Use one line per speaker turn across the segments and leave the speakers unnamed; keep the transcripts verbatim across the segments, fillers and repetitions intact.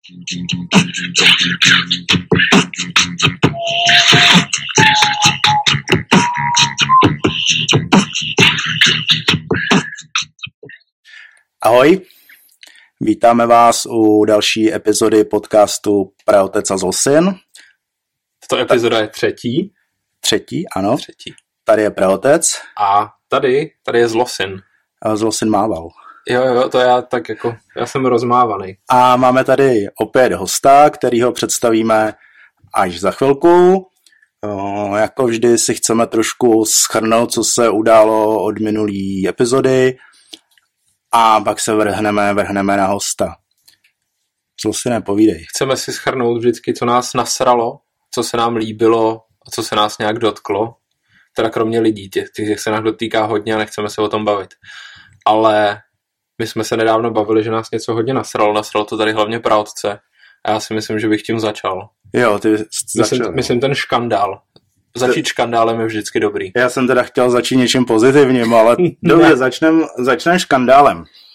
Ahoj, vítáme vás u další epizody podcastu Praotec a Zlosin.
Tato epizoda je třetí.
Třetí, ano.
Třetí.
Tady je Praotec.
A tady, tady je Zlosin.
A Zlosin mával.
Jo, jo, to já tak jako, já jsem rozmávaný.
A máme tady opět hosta, kterýho představíme až za chvilku. O, jako vždy si chceme trošku shrnout, co se událo od minulý epizody a pak se vrhneme, vrhneme na hosta. Zlosine, povídej.
Chceme si shrnout vždycky, co nás nasralo, co se nám líbilo a co se nás nějak dotklo. Teda kromě lidí, těch, těch se nás dotýká hodně a nechceme se o tom bavit. Ale my jsme se nedávno bavili, že nás něco hodně nasralo. Nasralo to tady hlavně Praotce. A já si myslím, že bych tím začal.
Jo, ty
myslím,
začal.
Myslím ten škandál. Začít škandálem je vždycky dobrý.
Já jsem teda chtěl začít něčím pozitivním, ale dobře, začnem, začnem škandálem.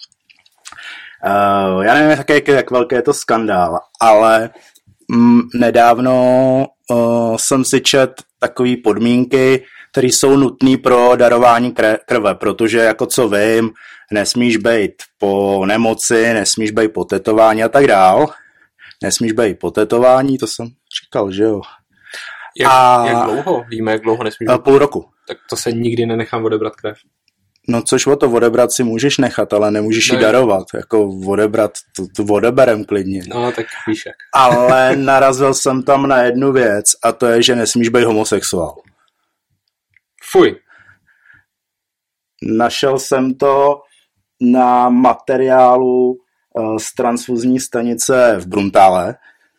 Uh, já nevím, jak, jak, jak velký je to skandál, ale mm, nedávno uh, jsem si čet takové podmínky, které jsou nutné pro darování krve, protože jako co vím, nesmíš být po nemoci, nesmíš být po tetování a tak dál. Nesmíš být po tetování, to jsem říkal, že jo.
Jak, a... jak dlouho? Víme, jak dlouho nesmíš být?
Půl roku.
Tak to se nikdy nenechám odebrat krev.
No což o to odebrat si můžeš nechat, ale nemůžeš no, ji darovat. Jako odebrat, to, to odeberem klidně.
No tak víš jak.
Ale narazil jsem tam na jednu věc a to je, že nesmíš být homosexuál.
Fuj.
Našel jsem to na materiálu z transfuzní stanice v Bruntále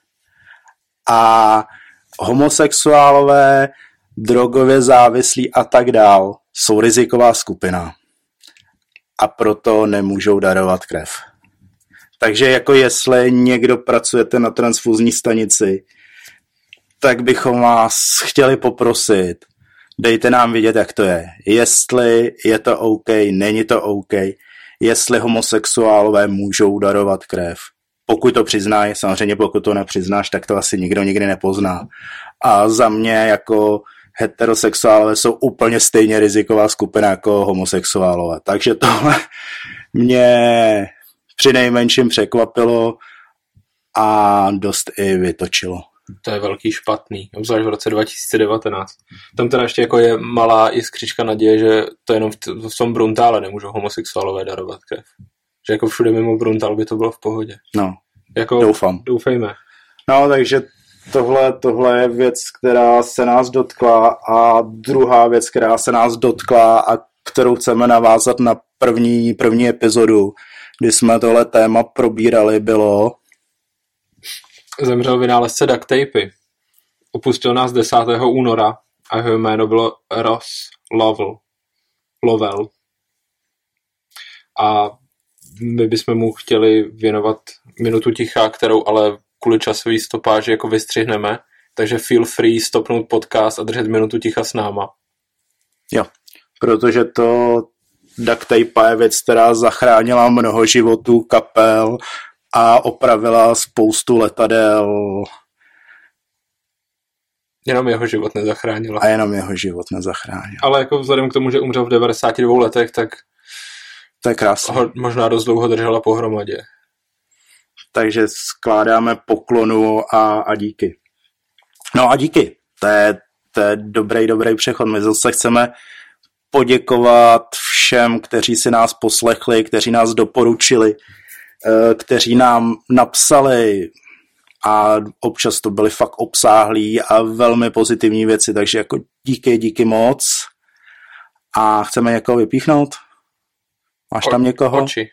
a homosexuálové, drogově závislí a tak dál jsou riziková skupina a proto nemůžou darovat krev. Takže jako jestli někdo pracujete na transfuzní stanici, tak bychom vás chtěli poprosit, dejte nám vědět, jak to je. Jestli je to OK, není to OK, jestli homosexuálové můžou darovat krev. Pokud to přiznají, samozřejmě pokud to nepřiznáš, tak to asi nikdo nikdy nepozná. A za mě jako heterosexuálové jsou úplně stejně riziková skupina jako homosexuálové. Takže tohle mě přinejmenším překvapilo a dost i vytočilo.
To je velký špatný, obzvlášť v roce dva tisíce devatenáct. Tam teda ještě jako je malá jiskřička naděje, že to jenom v, t- v tom Bruntále nemůžou homosexuálové darovat krev. Že jako všude mimo Bruntál by to bylo v pohodě.
No,
jako,
doufám.
Doufejme.
No, takže tohle, tohle je věc, která se nás dotkla a druhá věc, která se nás dotkla a kterou chceme navázat na první, první epizodu, kdy jsme tohle téma probírali, bylo...
Zemřel vynálezce duct tapy. Opustil nás desátého února a jeho jméno bylo Ross Lovell. Lovell. A my bychom mu chtěli věnovat minutu ticha, kterou ale kvůli časové stopáži jako vystřihneme. Takže feel free stopnout podcast a držet minutu ticha s náma.
Jo, protože to duct tape je věc, která zachránila mnoho životů kapel a opravila spoustu letadel.
Jenom jeho život nezachránila.
A jenom jeho život nezachránila.
Ale jako vzhledem k tomu, že umřel v devadesáti dvou letech, tak
to je krásné.
Ho možná dost dlouho držela pohromadě.
Takže skládáme poklonu a, a díky. No a díky. To je, to je dobrý, dobrý přechod. My zase chceme poděkovat všem, kteří si nás poslechli, kteří nás doporučili, kteří nám napsali a občas to byly fakt obsáhlí a velmi pozitivní věci, takže jako díky, díky moc a chceme někoho vypíchnout? Máš tam někoho?
Oči.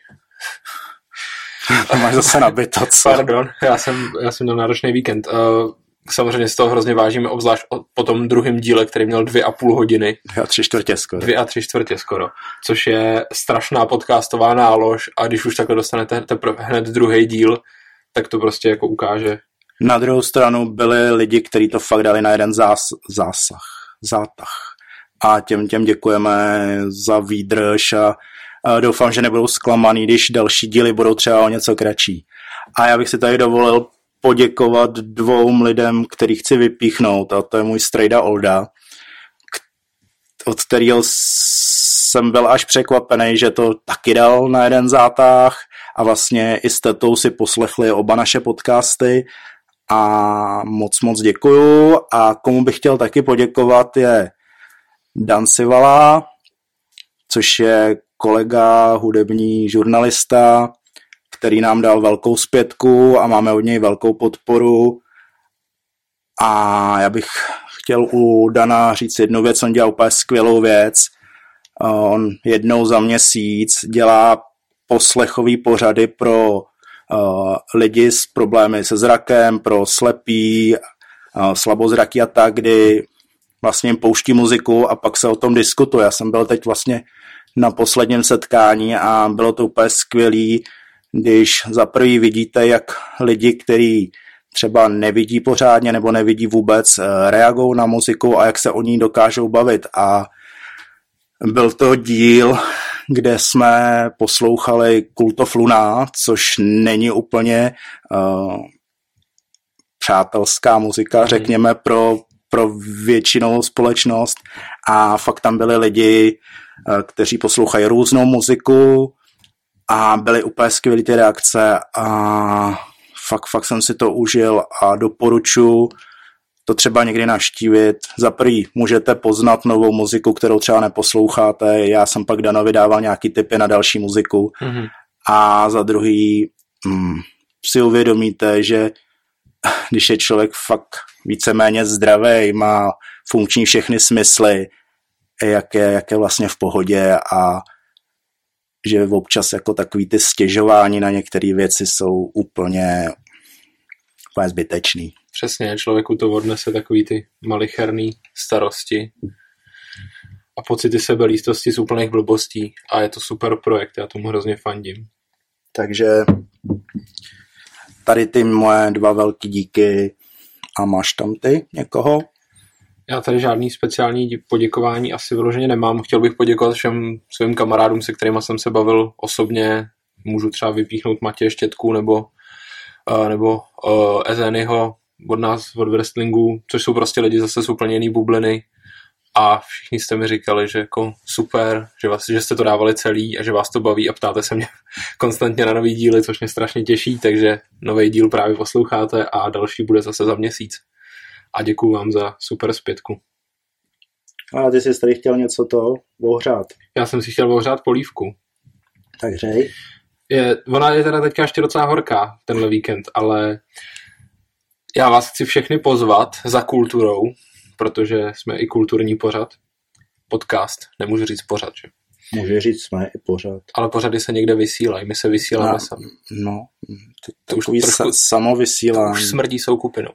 Máš zase nabito, co?
Pardon, já jsem, já jsem měl náročný víkend. Uh, samozřejmě z toho hrozně vážíme, obzvlášť po tom druhém díle, který měl dvě a půl hodiny.
Dvě a tři čtvrtě skoro.
Dvě a tři čtvrtě skoro, což je strašná podcastová nálož a když už takhle dostanete teprve hned druhý díl, tak to prostě jako ukáže.
Na druhou stranu byli lidi, kteří to fakt dali na jeden zás, zásah, zátah. A těm, těm děkujeme za výdrž a, a doufám, že nebudou zklamaný, když další díly budou třeba o něco kratší. A já bych si tady dovolil poděkovat dvou lidem, který chci vypíchnout, a to je můj strejda Olda, od kterého jsem byl až překvapený, že to taky dal na jeden zátah a vlastně i s tetou si poslechli oba naše podcasty a moc moc děkuju. A komu bych chtěl taky poděkovat je Dan Sivala, což je kolega, hudební žurnalista, který nám dal velkou zpětku a máme od něj velkou podporu. A já bych chtěl u Dana říct jednu věc, on dělá úplně skvělou věc. On jednou za měsíc dělá poslechový pořady pro uh, lidi s problémy se zrakem, pro slepý, uh, slabozraky a tak, kdy vlastně jim pouští muziku a pak se o tom diskutuje. Já jsem byl teď vlastně na posledním setkání a bylo to úplně skvělý, když za prvý vidíte, jak lidi, kteří třeba nevidí pořádně nebo nevidí vůbec, reagují na muziku a jak se o ní dokážou bavit. A byl to díl, kde jsme poslouchali Cult of Luna, což není úplně uh, přátelská muzika, řekněme, pro, pro většinou společnost. A fakt tam byli lidi, uh, kteří poslouchají různou muziku a byly úplně skvělé ty reakce a fakt, fakt jsem si to užil a doporučuji to třeba někdy navštívit. Za prvý můžete poznat novou muziku, kterou třeba neposloucháte. Já jsem pak Danovi dával nějaký tipy na další muziku. Mm-hmm. A za druhý hm, si uvědomíte, že když je člověk fakt víceméně zdravý, má funkční všechny smysly, jak je, jak je vlastně v pohodě a že občas jako takový ty stěžování na některé věci jsou úplně, úplně zbytečný.
Přesně, člověku to odnese takový ty malicherný starosti a pocity sebelístosti z úplných blbostí a je to super projekt, já tomu hrozně fandím.
Takže tady ty moje dva velký díky a máš tam ty někoho?
Já tady žádný speciální poděkování asi vyloženě nemám. Chtěl bych poděkovat všem svým kamarádům, se kterými jsem se bavil osobně. Můžu třeba vypíchnout Matěje Štětku nebo, uh, nebo uh, Ezenyho od nás, od wrestlingu, což jsou prostě lidi zase z úplně jiný bubliny. A všichni jste mi říkali, že jako super, že, vás, že jste to dávali celý a že vás to baví a ptáte se mě konstantně na nový díly, což mě strašně těší, takže nový díl právě posloucháte a další bude zase za měsíc. A děkuju vám za super zpětku.
A ty jsi tady chtěl něco to ohřát.
Já jsem si chtěl ohřát polívku.
Tak hřej.
Je, ona je teda teďka ještě docela horká, tenhle víkend, ale já vás chci všechny pozvat za kulturou, protože jsme i kulturní pořad. Podcast, nemůžu říct pořad, že?
Může říct jsme i pořad.
Ale pořady se někde vysílají, my se vysíláme
no,
sami.
No, to, to už trošku, samovysílání.
To už smrdí soukupinou.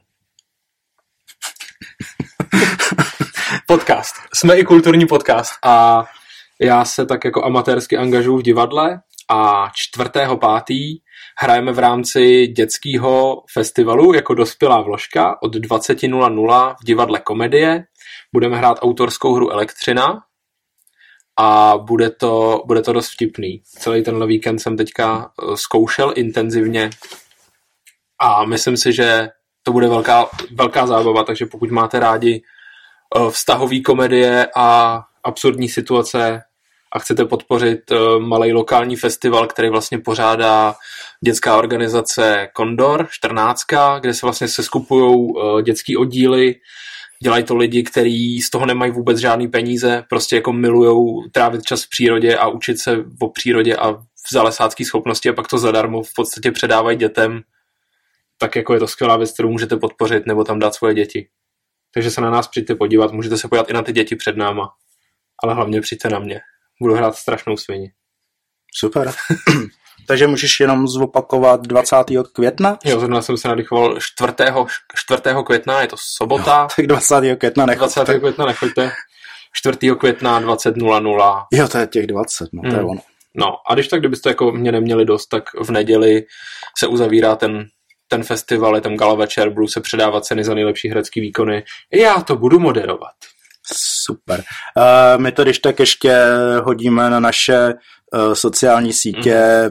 Podcast. Jsme i kulturní podcast a já se tak jako amatérsky angažuju v divadle a čtvrtého pátý hrajeme v rámci dětského festivalu jako dospělá vložka od dvacet nula nula v divadle Komedie. Budeme hrát autorskou hru Elektřina a bude to, bude to dost vtipný. Celý tenhle víkend jsem teďka zkoušel intenzivně a myslím si, že to bude velká, velká zábava, takže pokud máte rádi vztahový komedie a absurdní situace a chcete podpořit malý lokální festival, který vlastně pořádá dětská organizace Kondor čtrnáct, kde se vlastně seskupujou dětský oddíly, dělají to lidi, kteří z toho nemají vůbec žádný peníze, prostě jako milujou trávit čas v přírodě a učit se o přírodě a v zalesáckých schopnosti a pak to zadarmo v podstatě předávají dětem. Tak jako je to skvělá věc, kterou můžete podpořit nebo tam dát svoje děti. Takže se na nás přijďte podívat, můžete se podívat i na ty děti před náma, ale hlavně přijďte na mě. Budu hrát strašnou svini.
Super. Takže můžeš jenom zopakovat dvacátého května?
Jo, zrovna jsem se nadýchoval čtvrtého května, je to sobota.
No, tak dvacátého května nechoďte.
dvacátého května nechoďte. čtvrtého května dvacet nula nula.
Jo, to je těch dvacet, no to je ono.
No a když tak, kdybyste jako mě neměli dost, tak v neděli se uzavírá ten ten festival, je tam gala večer, budou se předávat ceny za nejlepší herecký výkony. Já to budu moderovat.
Super. Uh, my to když tak ještě hodíme na naše uh, sociální sítě, mm.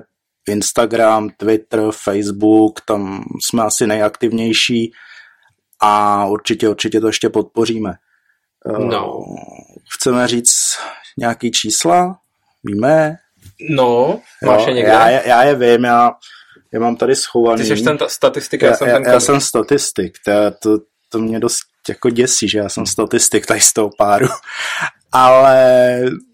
Instagram, Twitter, Facebook, tam jsme asi nejaktivnější a určitě, určitě to ještě podpoříme.
No.
Chceme říct nějaký čísla? Víme?
No, máš je někde?
Já, já je vím, já je mám tady schovaný.
Ty jsi ten statistik, já, já jsem
já,
ten
já jsem statistik, to, to, to mě dost jako děsí, že já jsem statistik tady z toho páru. Ale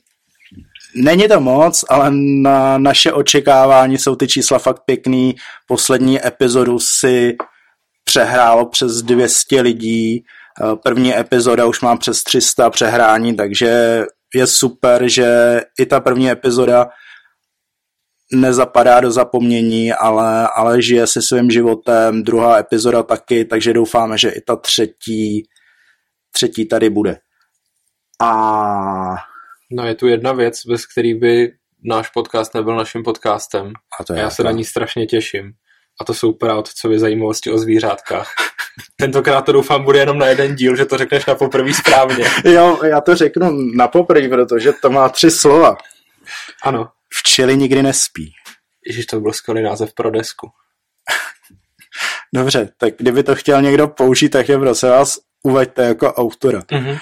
není to moc, ale na naše očekávání jsou ty čísla fakt pěkný. Poslední epizodu si přehrálo přes dvě stě lidí, první epizoda už má přes tři sta přehrání, takže je super, že i ta první epizoda nezapadá do zapomnění, ale, ale žije si svým životem, druhá epizoda taky, takže doufáme, že i ta třetí, třetí tady bude. A...
No je tu jedna věc, bez který by náš podcast nebyl naším podcastem.
A to je
já se na ní strašně těším. A to jsou Proudcovy zajímavosti o zvířátkách. Tentokrát to doufám bude jenom na jeden díl, že to řekneš na poprvé správně.
Jo, já to řeknu na poprvé, protože to má tři slova.
Ano.
Včely nikdy nespí.
Ježiš, to byl skvělý název pro desku.
Dobře, tak kdyby to chtěl někdo použít, tak je prosím vás uveďte jako autora. Mm-hmm.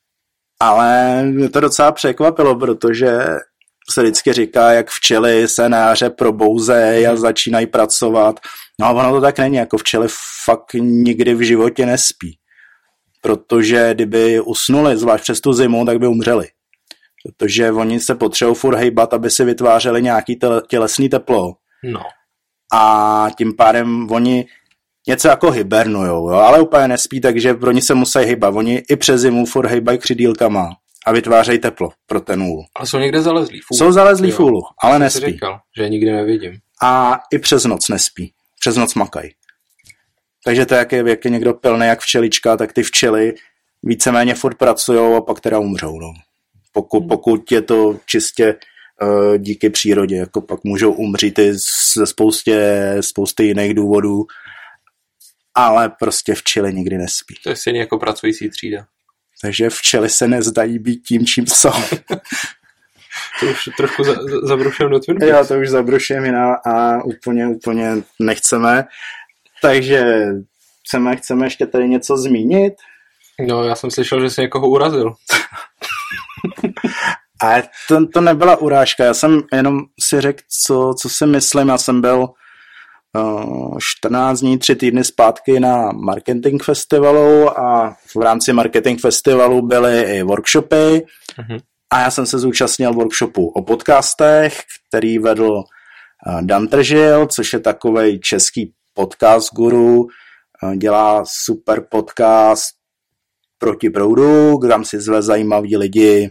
Ale mě to docela překvapilo, protože se vždycky říká, jak včely se na jaře probouzejí a začínají pracovat. No a ono to tak není, jako včely fakt nikdy v životě nespí. Protože kdyby usnuli, zvlášť přes tu zimu, tak by umřeli. Protože oni se potřebují furt hejbat, aby si vytvářeli nějaký tělesný teplo.
No.
A tím pádem oni něco jako hibernujou, jo? Ale úplně nespí, takže pro ně se musí hejbat. Oni i přes zimu furt hejbají křidílkama a vytvářejí teplo pro ten úl.
Ale jsou někde zalezlí v úlu.
Jsou zalezlí v úlu, ale nespí.
Jsi říkal, že je nikdy nevidím.
A i přes noc nespí. Přes noc makají. Takže to, jak je, jak je někdo pilný jak včelička, tak ty včely víceméně furt pracujou a pak teda umřou. No. Pokud, pokud je to čistě uh, díky přírodě, jako pak můžou umřít i ze spoustě, spousty jiných důvodů, ale prostě včely nikdy nespí.
To je stejně jako pracující třída.
Takže včely se nezdají být tím, čím jsou.
To už trošku za, za, zabruším do Twin Peaks.
Jo, to už zabruším jiná a úplně, úplně nechceme. Takže chceme, chceme ještě tady něco zmínit.
No, já jsem slyšel, že jsi někoho urazil.
A to, to nebyla urážka, já jsem jenom si řekl, co, co si myslím. Já jsem byl uh, čtrnáct dní, tři týdny zpátky na marketing festivalu a v rámci marketing festivalu byly i workshopy. Mm-hmm. A já jsem se zúčastnil workshopu o podcastech, který vedl uh, Dan Tržil, což je takovej český podcast guru. Uh, dělá super podcast Proti proudu, kam si zve zajímaví lidi,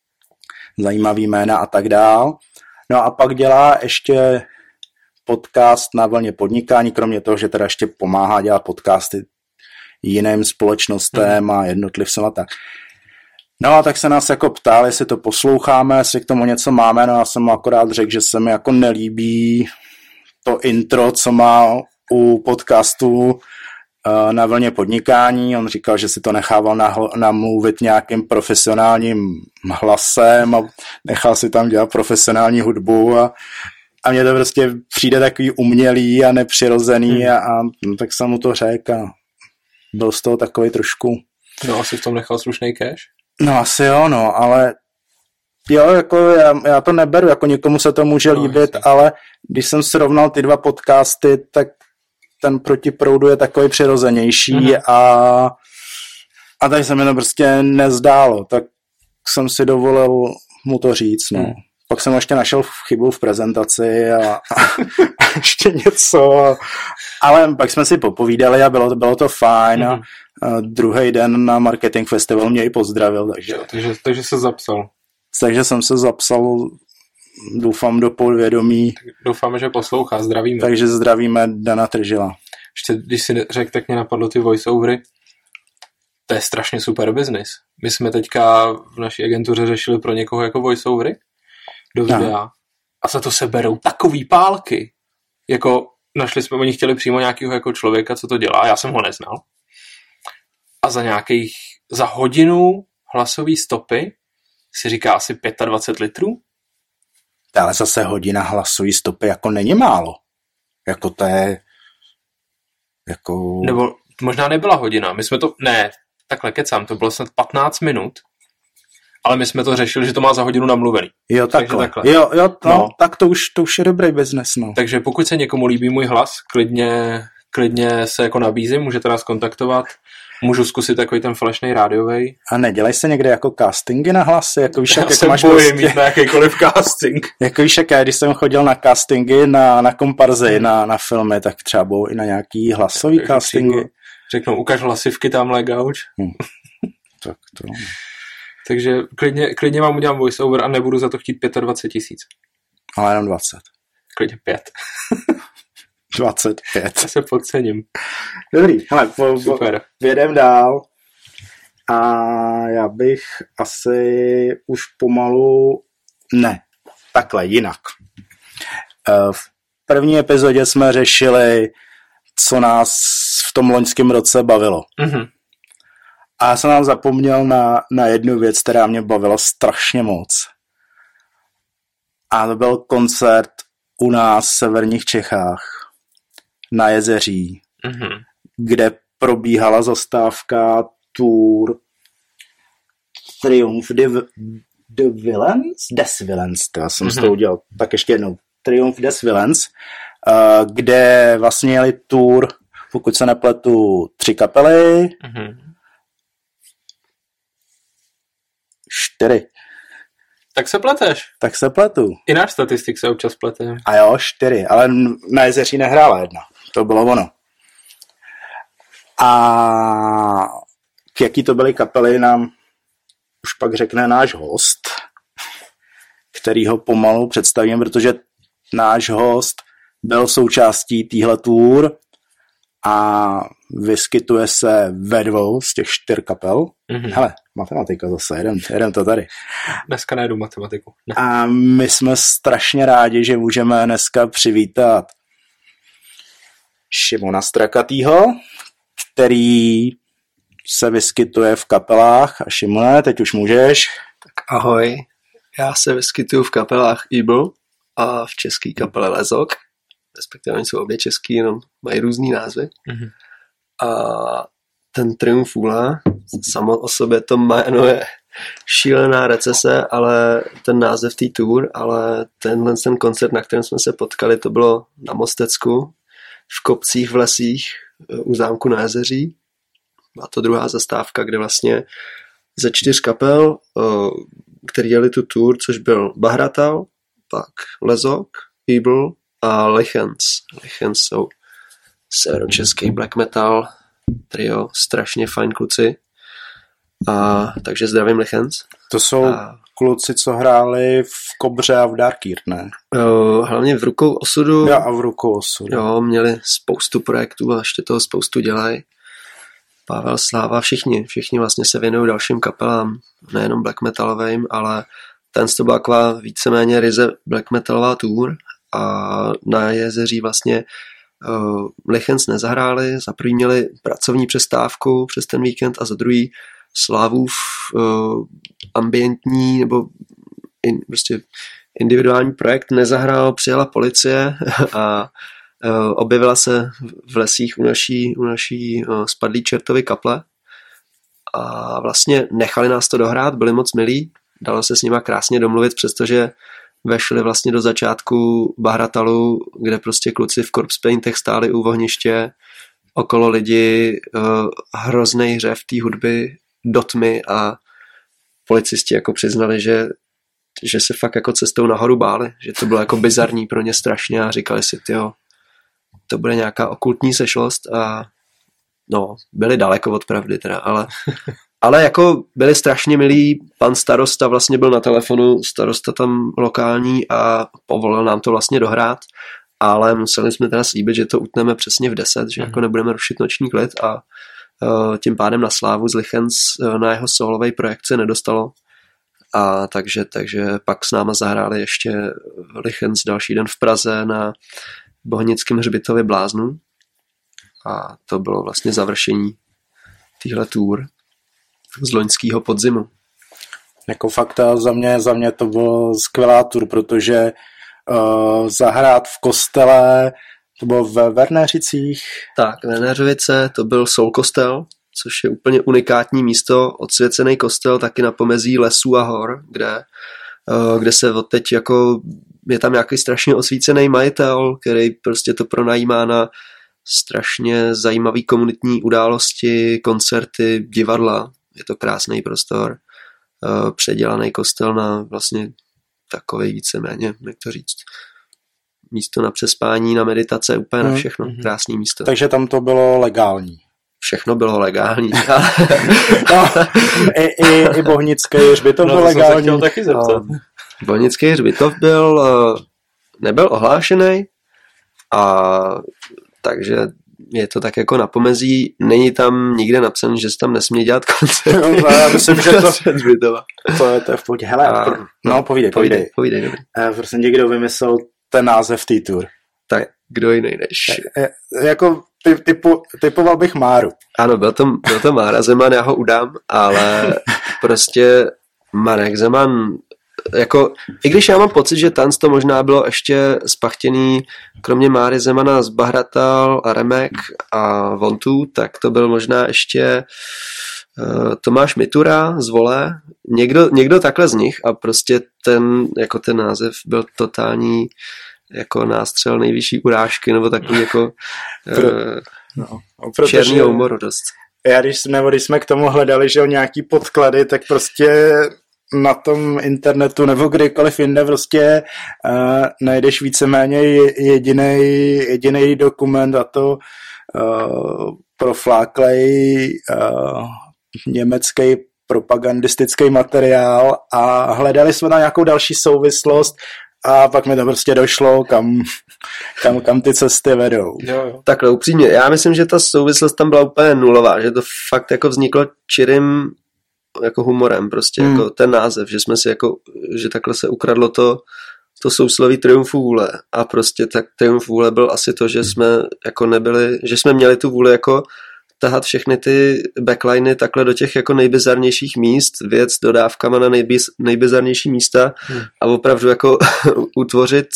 zajímavý jména a tak dál. No a pak dělá ještě podcast na vlně podnikání, kromě toho, že teda ještě pomáhá dělat podcasty jiným společnostem a jednotlivcem a tak. No a tak se nás jako ptali, jestli to posloucháme, jestli k tomu něco máme, no já jsem mu akorát řekl, že se mi jako nelíbí to intro, co má u podcastu na vlně podnikání. On říkal, že si to nechával namluvit nějakým profesionálním hlasem a nechal si tam dělat profesionální hudbu a, a mně to prostě přijde takový umělý a nepřirozený hmm. a, a no, tak jsem mu to řekl a byl z toho takový trošku...
No asi v tom nechal slušnej cash?
No asi jo, no, ale jo, jako já, já to neberu, jako někomu se to může no, líbit, jasný. Ale když jsem srovnal ty dva podcasty, tak ten Proti proudu je takový přirozenější mm-hmm. a, a tak se mi to prostě nezdálo, tak jsem si dovolil mu to říct, no. Mm. Pak jsem ještě našel chybu v prezentaci a, a, a ještě něco, ale pak jsme si popovídali a bylo, bylo to fajn mm-hmm. a, a druhý den na marketing festivalu mě i pozdravil, takže...
Takže, takže se zapsal.
Takže jsem se zapsal, doufám, do podvědomí.
Doufáme, že poslouchá, zdravíme.
Takže zdravíme Dana Tržila.
Ještě, když si řekl, tak mě napadlo ty voiceovery. To je strašně super business. My jsme teďka v naší agentuře řešili pro někoho jako voiceovery do videa. No. A za to se berou takový pálky. Jako našli jsme, oni chtěli přímo nějakého jako člověka, co to dělá. Já jsem ho neznal. A za nějakých, za hodinu hlasový stopy si říká asi dvacet pět litrů.
Ale zase hodina hlasový stopy jako není málo. Jako to je jako...
Nebo možná nebyla hodina. My jsme to... Ne, takhle kecám, to bylo snad patnáct minut. Ale my jsme to řešili, že to má za hodinu namluvený.
Jo, takhle. takhle. Jo, jo, to, no. Tak to už, to už je dobrý biznes, no.
Takže pokud se někomu líbí můj hlas, klidně, klidně se jako nabízím, můžete nás kontaktovat. Můžu zkusit takový ten falešnej rádiovej.
A nedělej se někde jako castingy na hlasy? Jako víš, jak,
Já se
máš
bojím
prostě...
mít na jakýkoliv casting.
Jako víš, jak když jsem chodil na castingy, na, na komparzy, hmm. na, na filmy, tak třeba budou i na nějaký hlasový tak castingy.
Řeknou, řeknou, ukaž hlasivky, tamhle gauč. Hmm.
Tak to...
Takže klidně, klidně vám udělám voiceover a nebudu za to chtít dvacet pět tisíc.
Ale jenom dvacet.
Klidně pět.
dvacet pět.
Já se podcením.
Dobrý, hele, po,
super.
Vědem dál a já bych asi už pomalu, ne, takhle, jinak. V první epizodě jsme řešili, co nás v tom loňském roce bavilo.
Mhm.
A já jsem nám zapomněl na, na jednu věc, která mě bavila strašně moc. A to byl koncert u nás v severních Čechách na Jezeří,
mm-hmm.
kde probíhala zastávka tour Triumph de, de Villains? Des Villains, to já jsem mm-hmm. s toho udělal. Tak ještě jednou. Triumph des Villains, uh, kde vlastně jeli tour, pokud se nepletu, tři kapely,
mm-hmm.
čtyři.
Tak se pleteš.
Tak se pletu.
I náš statistik se občas plete.
A jo, čtyři, ale na Jezeří nehrála jedna. To bylo ono. A k jaký to byly kapely nám už pak řekne náš host, který ho pomalu představím, protože náš host byl součástí téhle tour a vyskytuje se ve dvou z těch čtyř kapel. Mm-hmm. Hele, matematika zase, jedem, jedem to tady.
Dneska nejdu matematiku. Ne.
A my jsme strašně rádi, že můžeme dneska přivítat Šimona Strakatýho, který se vyskytuje v kapelách. A Šimone, teď už můžeš.
Tak ahoj, já se vyskytuju v kapelách Evil a v české kapele Lezok. Respektive oni jsou obě český, jenom mají různý názvy. Mm-hmm. A ten Triumfula, samo o sobě to jméno je šílená recese, ale ten název té tour, ale tenhle ten koncert, na kterém jsme se potkali, to bylo na Mostecku, v kopcích v lesích u zámku na Jezeří. A to druhá zastávka, kde vlastně ze čtyř kapel, který jeli tu tour, což byl Bahratal, pak Lezok, Evil a Lichens. Lichens jsou severočeský black metal trio, strašně fajn kluci. A, takže zdravím Lichens.
To jsou a, kluci, co hráli v Kobře a v Darkýr, ne?
Jo, hlavně v Rukou osudu.
Jo, a v Rukou osudu.
Jo, měli spoustu projektů a ještě toho spoustu dělají. Pavel, Sláva, všichni, všichni vlastně se věnují dalším kapelám, nejenom black metalovým, ale ten to byla taková víceméně ryze black metalová tour a na Jezeří vlastně uh, Lichens nezahráli, za první měli pracovní přestávku přes ten víkend a za druhý Slávův uh, ambientní nebo in, prostě individuální projekt nezahrál, přijela policie a uh, objevila se v lesích u naší, u naší uh, spadlý čertovy kaple a vlastně nechali nás to dohrát, byli moc milí, dalo se s nima krásně domluvit, přestože vešli vlastně do začátku Bahratalu, kde prostě kluci v corpse paintech stáli u ohniště, okolo lidi, uh, hroznej hřev té hudby do tmy a policisti jako přiznali, že, že se fakt jako cestou nahoru báli, že to bylo jako bizarní pro ně strašně a říkali si, tyjo, to bude nějaká okultní sešlost a no, byli daleko od pravdy teda, ale ale jako byli strašně milí, pan starosta vlastně byl na telefonu, starosta tam lokální a povolil nám to vlastně dohrát, ale museli jsme teda slíbit, že to utneme přesně v deset, že mm. jako nebudeme rušit noční klid a uh, tím pádem na slávu z Lichens uh, na jeho solovej projekt se nedostalo a takže, takže pak s náma zahráli ještě Lichens další den v Praze na Bohnickém hřbitově Bláznů a to bylo vlastně završení téhle tour z loňského podzimu.
Jako fakt za mě, za mě to byl skvělá tour, protože uh, zahrát v kostele, to bylo ve Werneřicích.
Tak, Werneřovice, to byl Soul kostel, což je úplně unikátní místo, odsvěcený kostel taky na pomezí lesů a hor, kde, uh, kde se odteď jako, je tam nějaký strašně osvícený majitel, který prostě to pronajímá na strašně zajímavý komunitní události, koncerty, divadla. Je to krásný prostor. Předělaný kostel na vlastně takovej víceméně, jak to říct, místo na přespání, na meditace, úplně na všechno. Krásný místo.
Takže tam to bylo legální.
Všechno bylo legální.
No, i, i, i Bohnický hřbitov byl no, legální.
To taky zeptat.
Bohnický hřbitov byl, nebyl ohlášený, a takže je to tak jako na pomezí, není tam nikde napsané, že se tam nesmí dělat koncert.
No, já myslím, že to, to, je, to je v pohodě. Hele, a, no, no, povídej, povídej.
Povídej, dobrý.
Prostě někdo vymyslel ten název té tour.
Tak, kdo jiný než?
Jako typ, typu, typoval bych Máru.
Ano, byl to, byl to Mára Zeman, já ho udám, ale prostě Marek Zeman, jako, i když já mám pocit, že tanc to možná bylo ještě spachtěný, kromě Máry Zemana z Bahratal a Remek a Vontu, tak to byl možná ještě uh, Tomáš Mitura z Vole, někdo, někdo takhle z nich, a prostě ten, jako ten název byl totální jako nástřel nejvyšší urážky, nebo takový jako
Pro,
uh,
no,
černý humoru dost.
Já když jsme, když jsme k tomu hledali, že o nějaký podklady, tak prostě na tom internetu nebo kdykoliv jinde prostě uh, najdeš víceméně jediný jediný dokument, a to uh, profláklej uh, německý propagandistický materiál, a hledali jsme na nějakou další souvislost, a pak mi to prostě došlo, kam, kam, kam ty cesty vedou.
Jo, jo.
Takhle upřímně, já myslím, že ta souvislost tam byla úplně nulová, že to fakt jako vzniklo čirým jako humorem, prostě hmm. jako ten název, že jsme si jako, že takhle se ukradlo to, to sousloví triumfu vůle, a prostě tak triumf vůle byl asi to, že jsme jako nebyli, že jsme měli tu vůli jako tahat všechny ty backliny takhle do těch jako nejbizarnějších míst, věc dodávkama na nejbiz, nejbizarnější místa hmm. a opravdu jako utvořit,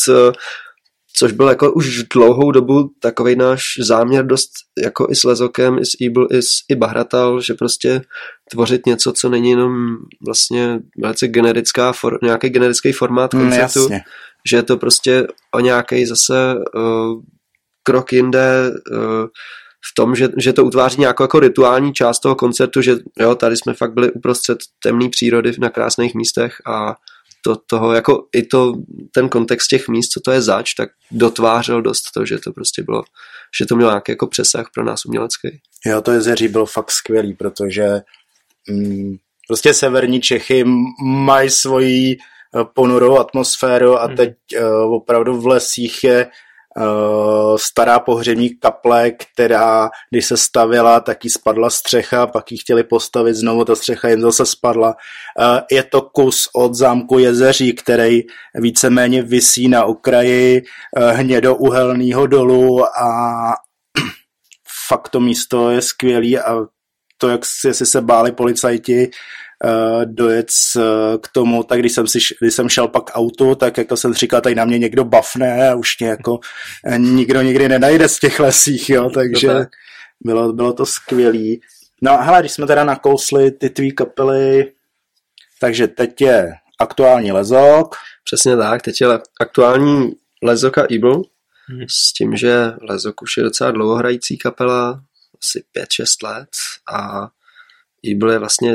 což byl jako už dlouhou dobu takovej náš záměr dost jako i s Lezokem, i s Evil, i s i Bahratal, že prostě tvořit něco, co není jenom vlastně velice generická, for, nějaký generický formát konceptu, mm, že je to prostě o nějaký zase uh, krok jinde uh, v tom, že, že to utváří nějakou jako rituální část toho koncertu, že jo, tady jsme fakt byli uprostřed temné přírody na krásných místech, a to, toho jako i to, ten kontext těch míst, co to je zač, tak dotvářel dost to, že to prostě bylo, že to mělo nějaký jako přesah pro nás umělecký.
Jo, to Jezeří bylo fakt skvělý, protože mm, prostě severní Čechy mají svoji ponurou atmosféru, a hmm. teď uh, opravdu v lesích je Uh, stará pohřební kaple, která, když se stavila, tak jí spadla střecha, pak ji chtěli postavit znovu, ta střecha jim zase spadla. Uh, je to kus od zámku Jezeří, který víceméně visí na okraji uh, hnědouhelného dolu, a fakt to místo je skvělý, a to, jak si, jestli se báli policajti Uh, dojet uh, k tomu, tak když jsem, si, když jsem šel pak autu, tak jako jsem říkal, tady na mě někdo bafne a už mě jako nikdo nikdy nenajde z těch lesích, jo, takže to tak. bylo, bylo to skvělý. No a hele, když jsme teda nakousli ty tvý kapely, takže teď je aktuální Lezok.
Přesně tak, teď je aktuální Lezok a Evil, hmm. s tím, že Lezok už je docela dlouhohrající kapela, asi pět šest let, a Evil je vlastně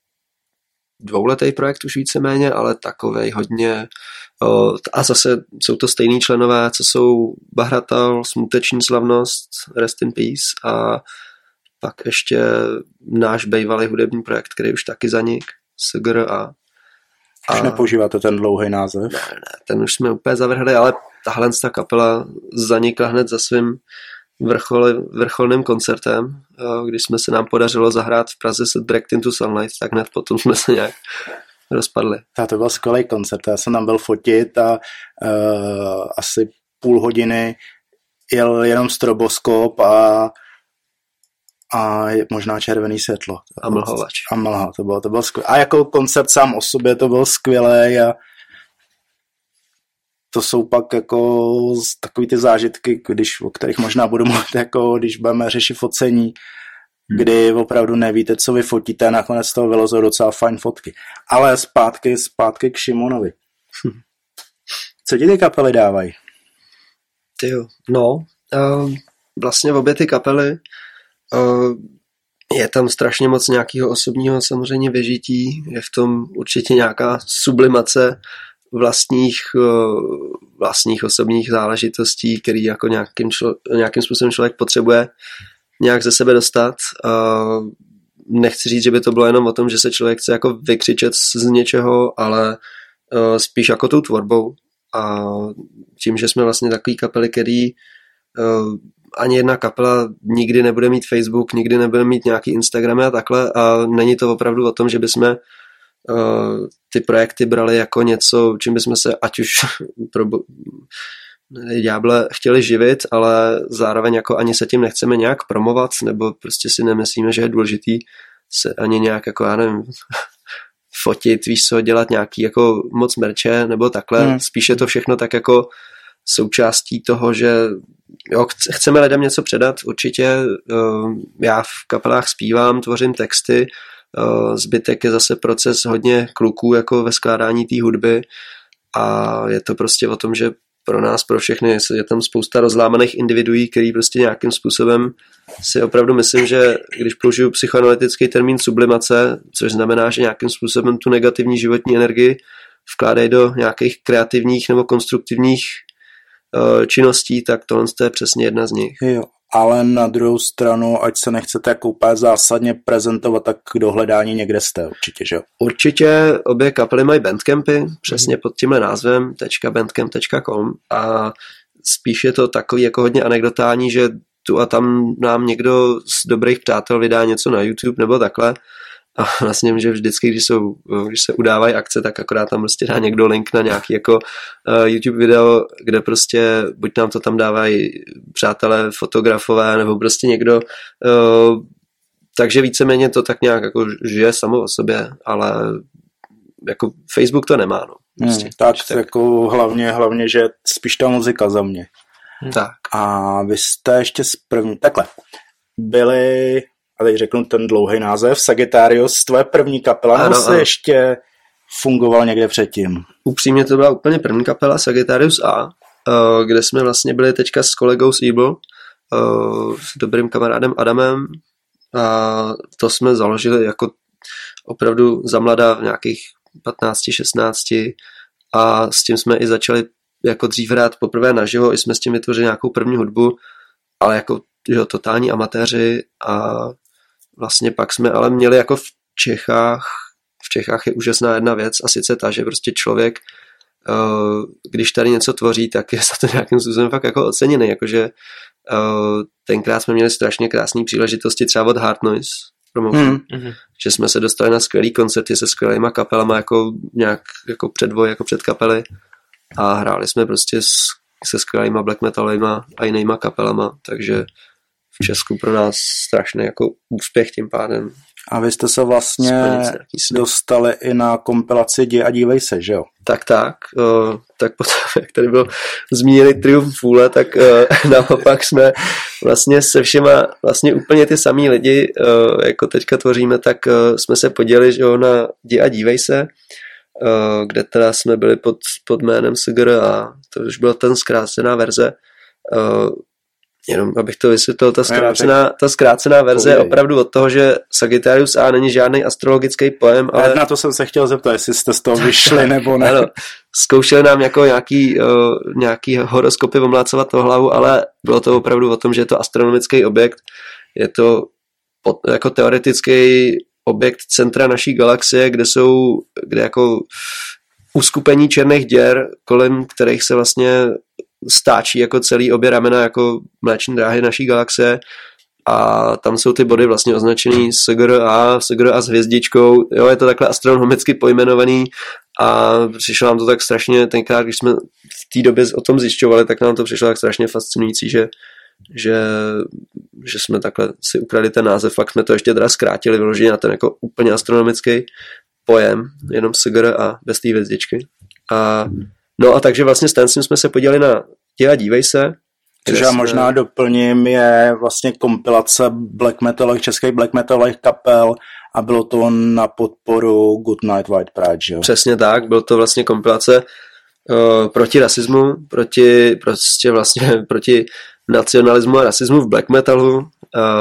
dvouletý projekt už víceméně, ale takovej hodně, o, a zase jsou to stejný členové, co jsou Bahratal, Smuteční slavnost, Rest in Peace, a pak ještě náš bývalý hudební projekt, který už taky zanik, S G R A.
Už a nepoužíváte ten dlouhý název?
Ne, ne, ten už jsme úplně zavrhli, ale tahle ta kapela zanikla hned za svým vrchol, vrcholným koncertem, když jsme se nám podařilo zahrát v Praze se Dragged into Sunlight, tak hned potom jsme se nějak rozpadli.
A to byl skvělý koncert, já jsem tam byl fotit, a uh, asi půl hodiny jel jenom stroboskop, a, a je možná červený světlo.
A mlhovač.
A mlha, to bylo, to bylo skvělé. A jako koncept sám o sobě to byl skvělý a to jsou pak jako takový ty zážitky, když, o kterých možná budu mluvit, jako když budeme řešit focení, hmm. kdy opravdu nevíte, co vy fotíte a nakonec z toho vylezou docela fajn fotky. Ale zpátky, zpátky k Šimonovi. Hm. Co ti ty kapely dávají?
Tyjo, no, uh, vlastně obě ty kapely uh, je tam strašně moc nějakého osobního samozřejmě vyžití, je v tom určitě nějaká sublimace vlastních, vlastních osobních záležitostí, který jako nějakým, člo, nějakým způsobem člověk potřebuje nějak ze sebe dostat. Nechci říct, že by to bylo jenom o tom, že se člověk chce jako vykřičet z něčeho, ale spíš jako tou tvorbou. A tím, že jsme vlastně takový kapely, který ani jedna kapela nikdy nebude mít Facebook, nikdy nebude mít nějaký Instagramy a takhle, a není to opravdu o tom, že bychom Uh, ty projekty brali jako něco, čím bychom se ať už pro ďáble chtěli živit, ale zároveň jako ani se tím nechceme nějak promovat, nebo prostě si nemyslíme, že je důležitý se ani nějak jako, já nevím, fotit, víš co, dělat nějaký jako moc merče, nebo takhle. Hmm. Spíš je to všechno tak jako součástí toho, že jo, chceme lidem něco předat, určitě. Uh, já v kapelách zpívám, tvořím texty, zbytek je zase proces hodně kluků jako ve skládání té hudby a je to prostě o tom, že pro nás, pro všechny je tam spousta rozlámaných individuí, který prostě nějakým způsobem si opravdu myslím, že když použiju psychoanalytický termín sublimace, což znamená, že nějakým způsobem tu negativní životní energii vkládají do nějakých kreativních nebo konstruktivních uh, činností, tak tohle je přesně jedna z nich.
Jo. Ale na druhou stranu, ať se nechcete jako úplně zásadně prezentovat, tak k dohledání někde jste určitě, že jo?
Určitě obě kapely mají bandcampy, přesně pod tímhle názvem .bandcamp tečka com a spíš je to takový jako hodně anekdotální, že tu a tam nám někdo z dobrých přátel vydá něco na YouTube nebo takhle. A vlastně, že vždycky, když, jsou, když se udávají akce, tak akorát tam prostě dá někdo link na nějaký jako uh, YouTube video, kde prostě buď nám to tam dávají přátelé, fotografové, nebo prostě někdo. Uh, takže víceméně to tak nějak jako žije samo o sobě, ale jako Facebook to nemá. No. Prostě,
hmm, tak, tak jako hlavně, hlavně, že spíš ta muzika za mě.
Hmm. Tak.
A vy jste ještě z první, takhle, byli... A teď řeknu ten dlouhý název, Sagittarius, tvoje první kapela, ano, nebo se ještě fungoval někde předtím?
Upřímně to byla úplně první kapela, Sagittarius A, kde jsme vlastně byli teďka s kolegou z Evil, s dobrým kamarádem Adamem, a to jsme založili jako opravdu za mladá v nějakých patnáct šestnáct a s tím jsme i začali jako dřív hrát poprvé naživo, i jsme s tím vytvořili nějakou první hudbu, ale jako jo, totální amatéři a vlastně pak jsme ale měli jako v Čechách, v Čechách je úžasná jedna věc a sice ta, že prostě člověk, když tady něco tvoří, tak je za to nějakým způsobem fakt jako oceněný, jakože tenkrát jsme měli strašně krásné příležitosti třeba od Hard Noise promotion, hmm. že jsme se dostali na skvělý koncerty se skvělýma kapelama jako nějak jako předvoj, jako před kapely a hráli jsme prostě s, se skvělýma black metalovýma a jinýma kapelama, takže v Česku pro nás strašný jako úspěch tím pádem.
A vy jste se vlastně dostali i na kompilaci Jdi a dívej se, že jo?
Tak, tak. O, tak potom, jak tady bylo zmíněný Triumf vůle, tak o, naopak jsme vlastně se všema vlastně úplně ty samý lidi, o, jako teďka tvoříme, tak o, jsme se podělili, že jo, na Jdi a dívej se, o, kde teda jsme byli pod, pod jménem S G R a to už byla ten zkrácená verze. O, Jenom abych to vysvětlil, ta zkrácená, ta zkrácená verze je opravdu od toho, že Sagittarius A není žádný astrologický pojem, ale...
Na to jsem se chtěl zeptat, jestli jste z toho vyšli nebo ne.
Ano, zkoušeli nám jako nějaký, uh, nějaký horoskopy omlácovat o hlavu, ale bylo to opravdu o tom, že je to astronomický objekt, je to pod, jako teoretický objekt centra naší galaxie, kde jsou, kde jako uskupení černých děr, kolem kterých se vlastně stáčí jako celý obě ramena jako mléční dráhy naší galaxie a tam jsou ty body vlastně označený S G R A, S G R A s hvězdičkou, jo, je to takhle astronomicky pojmenovaný a přišlo nám to tak strašně, tenkrát, když jsme v té době o tom zjišťovali, tak nám to přišlo tak strašně fascinující, že že, že jsme takhle si ukradli ten název, fakt jsme to ještě teda zkrátili vyloženě na ten jako úplně astronomický pojem, jenom S G R a bez té hvězdičky. A, no a takže vlastně s Tencem jsme se podívali na Děla dívej se.
Což já možná jsme... doplním, je vlastně kompilace black metalových, českých black metalových kapel a bylo to na podporu Good Night White Pride, že jo?
Přesně tak, bylo to vlastně kompilace uh, proti rasismu, proti, prostě vlastně proti nacionalismu a rasismu v black metalu. Uh,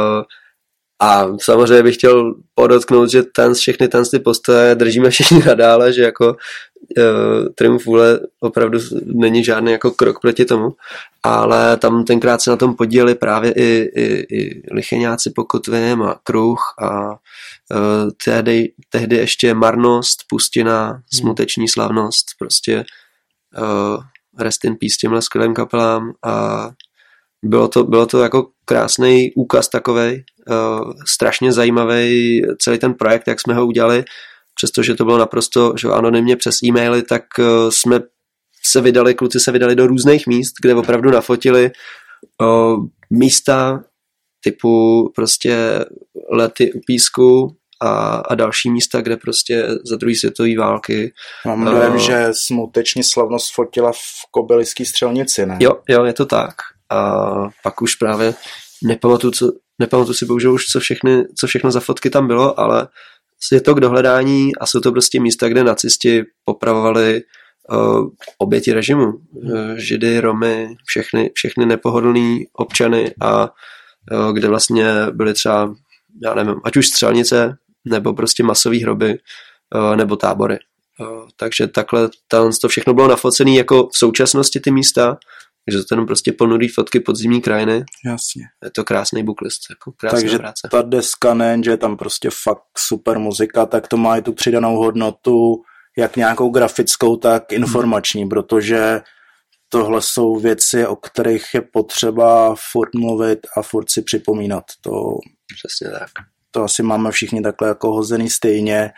a samozřejmě bych chtěl podotknout, že ten, všechny ten ty postoje držíme všichni nadále, že jako uh, Triumf vůle opravdu není žádný jako krok proti tomu, ale tam tenkrát se na tom podíleli právě i, i, i Licheňáci po Kotvím a Kruh a uh, tehdy, tehdy ještě Marnost, Pustina, Smuteční slavnost, prostě uh, rest in peace těmhle skvělým kapelám a bylo to, bylo to jako krásný úkaz takovej, uh, strašně zajímavý celý ten projekt, jak jsme ho udělali, přestože to bylo naprosto že anonymně přes e-maily, tak uh, jsme se vydali, kluci se vydali do různých míst, kde opravdu nafotili uh, místa typu prostě lety u písku a, a další místa, kde prostě za druhé světové války.
Mám dojem, uh, že Smuteční slavnost fotila v Kobyliský střelnici, ne?
Jo, jo, je to tak. A pak už právě nepamatuju, co, nepamatuju si bohužel už, co, všechny, co všechno za fotky tam bylo, ale je to k dohledání a jsou to prostě místa, kde nacisti popravovali uh, oběti režimu. Uh, Židy, Romy, všechny, všechny nepohodlný občany a uh, kde vlastně byly třeba, já nevím, ať už střelnice, nebo prostě masový hroby, uh, nebo tábory. Uh, takže takhle to všechno bylo nafocené jako v současnosti ty místa, takže to jenom prostě ponurý fotky podzimní krajiny.
Jasně.
Je to krásný booklist, jako krásná
takže
práce.
Ta deska nejen, že je tam prostě fakt super muzika, tak to má i tu přidanou hodnotu, jak nějakou grafickou, tak informační, protože tohle jsou věci, o kterých je potřeba furt mluvit a furt si připomínat. To,
přesně tak.
To asi máme všichni takhle jako hozený stejně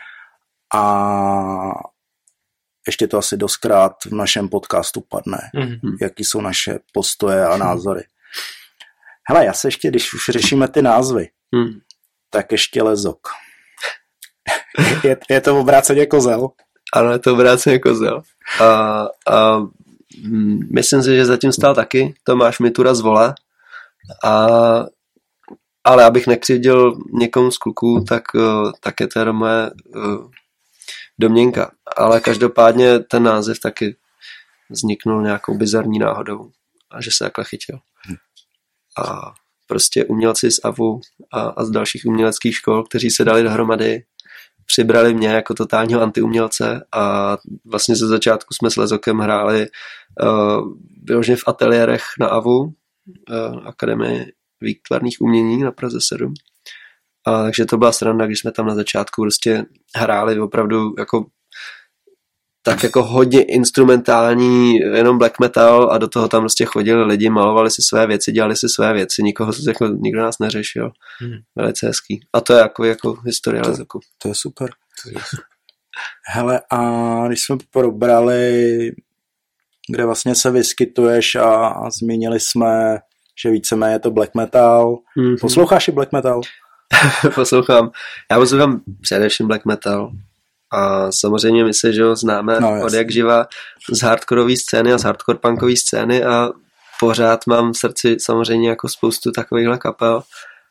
a ještě to asi doskrát v našem podcastu padne, mm-hmm. jaký jsou naše postoje a názory. Hele, já se ještě, když už řešíme ty názvy, mm. tak ještě Lezok. je, je to obráceně kozel?
Ano, je to obráceně kozel. A, a myslím si, že zatím stál taky Tomáš Mitura z Vole. A, ale abych nekřivdil někomu z kluků, tak, tak je to jenom moje domněnka. Ale každopádně ten název taky vzniknul nějakou bizarní náhodou a že se takhle chytil. A prostě umělci z A V U a, a z dalších uměleckých škol, kteří se dali dohromady, přibrali mě jako totálního antiumělce a vlastně ze začátku jsme s Lezokem hráli uh, vyloženě v ateliérech na A V U, uh, Akademii výtvarných umění na Praze sedm. A takže to byla sranda, když jsme tam na začátku prostě hráli opravdu jako tak jako hodně instrumentální, jenom black metal a do toho tam prostě chodili lidi, malovali si své věci, dělali si své věci, nikoho, jako, nikdo nás neřešil. Hmm. Velice hezký. A to je jako, jako historie Lezoku.
To je super. To je super. Hele, a když jsme probrali, kde vlastně se vyskytuješ a, a zmínili jsme, že víceméně je to black metal. Mm-hmm. Posloucháš i black metal?
Poslouchám. Já poslouchám především black metal. A samozřejmě my se, že ho známe no, od jak živa z hardkorové scény a z hardcore punkové scény a pořád mám v srdci samozřejmě jako spoustu takovýchhle kapel,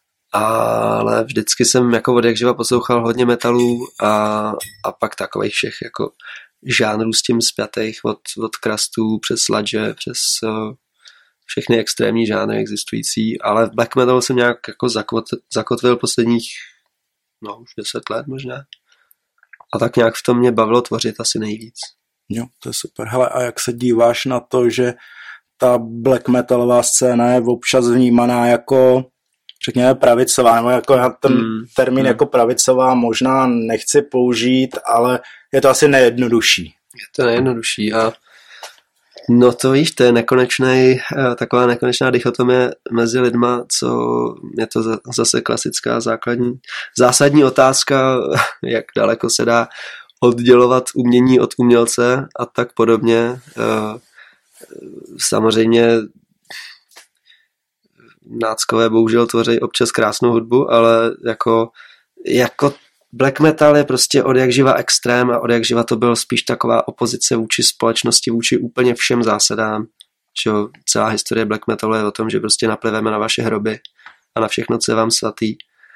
ale vždycky jsem jako od jak živa poslouchal hodně metalů a, a pak takových všech jako žánrů s tím spjatých od, od krastů přes sludge, přes uh, všechny extrémní žánry existující, ale v black metalu jsem nějak jako zakot, zakotvil posledních no už deset let možná. A tak nějak v tom mě bavilo tvořit asi nejvíc.
Jo, to je super. Hele, a jak se díváš na to, že ta black metalová scéna je občas vnímaná jako, řekněme, pravicová, nebo jako ten mm, termín mm. jako pravicová možná nechci použít, ale je to asi nejjednodušší.
Je to nejjednodušší a no to víš, to je nekonečný, taková nekonečná dichotomie mezi lidma, co je to zase klasická základní, zásadní otázka, jak daleko se dá oddělovat umění od umělce a tak podobně. Samozřejmě náckové bohužel tvoří občas krásnou hudbu, ale jako, jako black metal je prostě od jak živa extrém a od jak živa to byl spíš taková opozice vůči společnosti, vůči úplně všem zásadám. Že celá historie black metalu je o tom, že prostě napliveme na vaše hroby a na všechno, co je vám svatý.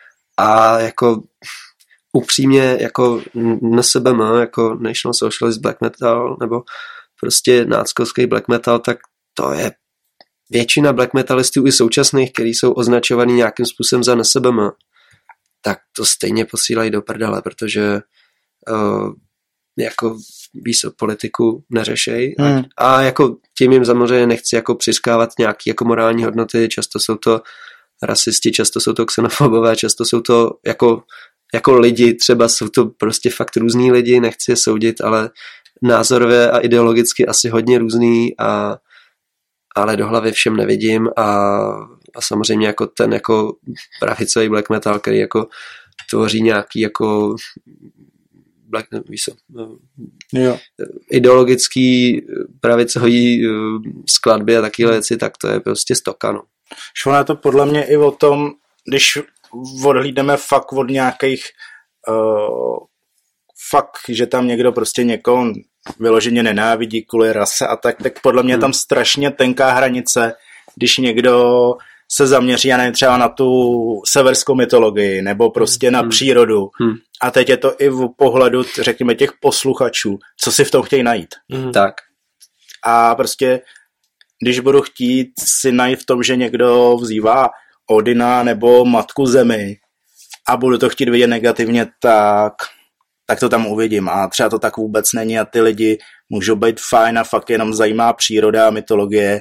A jako upřímně jako N S B M, jako National Socialist Black Metal, nebo prostě náckovský black metal, tak to je většina black metalistů i současných, kteří jsou označovaný nějakým způsobem za N S B M, tak to stejně posílají do prdele, protože uh, jako víc o politiku neřešej. Hmm. A jako tím jim samozřejmě nechci jako přiskávat nějaký jako morální hodnoty, často jsou to rasisti, často jsou to xenofobové, často jsou to jako, jako lidi, třeba jsou to prostě fakt různý lidi, nechci je soudit, ale názorově a ideologicky asi hodně různý, a, ale do hlavy všem nevidím a, a samozřejmě jako ten jako pravicový black metal, který jako tvoří nějaký jako black, víš co, jo. ideologický pravicový skladby a takové věci, tak to je prostě stoka, no.
Šlo to podle mě i o tom, když odhlídneme fakt od nějakých uh, fakt, že tam někdo prostě někoho vyloženě nenávidí kvůli rase a tak, tak podle mě hmm. tam strašně tenká hranice, když někdo se zaměří, já nevím, třeba na tu severskou mytologii nebo prostě na hmm. přírodu. Hmm. A teď je to i v pohledu, řekněme, těch posluchačů, co si v tom chtějí najít.
Hmm. Tak.
A prostě když budu chtít si najít v tom, že někdo vzývá Odina nebo Matku Zemi a budu to chtít vidět negativně, tak, tak to tam uvidím. A třeba to tak vůbec není a ty lidi můžou být fajn a fakt jenom zajímá příroda a mytologie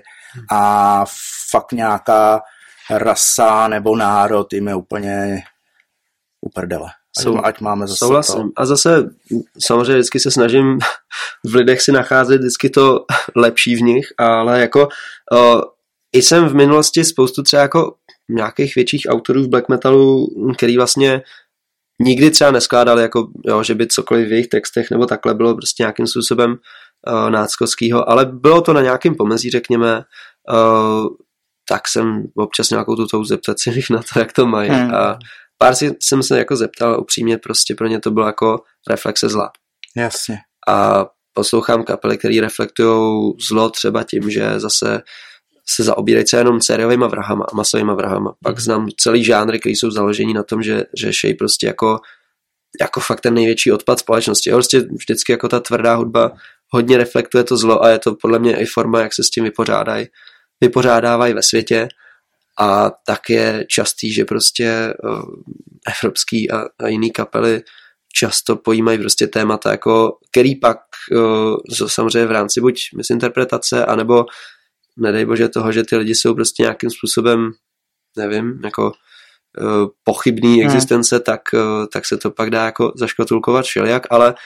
a fakt nějaká rasa nebo národ jim je úplně uprdele. Ať, ať máme zase
souhlasím.
To.
A zase samozřejmě vždycky se snažím v lidech si nacházet vždycky to lepší v nich, ale jako o, i jsem v minulosti spoustu třeba jako nějakých větších autorů v black metalu, který vlastně nikdy třeba neskládali, jako, jo, že by cokoliv v jejich textech nebo takhle bylo prostě nějakým způsobem o, náckovskýho, ale bylo to na nějakém pomezí, řekněme, o, tak jsem občas nějakou tu touhu zeptat si na to, jak to mají. Hmm. A pár si jsem se jako zeptal, upřímně prostě pro ně to bylo jako reflexe zla.
Jasně.
A poslouchám kapely, které reflektujou zlo třeba tím, že zase se zaobírají třeba jenom sériovýma vrahama a masovýma vrahama. Pak znám celý žánry, který jsou založení na tom, že řešejí prostě jako, jako fakt ten největší odpad společnosti. A prostě vždycky jako ta tvrdá hudba hodně reflektuje to zlo a je to podle mě i forma, jak se s tím vypořádají. vypořádávají ve světě. A tak je častý, že prostě uh, evropský a, a jiný kapely často pojímají prostě témata, jako, který pak uh, samozřejmě v rámci buď misinterpretace, anebo nedej bože toho, že ty lidi jsou prostě nějakým způsobem, nevím, jako uh, pochybný hmm. existence, tak, uh, tak se to pak dá jako zaškatulkovat všelijak, ale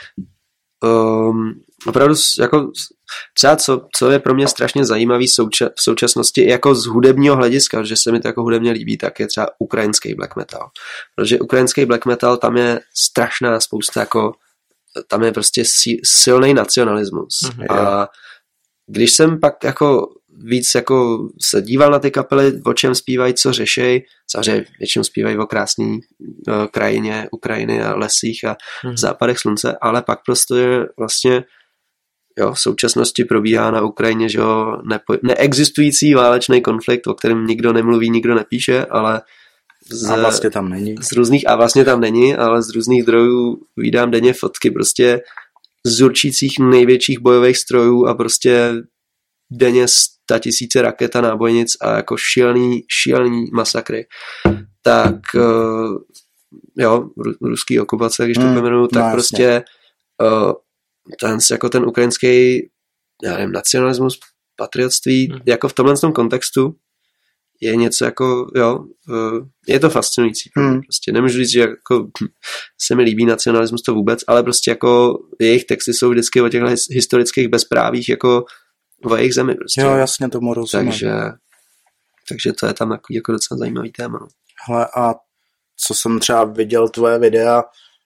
um, opravdu jako třeba co, co je pro mě strašně zajímavý souča- v současnosti jako z hudebního hlediska, že se mi to jako hudebně líbí, tak je třeba ukrajinský black metal. Protože ukrajinský black metal, tam je strašná spousta jako, tam je prostě si, silný nacionalismus. Mm-hmm. A když jsem pak jako víc jako se díval na ty kapely, o čem zpívají, co řešejí, samozřejmě většinou zpívají o krásný o krajině Ukrajiny a lesích a mm-hmm. západech slunce, ale pak prostě vlastně jo, v současnosti probíhá na Ukrajině, že jo, nepo, neexistující válečný konflikt, o kterém nikdo nemluví, nikdo nepíše, ale z,
a vlastně tam není.
Z různých, a vlastně tam není, ale z různých zdrojů vídám denně fotky prostě z určících největších bojových strojů a prostě denně sta tisíce raket a nábojnic a jako šílený, šílený masakry. Tak jo, ruský okupace, když to hmm, pojmenuju, tak no, prostě uh, ten, jako ten ukrajinský, já nevím, nacionalismus, patriotství, hmm. jako v tomhle tom kontextu je něco jako, jo, je to fascinující. Hmm. Prostě nemůžu říct, že jako se mi líbí nacionalismus to vůbec, ale prostě jako jejich texty jsou vždycky o těchto historických bezprávích jako o jejich zemi. Prostě.
Jo, jasně, tomu rozumím.
Takže, takže to je tam jako, jako docela zajímavý téma. No.
Hele, a co jsem třeba viděl tvoje videa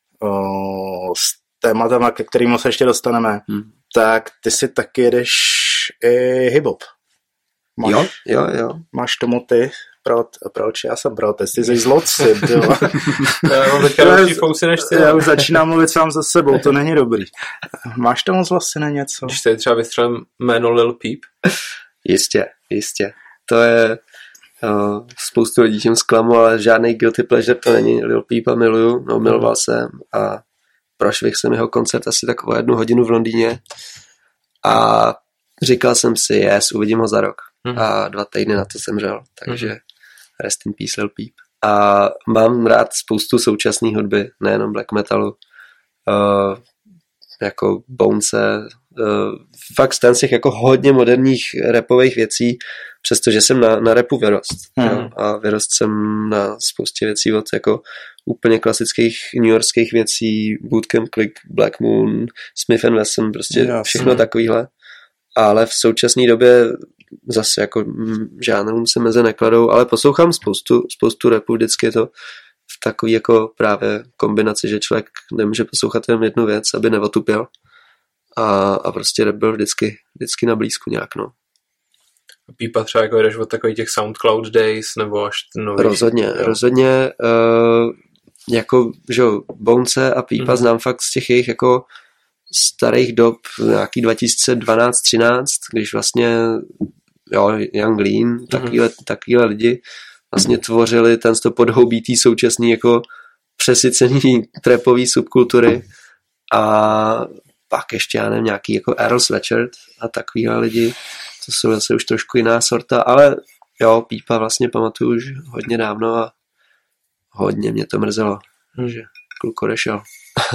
o, s tématama, ke kterým se ještě dostaneme, hmm. tak ty si taky jedeš i hip-hop. Máš,
jo, jo, jo.
Máš tomu ty Pro, proč? Já jsem protest, ty jsi zlocin, jo.
Já mám teďka další fousy než ty.
Já už začínám mluvit sám za sebou, to není dobrý. Máš tam zlocina něco?
Když tady třeba vystřelím jméno Lil Peep?
Jistě, jistě. To je uh, spoustu lidí tím zklamu, ale žádný guilty pleasure to není. Lil Peepa miluju, no miloval jsem a prošvih jsem jeho koncert asi takovou jednu hodinu v Londýně a říkal jsem si, yes, uvidím ho za rok. Mm. A dva týdny na to zemřel, takže mm. rest in peace Lil Peep. A mám rád spoustu současné hudby, nejenom black metalu, uh, jako Bonese, uh, fakt stan těch jako hodně moderních rapových věcí, přestože jsem na, na rapu vyrost. Mm. Jo? A vyrost jsem na spoustě věcí od jako úplně klasických newyorských věcí, Bootcamp Click, Black Moon, Smith and Wesson, prostě yeah, všechno takovýhle. Ale v současné době zase jako žánrům se meze nekladou, ale poslouchám spoustu, spoustu rapu, vždycky je to v takový jako právě kombinaci, že člověk nemůže poslouchat jen jednu věc, aby neotupěl a, a prostě rap byl vždycky, vždycky na blízku nějak, no.
Pípa třeba jako jdeš od takových těch SoundCloud days, nebo až nových?
Rozhodně, jo. rozhodně uh, jako, že jo, Bonese a Pípa mm. znám fakt z těch jejich jako starých dob, nějaký dva tisíce dvanáct třináct, když vlastně jo, Young Lean, mm-hmm. takovýhle, takovýhle lidi vlastně tvořili ten podhoubí tý současný jako přesycený trapový subkultury a pak ještě, já nevím, nějaký jako Earl Sweatshirt a takovýhle lidi, to jsou zase už trošku jiná sorta, ale jo, Pípa vlastně pamatuju už hodně dávno a hodně mě to mrzelo, mm. že kluk odešel.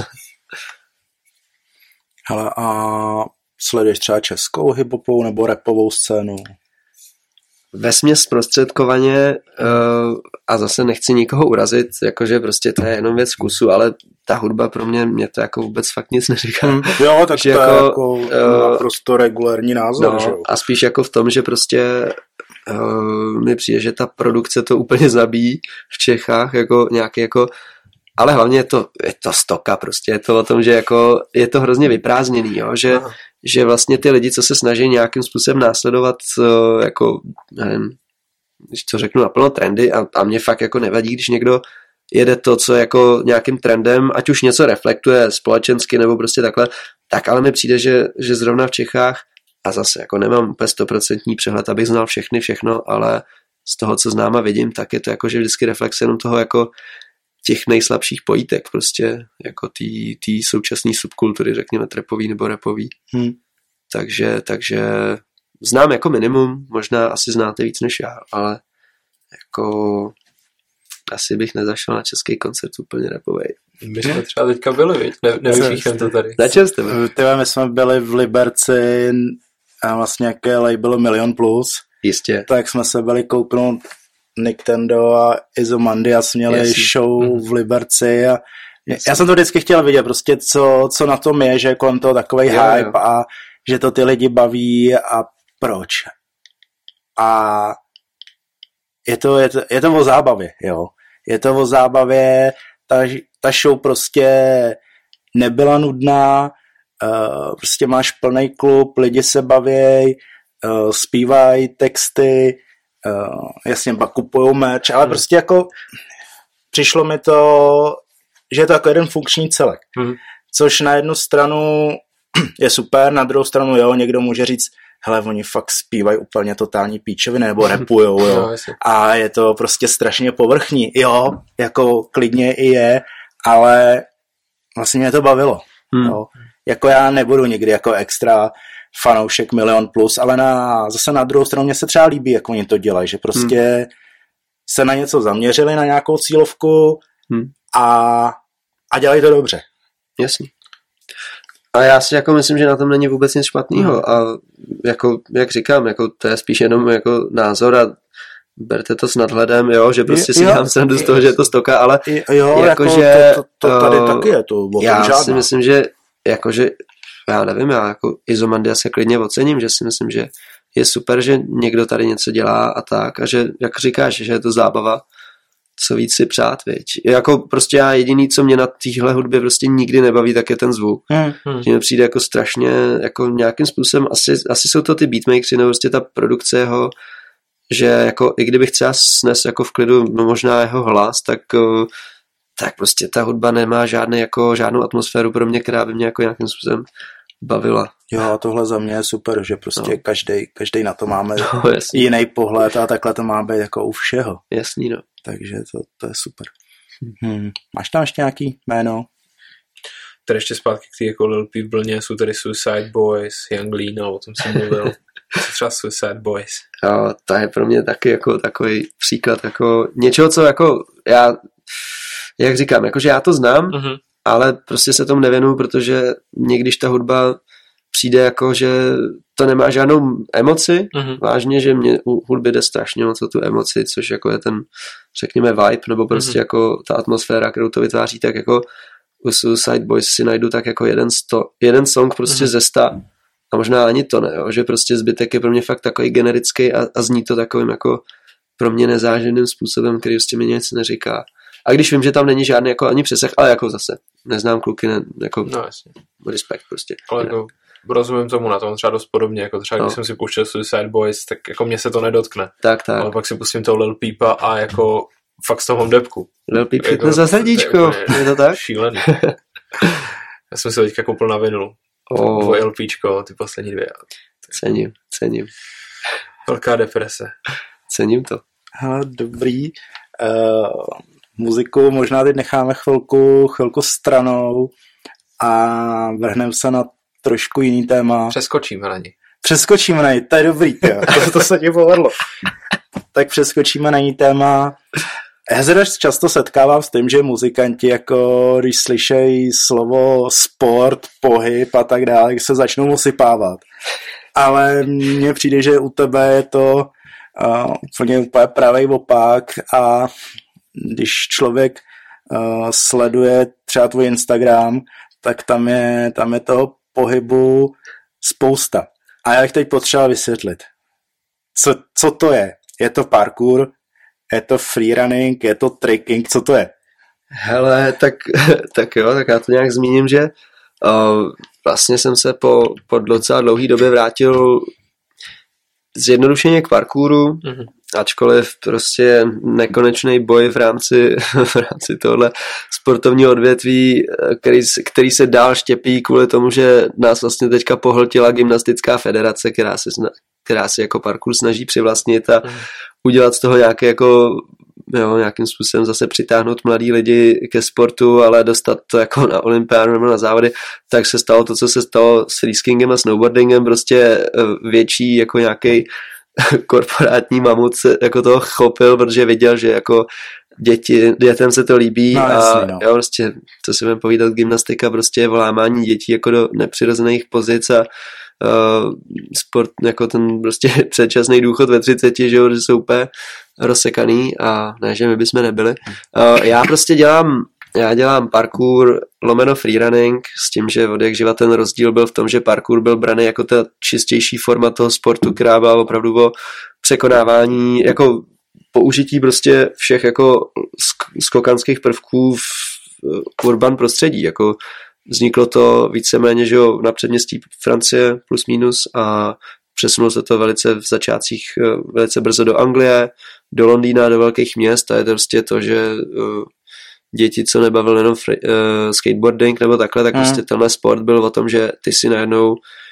Hele, a sleduješ třeba českou hiphopovou nebo rapovou scénu?
Vesměs zprostředkovaně uh, a zase nechci nikoho urazit, jakože prostě to je jenom věc vkusu, ale ta hudba pro mě, mě to jako vůbec fakt nic neříká.
Mm, jo, tak to jako, je jako uh, naprosto regulární názor.
No,
že jo?
A spíš jako v tom, že prostě uh, mi přijde, že ta produkce to úplně zabíjí v Čechách, jako nějaký jako ale hlavně je to, je to stoka prostě, je to o tom, že jako je to hrozně vyprázdněný, jo? Že, že vlastně ty lidi, co se snaží nějakým způsobem následovat jako, nevím, když to řeknu naplno trendy a, a mě fakt jako nevadí, když někdo jede to, co jako nějakým trendem, ať už něco reflektuje společensky nebo prostě takhle, tak ale mi přijde, že, že zrovna v Čechách, a zase jako nemám úplně stoprocentní přehled, abych znal všechny, všechno, ale z toho, co znám a vidím, tak je to jako, že vždycky reflex jenom toho jako těch nejslabších pojítek, prostě jako ty současné subkultury, řekněme trapový nebo rapový. Hmm. Takže, takže znám jako minimum, možná asi znáte víc než já, ale jako asi bych nezašel na český koncert úplně rapovej.
My jsme třeba teďka byli, viď? Ne, nevypíchneme to tady.
Na čem jste byli?
Tyhle, my jsme byli v Liberci a vlastně jaké label Milion Plus.
Jistě.
Tak jsme se byli koupnout Nintendo a Izomandias měli Jasný. show v Liberci a Jasný. já jsem to vždycky chtěl vidět, prostě co, co na tom je, že je kolem toho takovej jo, hype jo. a že to ty lidi baví a proč. A je to, je to, je to o zábavě, jo. Je to o zábavě, ta, ta show prostě nebyla nudná, uh, prostě máš plný klub, lidi se baví, uh, zpívají texty, Uh, jasně, pak kupujou merch, ale hmm. prostě jako přišlo mi to, že je to jako jeden funkční celek. Hmm. Což na jednu stranu je super, na druhou stranu jo, někdo může říct, hele, oni fakt zpívají úplně totální píčoviny, nebo rapujou, jo. No, a je to prostě strašně povrchní. Jo, jako klidně i je, ale vlastně mě to bavilo. Hmm. Jo. Jako já nebudu nikdy jako extra fanoušek Milion Plus, ale na, zase na druhou stranu mě se třeba líbí, jak oni to dělají, že prostě hmm. se na něco zaměřili, na nějakou cílovku hmm. a, a dělají to dobře.
Jasně. A já si jako myslím, že na tom není vůbec nic špatného hmm. a jako, jak říkám, jako to je spíš jenom jako názor a berte to s nadhledem, jo, že prostě si dělám srandu z toho, že je to stoka, ale
jo, jako, jako že to, to, to tady uh, taky je to, o
já
žádná.
si myslím, že jakože já nevím, já jako Izomandias se klidně ocením, že si myslím, že je super, že někdo tady něco dělá a tak a že, jak říkáš, že je to zábava, co víc si přát, viď. Jako prostě já jediný, co mě na téhle hudbě prostě nikdy nebaví, tak je ten zvuk. Hmm, hmm. Že mi přijde jako strašně, jako nějakým způsobem, asi, asi jsou to ty beatmakeri, nebo prostě ta produkce jeho že jako i kdybych třeba snes jako v klidu no možná jeho hlas, tak, tak prostě ta hudba nemá žádný, jako, žádnou atmosféru pro mě, která by mě jako nějakým způsobem bavila.
Jo, a tohle za mě je super, že prostě no. každej, každej na to máme
no,
jiný pohled a takhle to má být jako u všeho.
Jasný, no.
Takže to, to je super. Hmm. Máš tam ještě nějaký jméno?
Tady ještě zpátky k tý jako Lil Peep vlně jsou tady Suicide Boys, Young Lean, o tom jsem mluvil. Třeba Suicide Boys.
Jo, to je pro mě taky jako takový příklad jako něčeho, co jako já, jak říkám, jakože já to znám, mm-hmm. ale prostě se tomu nevěnuju, protože mě, když ta hudba přijde jako, že to nemá žádnou emoci, mm-hmm. vážně, že mě u hudby jde strašně moc o tu emoci, což jako je ten, řekněme, vibe, nebo prostě mm-hmm. jako ta atmosféra, kterou to vytváří, tak jako u Suicide Boys si najdu tak jako jeden, sto, jeden song prostě mm-hmm. ze sta a možná ani to ne, jo, že prostě zbytek je pro mě fakt takový generický a, a zní to takovým jako pro mě nezáživným způsobem, který prostě mi nic neříká. A když vím, že tam není žádný jako ani přesah, ale jako zase neznám kluky, ne, jako
no, jasně.
respekt prostě.
Ale jako rozumím tomu na tom třeba dost podobně, jako třeba no. když jsem si pouštěl Suicide Boys, tak jako mě se to nedotkne.
Tak, tak.
Ale pak si pustím toho Lil Peepa a jako fakt z toho mám depku.
Lil Peep chytne za srdíčko, je to tak?
Šílený. Já jsem si teďka koupil na vinyl.
Oh.
Dvoj LPčko, ty poslední dvě.
Cením, cením.
Velká deprese.
Cením to.
Hele, dobrý. Uh, muziku možná teď necháme chvilku, chvilku stranou a vrhneme se na trošku jiný téma.
Přeskočíme na ní.
Přeskočíme na ní, to je dobrý. to, to se ti povedlo. Tak přeskočíme na jiný téma. Já se dost často setkávám s tím, že muzikanti, jako když slyšejí slovo sport, pohyb a tak dále, se začnou usypávat. Ale mně přijde, že u tebe je to uh, úplně úplně pravý opak a když člověk uh, sleduje třeba tvůj Instagram, tak tam je, tam je toho pohybu spousta. A já bych teď potřeboval vysvětlit, co, co to je. Je to parkour, je to freerunning, je to trekking, co to je?
Hele, tak, tak jo, tak já to nějak zmíním, že uh, vlastně jsem se po, po docela dlouhý době vrátil zjednodušeně k parkouru, mm-hmm. ačkoliv prostě nekonečný boj v rámci, v rámci tohle sportovního odvětví, který, který se dál štěpí kvůli tomu, že nás vlastně teďka pohltila gymnastická federace, která se, která se jako parkour snaží přivlastnit a mm. udělat z toho nějaké jako jo, nějakým způsobem zase přitáhnout mladí lidi ke sportu, ale dostat to jako na olympiádu nebo na závody, tak se stalo to, co se stalo s freeskingem a snowboardingem, prostě větší jako nějaký korporátní mamut se jako toho chopil, protože viděl, že jako děti, dětem se to líbí no, a jasný, no. jo, prostě, co si budeme povídat, gymnastika prostě je volámání dětí jako do nepřirozených pozic a uh, sport, jako ten prostě předčasný důchod ve třiceti, že jo, že jsou úplně rozsekaný a ne, že my bychom nebyli. Uh, já prostě dělám Já dělám parkour lomeno freerunning s tím, že od jak živa ten rozdíl byl v tom, že parkour byl braný jako ta čistější forma toho sportu, která byla opravdu o překonávání, jako použití prostě všech jako skokanských prvků v urban prostředí. Jako vzniklo to víceméně, že jo, na předměstí Francie plus minus a přesunulo se to velice v začátcích velice brzo do Anglie, do Londýna, do velkých měst a je to prostě to, že děti, co nebavil jenom free, uh, skateboarding nebo takhle, tak mm. prostě tenhle sport byl o tom, že ty si najednou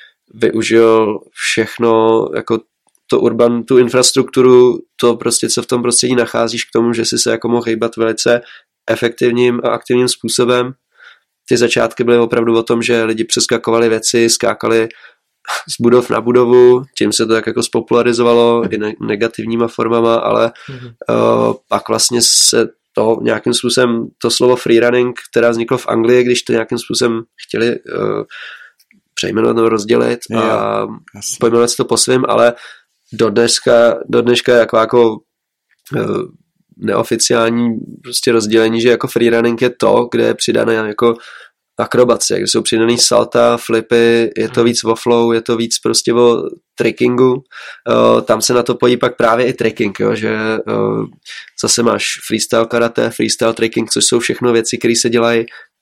využil všechno, jako to urban, tu infrastrukturu, to prostě, co v tom prostředí nacházíš k tomu, že si se jako mohl hejbat velice efektivním a aktivním způsobem. Ty začátky byly opravdu o tom, že lidi přeskakovali věci, skákali z budov na budovu, tím se to tak jako spopularizovalo i ne- negativníma formama, ale mm. uh, pak vlastně se to nějakým způsobem, to slovo freerunning, která vzniklo v Anglii, když to nějakým způsobem chtěli uh, přejmenovat nebo rozdělit a yeah, pojmenovat se to po svým, ale do dneška, do dneška je jako, jako uh, neoficiální prostě rozdělení, že jako freerunning je to, kde je přidané jako akrobace, kde jsou přidaný salta, flipy, je to víc o flow, je to víc prostě o trickingu. Uh, tam se na to pojí pak právě i tricking, jo, že uh, zase máš freestyle karate, freestyle tricking, což jsou všechno věci, které se dělají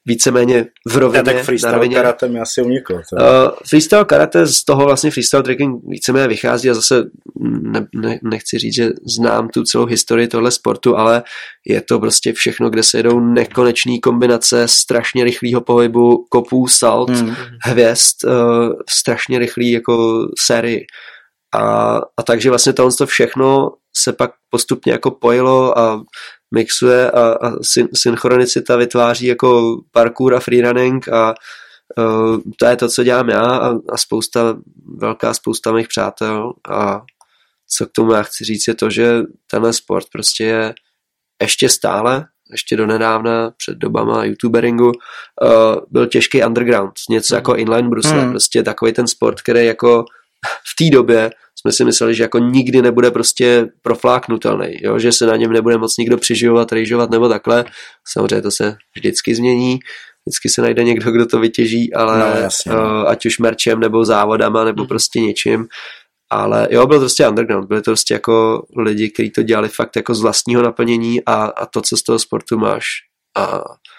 víceméně v rovině.
Ja, tak freestyle karate mi asi uniklo.
Uh, freestyle karate z toho vlastně freestyle tracking víceméně vychází a zase ne, ne, nechci říct, že znám tu celou historii tohle sportu, ale je to prostě všechno, kde se jedou nekonečný kombinace strašně rychlého pohybu, kopů, salt, hmm. hvězd, uh, strašně rychlý jako sérii. A, a takže vlastně to všechno se pak postupně jako pojilo a mixuje a, a syn, synchronicita vytváří jako parkour a freerunning a uh, to je to, co dělám já a, a spousta, velká spousta mých přátel a co k tomu já chci říct je to, že tenhle sport prostě je ještě stále, ještě donedávna před dobama youtuberingu uh, byl těžký underground, něco mm. jako inline brusle, mm. prostě takový ten sport, který jako v té době jsme si mysleli, že jako nikdy nebude prostě profláknutelný, jo? Že se na něm nebude moc nikdo přiživovat, rejžovat nebo takhle. Samozřejmě to se vždycky změní, vždycky se najde někdo, kdo to vytěží, ale
no, jasně, no.
Uh, ať už merčem nebo závodama nebo mm. prostě něčím. Ale jo, byl to prostě underground, byli to prostě jako lidi, kteří to dělali fakt jako z vlastního naplnění a, a to, co z toho sportu máš. A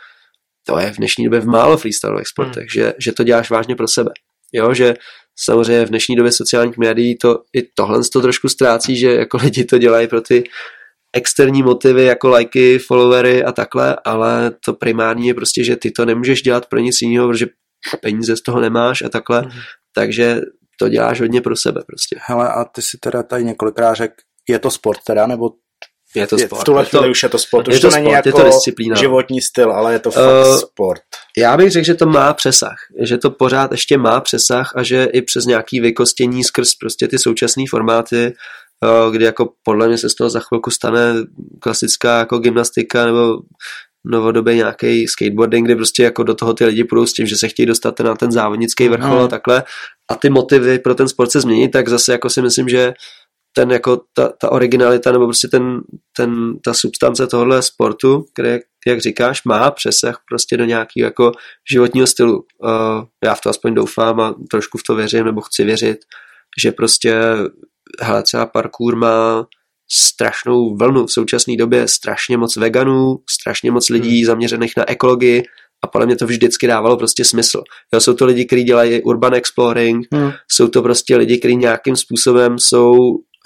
to je v dnešní době v málo freestylových sportech, mm. že, že to děláš vážně pro sebe. Jo, že samozřejmě v dnešní době sociálních médií to i tohle to trošku ztrácí, že jako lidi to dělají pro ty externí motivy, jako lajky, followery a takhle, ale to primární je prostě, že ty to nemůžeš dělat pro nic jiného, protože peníze z toho nemáš a takhle, mm. takže to děláš hodně pro sebe prostě.
Hele, a ty si teda tady několikrát řekl, je to sport teda, nebo
je to sport.
V tuhle chvíli už je to sport, už
je to,
to není
sport,
jako
je to disciplína.
Životní styl, ale je to fakt uh, sport.
Já bych řekl, že to má přesah, že to pořád ještě má přesah a že i přes nějaký vykostění skrz prostě ty současné formáty, uh, kdy jako podle mě se z toho za chvilku stane klasická jako gymnastika nebo novodobě nějaký skateboarding, kdy prostě jako do toho ty lidi půjdou s tím, že se chtějí dostat na ten závodnický vrchol mm. a takhle a ty motivy pro ten sport se změní, tak zase jako si myslím, že ten jako ta, ta originalita nebo prostě ten, ten, ta substance tohohle sportu, které, jak říkáš, má přesah prostě do nějakého jako životního stylu. Uh, já v to aspoň doufám a trošku v to věřím, nebo chci věřit, že prostě hele, třeba parkour má strašnou vlnu v současné době, strašně moc veganů, strašně moc lidí hmm. zaměřených na ekologii a podle mě to vždycky dávalo prostě smysl. Jo, jsou to lidi, kteří dělají urban exploring, hmm. jsou to prostě lidi, kteří nějakým způsobem jsou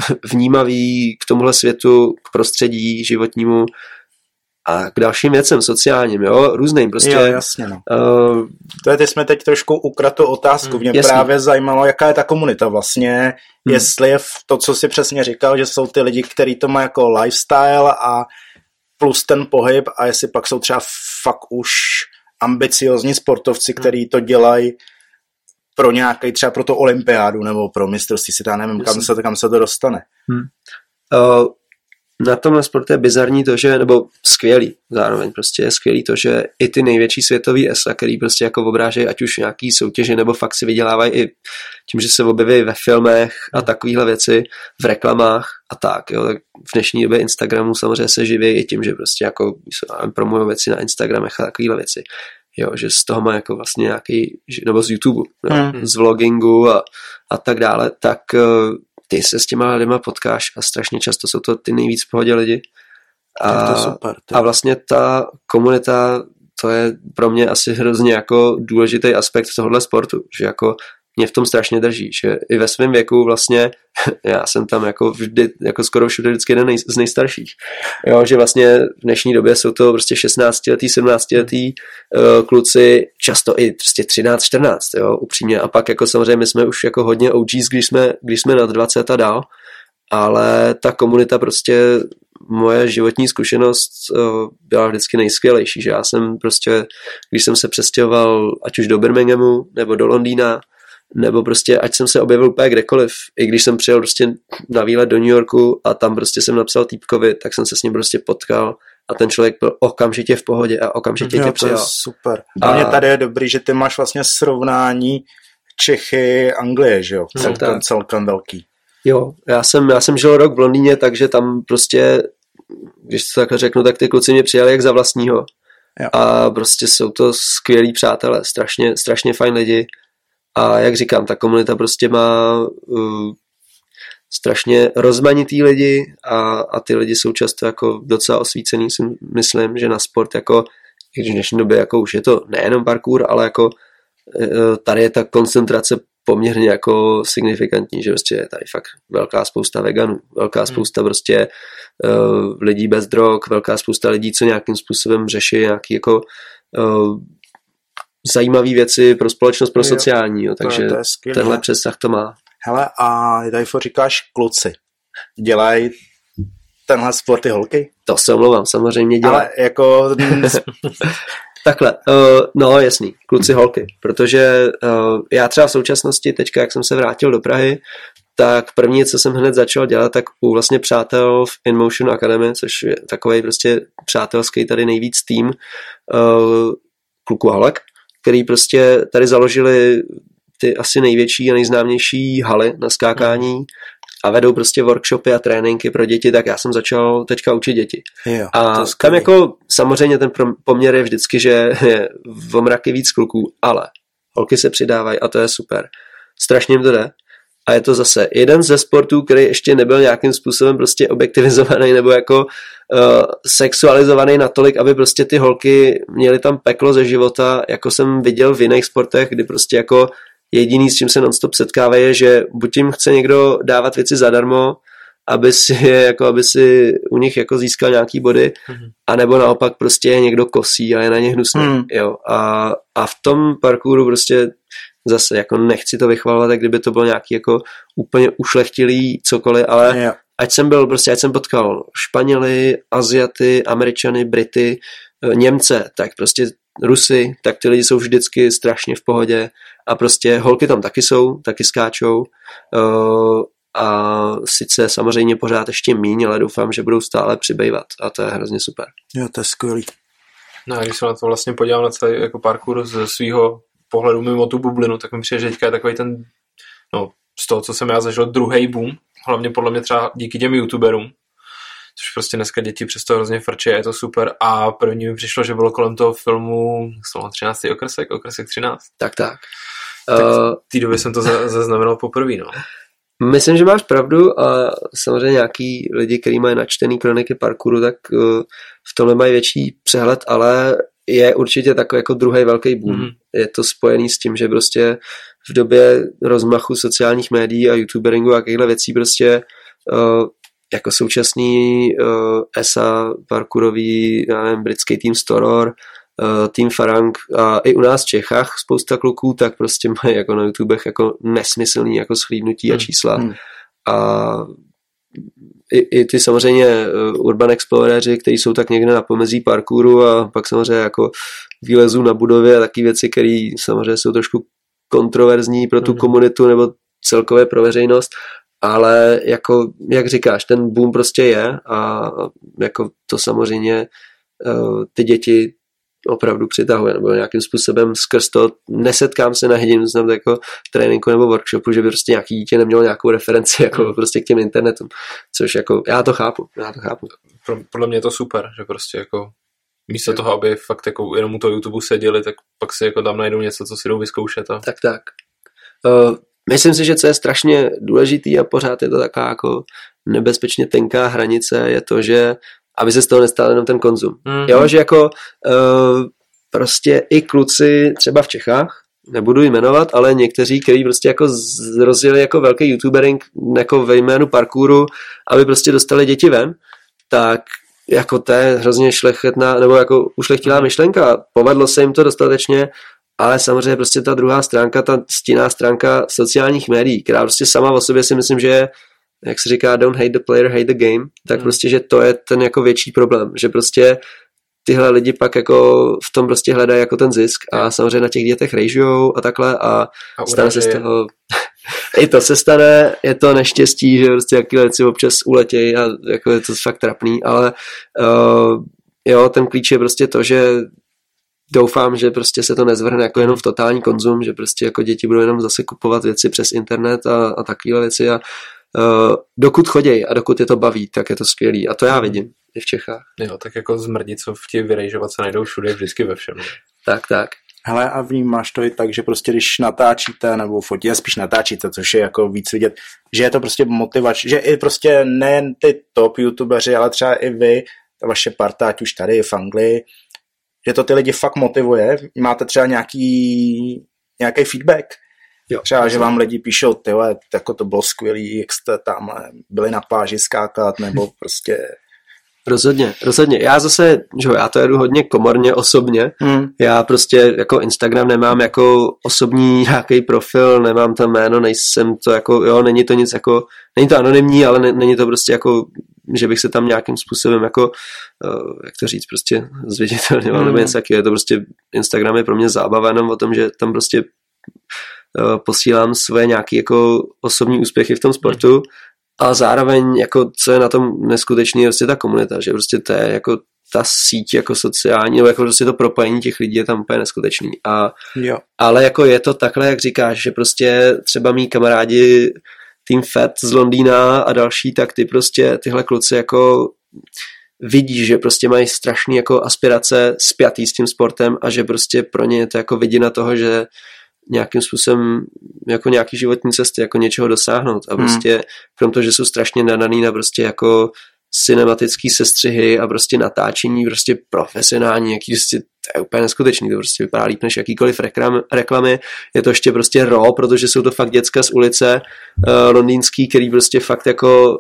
vnímaví k tomuhle světu, k prostředí životnímu a k dalším věcem sociálním, jo, různým prostě.
Jo, jasně, no. Uh, to je, ty jsme teď trošku ukradl otázku. Mě jasný. Právě zajímalo, jaká je ta komunita vlastně, hmm. jestli je v to, co jsi přesně říkal, že jsou ty lidi, kteří to mají jako lifestyle a plus ten pohyb a jestli pak jsou třeba fakt už ambiciozní sportovci, kteří to dělají pro nějaký, třeba pro to olympiádu nebo pro mistrovství světa, nevím, kam se, kam se to dostane.
Hmm. Uh, na tomhle sportu je bizarní to, že, nebo skvělý zároveň, prostě je skvělý to, že i ty největší světový esa, který prostě jako obrážejí ať už nějaký soutěže, nebo fakt si vydělávají i tím, že se objeví ve filmech a takovýhle věci, v reklamách a tak, jo, tak v dnešní době Instagramu samozřejmě se živí i tím, že prostě jako promují věci na Instagramech a takovýhle věci. Jo, že z toho má jako vlastně nějaký, nebo z YouTube, jo, hmm. z vlogingu a, a tak dále, tak ty se s těma lidma potkáš a strašně často jsou to ty nejvíc v pohodě lidi. A,
to super,
a vlastně ta komunita, to je pro mě asi hrozně jako důležitý aspekt tohohle sportu, že jako mě v tom strašně drží, že i ve svém věku vlastně já jsem tam jako vždy, jako skoro všude vždycky jeden nej, z nejstarších. Jo, že vlastně v dnešní době jsou to prostě šestnáctiletý, sedmnáctiletý uh, kluci, často i prostě třináct, čtrnáct, jo, upřímně. A pak jako samozřejmě my jsme už jako hodně O Gs, když jsme, když jsme nad dvacet a dál, ale ta komunita prostě, moje životní zkušenost uh, byla vždycky nejskvělejší, že já jsem prostě, když jsem se přestěhoval ať už do Birminghamu nebo do Londýna, nebo prostě ať jsem se objevil úplně kdekoliv, i když jsem přijel prostě na výlet do New Yorku a tam prostě jsem napsal týpkovi, tak jsem se s ním prostě potkal a ten člověk byl okamžitě v pohodě a okamžitě jo, tě přijal.
To je super. A mě tady je dobrý, že ty máš vlastně srovnání Čechy, Anglie, že jo? Celkem, hmm, celkem velký.
Jo, já jsem, já jsem žil rok v Londýně, takže tam prostě, když to takhle řeknu, tak ty kluci mě přijali jak za vlastního. Jo. A prostě jsou to skvělí přátelé, strašně, strašně fajn lidi. A jak říkám, ta komunita prostě má uh, strašně rozmanitý lidi a, a ty lidi jsou často jako docela osvícený, si myslím, že na sport jako i když v dnešní době jako už je to nejenom parkour, ale jako tady je ta koncentrace poměrně jako signifikantní, že prostě je tady fakt velká spousta veganů, velká spousta prostě uh, lidí bez drog, velká spousta lidí, co nějakým způsobem řeší nějaký jako uh, zajímavé věci pro společnost, pro sociální, jo, takže to je, to je tenhle přesah to má.
Hele, a tady říkáš kluci, dělají tenhle sport i holky?
To se omlouvám, samozřejmě dělají.
Ale jako...
Takhle, uh, no jasný, kluci holky, protože uh, já třeba v současnosti, teďka jak jsem se vrátil do Prahy, tak první, co jsem hned začal dělat, tak u vlastně přátel v InMotion Academy, což je takovej prostě přátelský tady nejvíc tým uh, kluků a holek, který prostě tady založili ty asi největší a nejznámější haly na skákání a vedou prostě workshopy a tréninky pro děti, tak já jsem začal teďka učit děti.
Jo,
a tam jako samozřejmě ten poměr je vždycky, že je v omraky víc kluků, ale holky se přidávají a to je super. Strašně jim to jde. A je to zase jeden ze sportů, který ještě nebyl nějakým způsobem prostě objektivizovaný nebo jako uh, sexualizovaný natolik, aby prostě ty holky měly tam peklo ze života, jako jsem viděl v jiných sportech, kdy prostě jako jediný, s čím se non-stop setkávají, je, že buď jim chce někdo dávat věci zadarmo, aby si, jako, aby si u nich jako získal nějaký body, mm-hmm. anebo naopak prostě někdo kosí a je na ně hnusný. Mm. Jo. A, a v tom parkouru prostě zase jako nechci to vychvalovat, tak kdyby to bylo nějaký jako úplně ušlechtilý cokoliv, ale yeah. ať jsem byl prostě, ať jsem potkal Španěly, Aziaty, Američany, Brity, Němce, tak prostě Rusy, tak ty lidi jsou vždycky strašně v pohodě a prostě holky tam taky jsou, taky skáčou uh, a sice samozřejmě pořád ještě míň, ale doufám, že budou stále přibývat a to je hrozně super.
Jo, to je skvělý.
No a když se na to vlastně podívám na celý jako parkour ze svýho pohledu mimo tu bublinu, tak mi přijde, že teďka je takový ten, no z toho, co jsem já zažil, druhý boom, hlavně podle mě třeba díky těm youtuberům, což prostě dneska děti přesto hrozně frčí a je to super. A první mi přišlo, že bylo kolem toho filmu třináctý okrsek, okrsek třináct.
Tak, tak.
Tak v té době jsem to zaznamenal poprvé, no.
Myslím, že máš pravdu a samozřejmě nějaký lidi, kteří mají načtený kroniky parkouru, tak v tomhle mají větší přehled, ale je určitě takový jako druhý velký boom. Mm. Je to spojený s tím, že prostě v době rozmachu sociálních médií a youtuberingu a těchto věcí prostě uh, jako současný uh, E S A, parkourový, já nevím, britský tým Storor, uh, tým Farang a i u nás v Čechách spousta kluků, tak prostě mají jako na YouTubech jako nesmyslný jako shlídnutí a čísla. Hmm. A i, i ty samozřejmě uh, urban exploreři, kteří jsou tak někde na pomezí parkouru a pak samozřejmě jako výlezů na budově a taky věci, které samozřejmě jsou trošku kontroverzní pro tu hmm. komunitu nebo celkově pro veřejnost, ale jako, jak říkáš, ten boom prostě je a jako to samozřejmě uh, ty děti opravdu přitahuje, nebo nějakým způsobem skrz to nesetkám se na jedinou znám jako tréninku nebo workshopu, že by prostě nějaký dítě nemělo nějakou referenci jako mm. prostě k těm internetům, což jako, já to chápu, já to chápu.
Podle mě je to super, že prostě jako místo toho, aby fakt jako jenom u toho YouTube seděli, tak pak si jako tam najdou něco, co si jdou vyzkoušet. A...
Tak, tak. Uh, Myslím si, že co je strašně důležitý a pořád je to taková jako nebezpečně tenká hranice, je to, že aby se z toho nestal jenom ten konzum. Mm-hmm. Jo, že jako uh, prostě i kluci třeba v Čechách, nebudu jmenovat, ale někteří, kteří prostě jako rozjeli jako velký youtubering jako ve jménu parkouru, aby prostě dostali děti ven, tak jako to je hrozně šlechetná, nebo jako ušlechtilá mm-hmm. myšlenka. Povedlo se jim to dostatečně, ale samozřejmě prostě ta druhá stránka, ta stinná stránka sociálních médií, která prostě sama o sobě si myslím, že je, jak se říká, don't hate the player, hate the game, tak mm. prostě, že to je ten jako větší problém, že prostě tyhle lidi pak jako v tom prostě hledají jako ten zisk a samozřejmě na těch dětech rejžujou a takhle a, a stane se z toho, i to se stane, je to neštěstí, že prostě jakýhle věci občas uletějí a jako je to fakt trapný, ale uh, jo, ten klíč je prostě to, že doufám, že prostě se to nezvrhne jako jenom v totální konzum, že prostě jako děti budou jenom zase kupovat věci přes internet a, a takovéhle věci a uh, dokud chodějí a dokud je to baví, tak je to skvělý a to já vidím i v Čechách.
Jo, tak jako zmrdí, co chtějí vyrejžovat, se najdou všude, vždycky ve všem.
Tak, tak.
Hele, a vnímáš to i tak, že prostě když natáčíte nebo fotíte, spíš natáčíte, což je jako víc vidět, že je to prostě motivač, že i prostě nejen ty top youtubeři, ale třeba i vy, ta vaše parta, ať už tady v Anglii, že to ty lidi fakt motivuje. Máte třeba nějaký, nějaký feedback. Jo, třeba, že vám lidi píšou, tyhle, jako to bylo skvělý, jak jste tam byli na pláži skákat, nebo prostě...
Rozhodně, rozhodně. Já zase, že já to jedu hodně komorně osobně. Hmm. Já prostě jako Instagram nemám jako osobní nějaký profil, nemám tam jméno, nejsem to jako, jo, není to nic jako, není to anonymní, ale ne, není to prostě jako, že bych se tam nějakým způsobem jako, uh, jak to říct, prostě zviditelňoval, hmm. nebo něco takového. Je to prostě, Instagram je pro mě zábava jenom o tom, že tam prostě uh, posílám své nějaké jako osobní úspěchy v tom sportu. Hmm. A zároveň, jako, co je na tom neskutečný, je prostě ta komunita, že prostě to je jako ta síť jako sociální, nebo jako prostě to propojení těch lidí je tam úplně neskutečný. A,
jo.
Ale jako je to takhle, jak říkáš, že prostě třeba mý kamarádi Team Fat z Londýna a další, tak ty prostě tyhle kluci jako vidí, že prostě mají strašný jako aspirace spjatý s tím sportem a že prostě pro ně je to jako vidina toho, že nějakým způsobem jako nějaký životní cesty, jako něčeho dosáhnout a prostě hmm. krom toho, že jsou strašně nadaný na prostě jako cinematický sestřihy a prostě natáčení prostě profesionální, jaký prostě, to je úplně neskutečný, to prostě vypadá líp než jakýkoliv reklam, reklamy, je to ještě prostě raw, protože jsou to fakt děcka z ulice uh, londýnský, který prostě fakt jako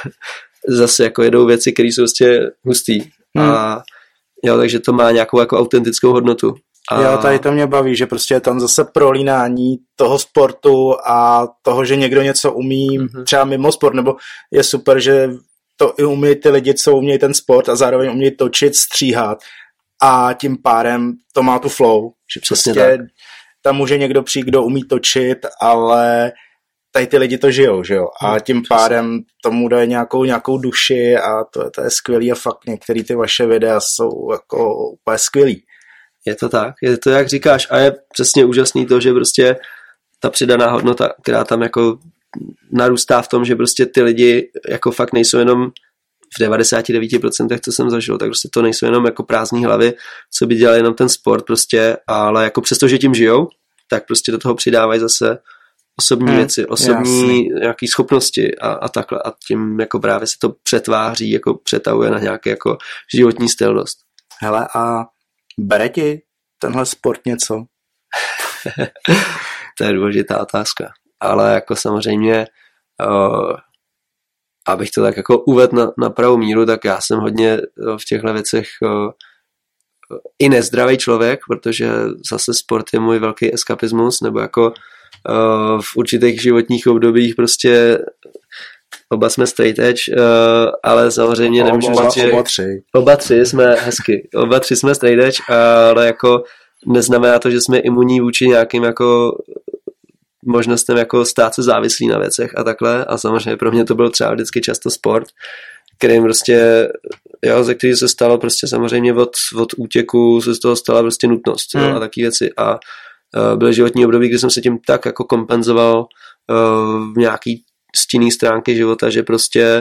zase jako jedou věci, které jsou prostě hustý hmm. a jo, takže to má nějakou jako autentickou hodnotu.
A... Jo, tady to mě baví, že prostě je tam zase prolínání toho sportu a toho, že někdo něco umí mm-hmm. třeba mimo sport, nebo je super, že to i umí ty lidi, co umějí ten sport a zároveň umějí točit, stříhat a tím pádem to má tu flow, že prostě tam může někdo přijít, kdo umí točit, ale tady ty lidi to žijou, že jo, a tím pádem tomu dají nějakou, nějakou duši a to, to je skvělý a fakt některé ty vaše videa jsou jako úplně skvělý.
Je to tak, je to jak říkáš a je přesně úžasný to, že prostě ta přidaná hodnota, která tam jako narůstá v tom, že prostě ty lidi jako fakt nejsou jenom v devadesát devět procent, co jsem zažil, tak prostě to nejsou jenom jako prázdný hlavy, co by dělali jenom ten sport prostě, ale jako přesto, že tím žijou, tak prostě do toho přidávají zase osobní hmm, věci, osobní nějaký schopnosti a, a takhle a tím jako právě se to přetváří, jako přetahuje na nějaký jako životní styl dost.
Hele a bere ti tenhle sport něco?
To je důležitá otázka. Ale jako samozřejmě, uh, abych to tak jako uvedl na, na pravou míru, tak já jsem hodně uh, v těchto věcech uh, i nezdravý člověk, protože zase sport je můj velký eskapismus, nebo jako uh, v určitých životních obdobích prostě oba jsme straight edge, uh, ale samozřejmě nemůžu
oba,
říct, že
oba tři.
Oba tři jsme hezky. Oba tři jsme straight edge, ale jako neznamená to, že jsme imunní vůči nějakým jako možnostem jako stát se závislí na věcech a takhle. A samozřejmě pro mě to byl třeba vždycky často sport, kterým prostě, jo, ze který se stalo prostě samozřejmě od, od útěku se z toho stala prostě nutnost hmm. jo, a taky věci. A uh, byly životní období, kdy jsem se tím tak jako kompenzoval uh, v nějaký stinný stránky života, že prostě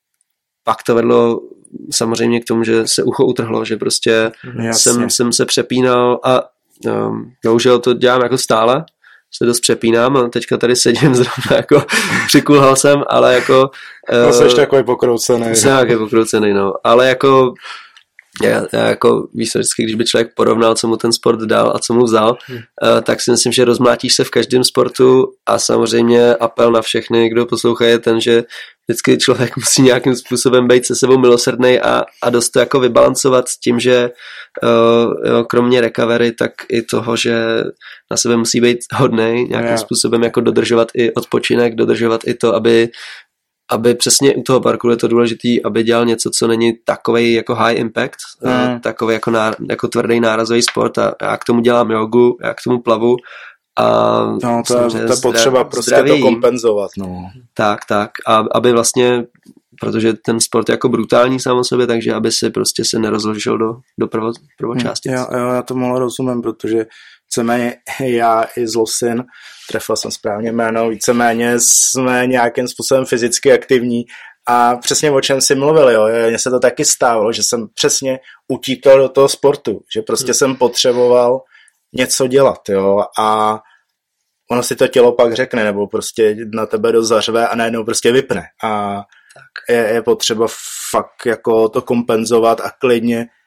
pak to vedlo samozřejmě k tomu, že se ucho utrhlo, že prostě jsem, jsem se přepínal a um, bohužel to dělám jako stále, se dost přepínám a teďka tady sedím zrovna jako přikulhal jsem, ale jako
no jsi uh, takový pokroucený.
Jsem takový pokroucený, no, ale jako Já, já jako víš, vždycky, když by člověk porovnal, co mu ten sport dal a co mu vzal, hmm. uh, tak si myslím, že rozmlátíš se v každém sportu a samozřejmě apel na všechny, kdo poslouchá, je ten, že vždycky člověk musí nějakým způsobem být se sebou milosrdnej a, a dost to jako vybalancovat s tím, že uh, jo, kromě recovery, tak i toho, že na sebe musí být hodnej, nějakým yeah. způsobem jako dodržovat i odpočinek, dodržovat i to, aby aby přesně u toho parkouru je to důležitý, aby dělal něco, co není takovej jako high impact, hmm. takový jako, ná, jako tvrdý nárazový sport a já k tomu dělám jogu, já k tomu plavu a
no, to, to je potřeba prostě zdraví. To kompenzovat. No.
Tak, tak. A aby vlastně, protože ten sport je jako brutální sám o sobě, takže aby se prostě se nerozložil do, do prvo, prvočástic.
Jo, jo, já tomu rozumím, protože víceméně já i Zlosin, trefil jsem správně jméno, víceméně jsme nějakým způsobem fyzicky aktivní a přesně o čem si mluvil, jo, mně se to taky stávalo, že jsem přesně utíkal do toho sportu, že prostě hmm. jsem potřeboval něco dělat, jo, a ono si to tělo pak řekne, nebo prostě na tebe dozařve a najednou prostě vypne a je, je potřeba fakt jako to kompenzovat a klidně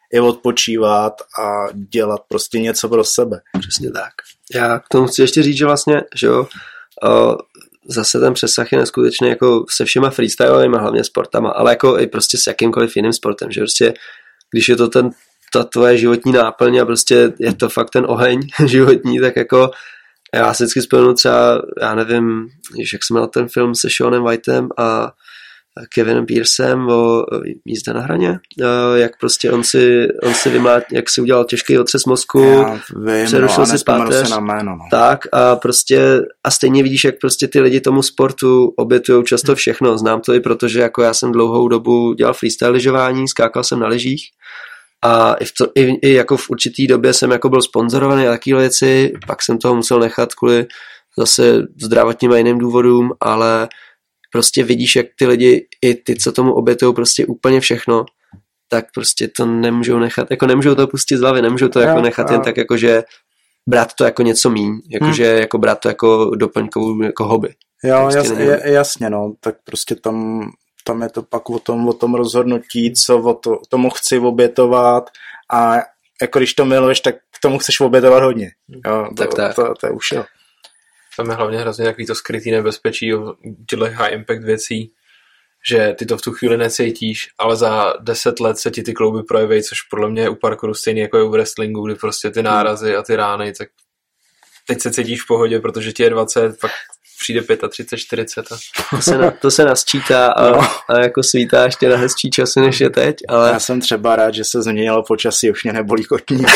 i odpočívat a dělat prostě něco pro sebe.
Přesně tak. Já k tomu chci ještě říct, že vlastně, že jo, o, zase ten přesah je neskutečný jako se všema freestylovými hlavně sportama, ale jako i prostě s jakýmkoliv jiným sportem, že prostě když je to ten, ta tvoje životní náplň a prostě je to fakt ten oheň životní, tak jako já si vždycky vzpomenu třeba, já nevím, když jak jsem měl ten film se Seanem Whitem a Kevinem Pearsem o jízde na hraně, jak prostě on si, on si vymlát, jak si udělal těžký otřes mozku, přerušil no, si páteř,
jméno, no.
tak a prostě a stejně vidíš, jak prostě ty lidi tomu sportu obětujou často všechno. Znám to i proto, že jako já jsem dlouhou dobu dělal freestyle lyžování, skákal jsem na lyžích a i, v to, i, i jako v určitý době jsem jako byl sponzorovaný a takové věci, pak jsem toho musel nechat kvůli zase zdravotním a jiným důvodům, ale prostě vidíš, jak ty lidi, i ty, co tomu obětují prostě úplně všechno, tak prostě to nemůžou nechat, jako nemůžou to pustit z hlavy, nemůžou to jako nechat jen tak jako, že brát to jako něco míň, jakože hmm. jako brát to jako doplňkovou jako hobby.
Jo, prostě jasně, jasně, no, tak prostě tam, tam je to pak o tom, o tom rozhodnutí, co o to, tomu chci obětovat a jako když to miluješ, tak k tomu chceš obětovat hodně. Jo,
tak,
to,
tak.
To, to, to je už jo.
Tam je hlavně hrozně takový to skrytý nebezpečí těchto high impact věcí, že ty to v tu chvíli necítíš, ale za deset let se ti ty klouby projeví, což podle mě je u parkouru stejný jako je u wrestlingu, kdy prostě ty nárazy a ty rány, tak teď se cítíš v pohodě, protože ti je dvacet, pak přijde třicet pět, čtyřicet. A...
To, se na, to se nasčítá a, no. a jako svítá ještě na hezčí časy, než je teď. Ale...
Já jsem třeba rád, že se změnilo počasí, už mě nebolí kotník.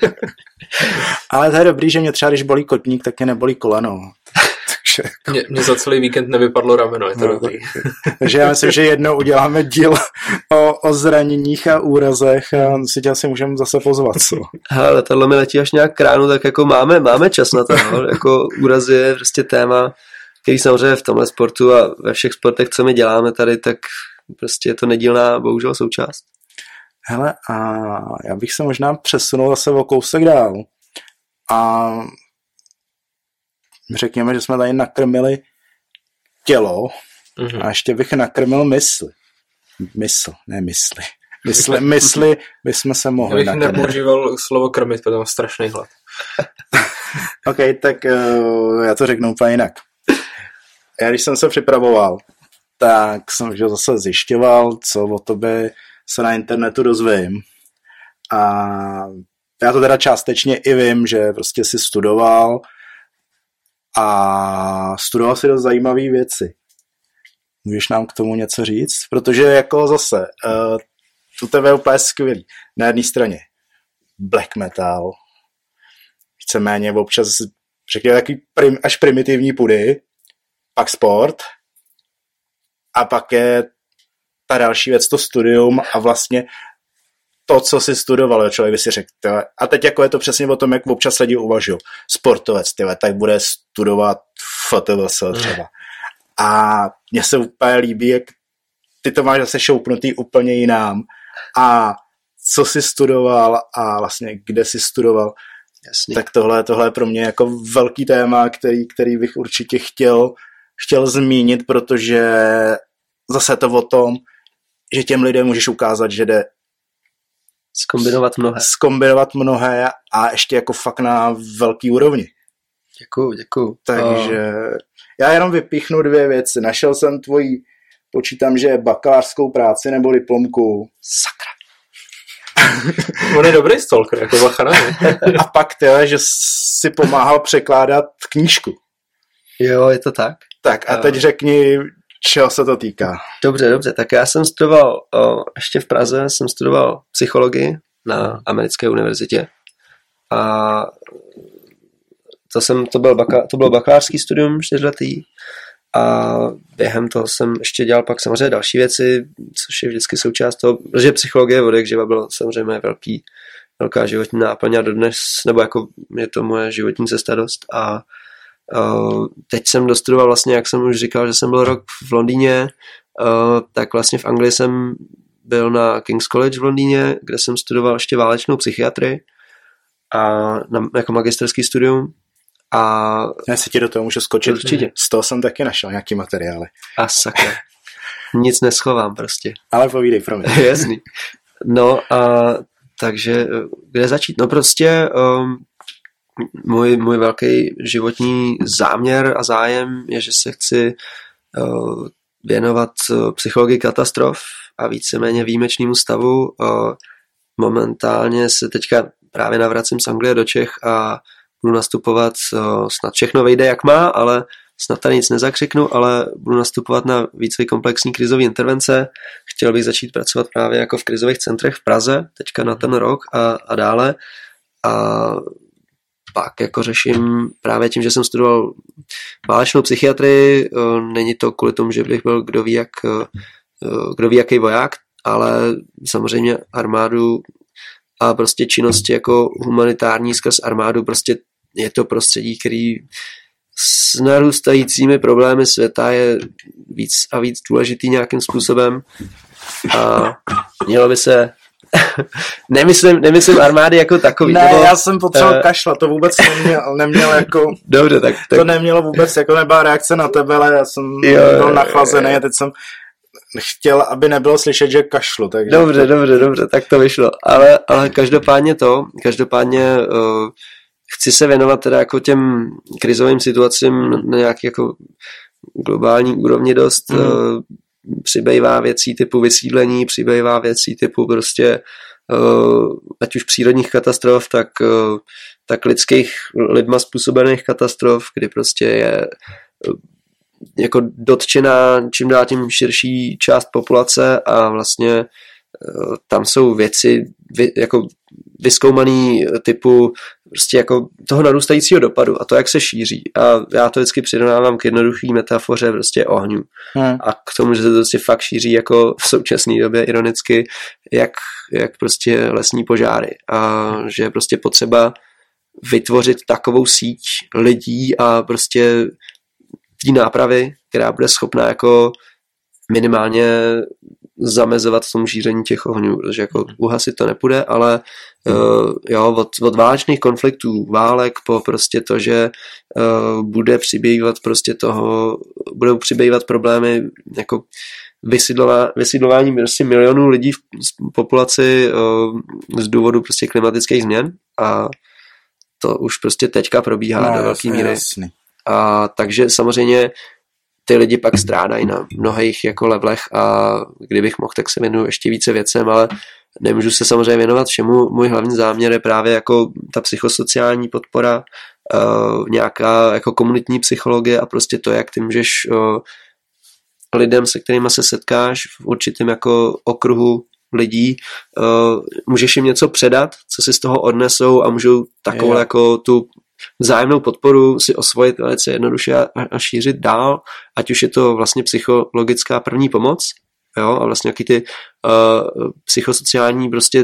Ale to je dobrý, že mě třeba, když bolí kotník, tak mě nebolí koleno. Takže...
Mě, mě za celý víkend nevypadlo rameno, je to no, dobrý.
Takže já myslím, že jednou uděláme díl o, o zraněních a úrazech a si tě asi můžeme zase pozvat. Co?
Hele, letadlo mi letí až nějak k ránu, tak jako máme, máme čas na to. No? Jako úrazy je prostě téma, který samozřejmě v tomhle sportu a ve všech sportech, co my děláme tady, tak prostě je to nedílná, bohužel, součást.
Hele, a já bych se možná přesunul zase o kousek dál. A řekněme, že jsme tady nakrmili tělo mm-hmm. a ještě bych nakrmil mysl. Mysl, ne mysli. Mysli, mysli bychom se mohli
nakrmit. Já bych nepoužíval slovo krmit, protože mám strašný hlad.
OK, tak uh, já to řeknu úplně jinak. Já když jsem se připravoval, tak jsem že zase zjišťoval, co o tobě se na internetu dozvím. A já to teda částečně i vím, že prostě si studoval a studoval si dost zajímavé věci. Můžeš nám k tomu něco říct? Protože jako zase, uh, tu tebe je úplně skvělý. Na jedné straně black metal, víceméně občas řekněme takový prim, až primitivní pudy, pak sport a pak je ta další věc, to studium a vlastně to, co si studoval, člověk by si řekl. Tyhle. A teď jako je to přesně o tom, jak občas lidi uvažují. Sportovec, tyhle, tak bude studovat F T V S třeba. A mně se úplně líbí, jak ty to máš zase šoupnutý úplně jinám. A co jsi studoval a vlastně kde jsi studoval,
jasně.
Tak tohle, tohle je pro mě jako velký téma, který, který bych určitě chtěl, chtěl zmínit, protože zase to o tom, že těm lidem můžeš ukázat, že jde
zkombinovat mnohé.
Zkombinovat mnohé a ještě jako fakt na velký úrovni.
Děkuju, děkuju.
Takže oh. já jenom vypíchnu dvě věci. Našel jsem tvoji, počítám, že bakalářskou práci nebo diplomku.
Sakra.
On je dobrý stalker, jako bacha na mě.
A pak teda, že si pomáhal překládat knížku.
Jo, je to tak.
Tak a teď řekni, čeho se to týká.
Dobře, dobře, tak já jsem studoval, o, ještě v Praze jsem studoval psychologii na americké univerzitě a to, jsem, to, byl baka, to bylo bakalářský studium čtyřletý a během toho jsem ještě dělal pak samozřejmě další věci, což je vždycky součást toho, protože psychologie od jak živa bylo samozřejmě velký, velká životní náplň a dodnes, nebo jako je to moje životní cesta dost a Uh, teď jsem dostudoval vlastně, jak jsem už říkal, že jsem byl rok v Londýně, uh, tak vlastně v Anglii jsem byl na King's College v Londýně, kde jsem studoval ještě válečnou psychiatrii a na, jako magisterský studium. A
já si ti do toho můžu skočit.
Určitě.
Z toho jsem taky našel nějaký materiály.
A sakra. Nic neschovám prostě.
Ale povídej, promiň.
Jasný. No a takže kde začít? No prostě um, můj, můj velký životní záměr a zájem je, že se chci uh, věnovat uh, psychologii katastrof a víceméně výjimečnému stavu. Uh, momentálně se teďka právě navracím z Anglie do Čech a budu nastupovat, uh, snad všechno vejde jak má, ale snad tady nic nezakřiknu, ale budu nastupovat na výcvik komplexní krizové intervence. Chtěl bych začít pracovat právě jako v krizových centrech v Praze, teďka na ten rok a, a dále. A pak jako řeším právě tím, že jsem studoval válečnou psychiatrii, není to kvůli tomu, že bych byl kdo ví, jak, kdo ví jaký voják, ale samozřejmě armádu a prostě činnosti jako humanitární skrz armádu, prostě je to prostředí, který s narůstajícími problémy světa je víc a víc důležitý nějakým způsobem a mělo by se nemyslím, nemyslím armády jako takový.
Ne,
nebo,
já jsem potřeboval
uh,
kašlat, to vůbec neměl, neměl jako
dobře, tak, tak.
To nemělo vůbec, jako nebyla reakce na tebe, ale já jsem
jo,
byl nachlazený a teď jsem chtěl, aby nebylo slyšet, že kašlu. Takže
dobře,
to...
dobře, dobře, tak to vyšlo. Ale, ale každopádně to, každopádně uh, chci se věnovat teda jako těm krizovým situacím na nějaký jako globální úrovni dost. Mm. Uh, přibývá věcí typu vysídlení, přibývá věcí typu prostě uh, ať už přírodních katastrof, tak, uh, tak lidských lidma způsobených katastrof, kdy prostě je uh, jako dotčená čím dál tím širší část populace a vlastně uh, tam jsou věci vy, jako vyzkoumaný typu prostě jako toho narůstajícího dopadu a to, jak se šíří. A já to vždycky přirovnávám k jednoduchý metafoře prostě ohňu. Hmm. A k tomu, že se to prostě fakt šíří jako v současné době ironicky, jak, jak prostě lesní požáry. A že je prostě potřeba vytvořit takovou síť lidí a prostě té nápravy, která bude schopná jako minimálně zamezovat tomu šíření těch ohňů, protože jako uhasit to nepůjde, ale uh, jo, od, od válečných konfliktů, válek po prostě to, že uh, bude přibývat prostě toho, budou přibývat problémy jako vysidlová, vysidlování prostě milionů lidí v populaci uh, z důvodu prostě klimatických změn a to už prostě teďka probíhá no, do velké míry.
Jasný.
A takže samozřejmě ty lidi pak strádají na mnohých jako levelech a kdybych mohl, tak se věnuju ještě více věcem, ale nemůžu se samozřejmě věnovat všemu. Můj hlavní záměr je právě jako ta psychosociální podpora, uh, nějaká jako komunitní psychologie a prostě to, jak ty můžeš uh, lidem, se kterými se setkáš v určitém jako okruhu lidí, uh, můžeš jim něco předat, co si z toho odnesou a můžou takovou jako tu vzájemnou podporu si osvojit velice jednoduše a, a šířit dál, ať už je to vlastně psychologická první pomoc, jo, a vlastně jaký ty uh, psychosociální prostě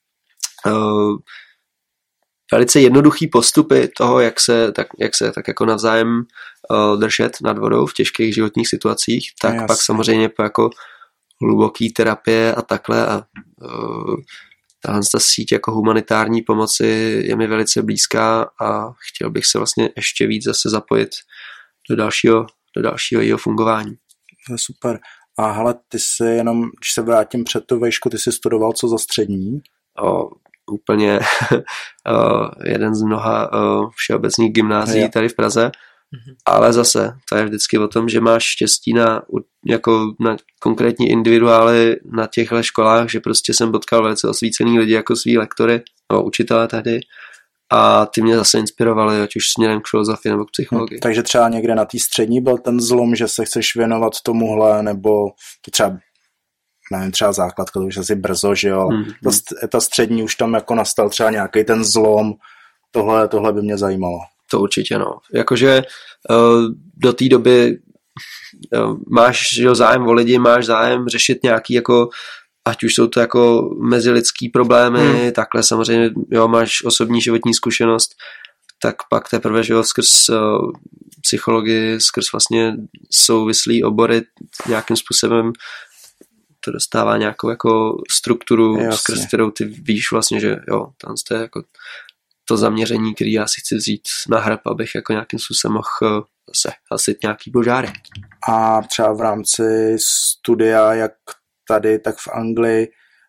uh, velice jednoduchý postupy toho, jak se tak, jak se tak jako navzájem uh, držet nad vodou v těžkých životních situacích, tak no, pak samozřejmě po jako hluboký terapie a takhle a uh, tahle ta síť jako humanitární pomoci je mi velice blízká a chtěl bych se vlastně ještě víc zase zapojit do dalšího, do dalšího jeho fungování.
To je super. A hele, ty jsi jenom, když se vrátím před tu vejšku, ty jsi studoval co za střední?
O, úplně o, jeden z mnoha o, všeobecných gymnázií jo. tady v Praze. Mhm. Ale zase, to je vždycky o tom, že máš štěstí na, jako na konkrétní individuály na těchto školách, že prostě jsem potkal velice osvícený lidi jako svý lektory, no, učitelé tehdy a ty mě zase inspirovali, ať už směrem k filozofii nebo k psychologii.
Hmm, takže třeba někde na té střední byl ten zlom, že se chceš věnovat tomuhle, nebo to třeba, nevím, třeba základka, to už asi brzo, že jo, hmm. ta, ta střední už tam jako nastal třeba nějaký ten zlom, tohle, tohle by mě zajímalo.
To určitě, no. Jakože uh, do té doby uh, máš jo, zájem o lidi, máš zájem řešit nějaký jako, ať už jsou to jako mezilidský problémy, hmm. takhle samozřejmě, jo, máš osobní životní zkušenost, tak pak teprve, že jo, skrz uh, psychologii, skrz vlastně souvislý obory nějakým způsobem to dostává nějakou jako strukturu, jasně. Skrz kterou ty víš vlastně, že jo, tam to je jako to zaměření, který já si chci vzít na hrb, abych jako nějakým způsobem mohl zase hasit nějaký požáry.
A třeba v rámci studia, jak tady, tak v Anglii,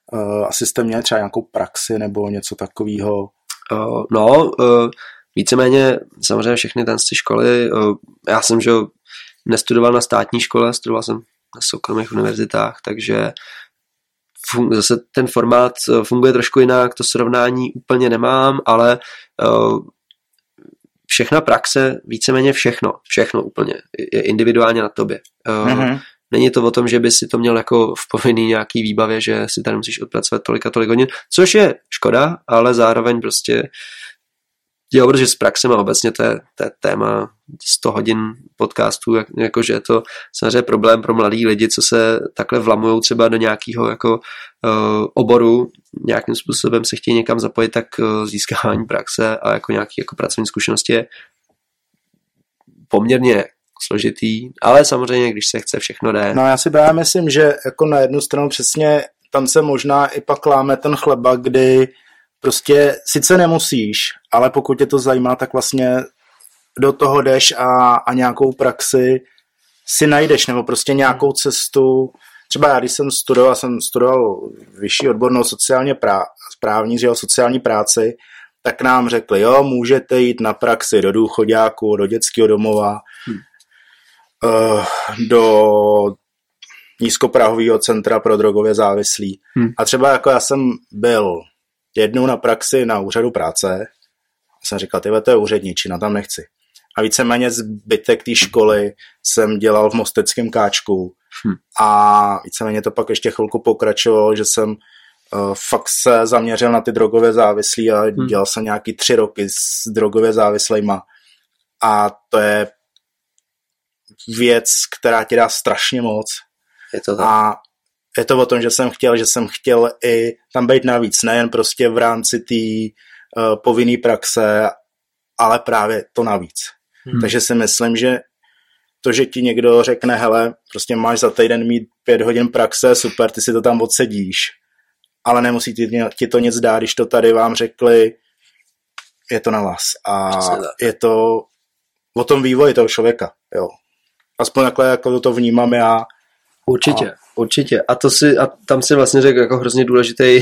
Uh, asi jste měli třeba nějakou praxi nebo něco takového?
Uh, no, uh, víceméně samozřejmě všechny ty školy. Uh, já jsem, že nestudoval na státní škole, studoval jsem na soukromých univerzitách, takže fun- zase ten formát funguje trošku jinak, to srovnání úplně nemám, ale uh, všechna praxe, víceméně všechno, všechno úplně, je individuálně na tobě. Uh, mm-hmm. Není to o tom, že by si to měl jako v povinný nějaký výbavě, že si tady musíš odpracovat tolik a tolik hodin, což je škoda, ale zároveň prostě jo, protože s praxem a obecně to je, to je téma sto hodin podcastů, jak, jakože je to samozřejmě problém pro mladý lidi, co se takhle vlamujou třeba do nějakého jako uh, oboru, nějakým způsobem se chtějí někam zapojit, tak uh, získávání praxe a jako nějaké jako pracovní zkušenosti je poměrně složitý, ale samozřejmě, když se chce, všechno jde.
No já si právě myslím, že jako na jednu stranu přesně tam se možná i pak láme ten chleba, kdy prostě sice nemusíš, ale pokud tě to zajímá, tak vlastně do toho jdeš a, a nějakou praxi si najdeš, nebo prostě nějakou cestu. Třeba já, když jsem studoval, jsem studoval vyšší odbornou sociálně prá, správní, že jo, sociální práci, tak nám řekli, jo, můžete jít na praxi do důchoďáku, do dětského domova, hmm. uh, do nízkoprahového centra pro drogově závislí. Hmm. A třeba jako já jsem byl jednou na praxi na úřadu práce a jsem říkal, tyhle, to je úředničina, tam nechci. A víceméně zbytek té školy jsem dělal v Mosteckém Káčku hmm. a víceméně to pak ještě chvilku pokračovalo, že jsem uh, fakt se zaměřil na ty drogově závislí a hmm. dělal jsem nějaký tři roky s drogově závislejma. A to je věc, která ti dá strašně moc.
Je to tak.
A je to o tom, že jsem chtěl, že jsem chtěl i tam být navíc, nejen prostě v rámci té uh, povinné praxe, ale právě to navíc. Hmm. Takže si myslím, že to, že ti někdo řekne, hele, prostě máš za týden mít pět hodin praxe, super, ty si to tam odsedíš, ale nemusí ti, ti to nic dát, když to tady vám řekli, je to na vás. A je to o tom vývoji toho člověka, jo. Aspoň takhle, jako to vnímám já.
Určitě, a... určitě. A, to si, a tam si vlastně řekl jako hrozně důležitý,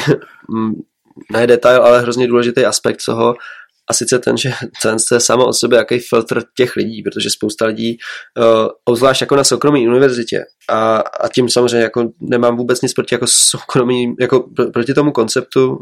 ne detail, ale hrozně důležitý aspekt toho, a sice ten, že ten je samo o sobě jaký filtr těch lidí, protože spousta lidí, uh, obzvlášť jako na soukromé univerzitě, a, a tím samozřejmě jako nemám vůbec nic proti jako soukromý, jako proti tomu konceptu,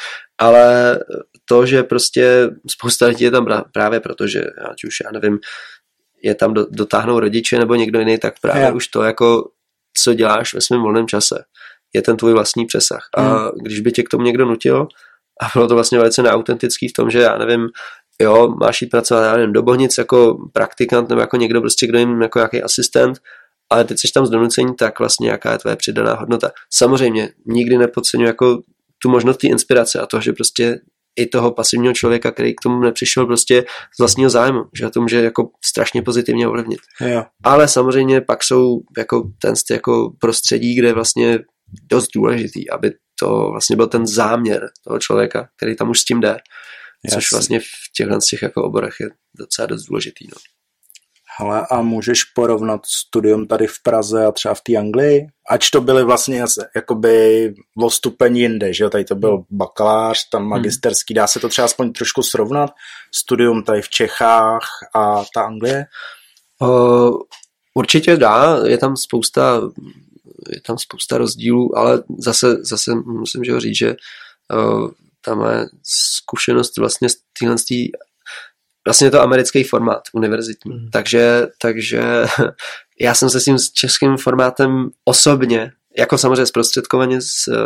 ale to, že prostě spousta lidí je tam právě proto, že ať už já nevím, je tam do, dotáhnou rodiče nebo někdo jiný, tak právě yeah. už to jako, co děláš ve svém volném čase, je ten tvůj vlastní přesah. A mm. když by tě k tomu někdo nutil, a bylo to vlastně velice neautentický v tom, že já nevím, jo, máš jít pracovat, já nevím, do Bohnic jako praktikant nebo jako někdo prostě, kdo jim jako jaký asistent, ale teď jsi tam z donucení, tak vlastně jaká je tvoje přidaná hodnota. Samozřejmě nikdy nepodceňuji jako tu možnost té inspirace a to, že prostě i toho pasivního člověka, který k tomu nepřišel prostě z vlastního zájmu, že to může jako strašně pozitivně ovlivnit.
Jo.
Ale samozřejmě pak jsou jako ten jako prostředí, kde vlastně dost důležitý, aby to vlastně byl ten záměr toho člověka, který tam už s tím jde. Což Jasný. Vlastně v těchto těch jako oborech je docela dost důležitý. No.
Hele, a můžeš porovnat studium tady v Praze a třeba v té Anglii? Ač to byly vlastně jakoby o stupeň jinde, že jo? Tady to byl bakalář, tam magisterský, dá se to třeba aspoň trošku srovnat? Studium tady v Čechách a ta Anglie?
Uh, určitě dá, je tam spousta je tam spousta rozdílů, ale zase, zase musím že ho říct, že uh, tam je zkušenost vlastně z téhle vlastně je to americký formát univerzitní, mm. takže, takže já jsem se s tím českým formátem osobně, jako samozřejmě zprostředkovaně,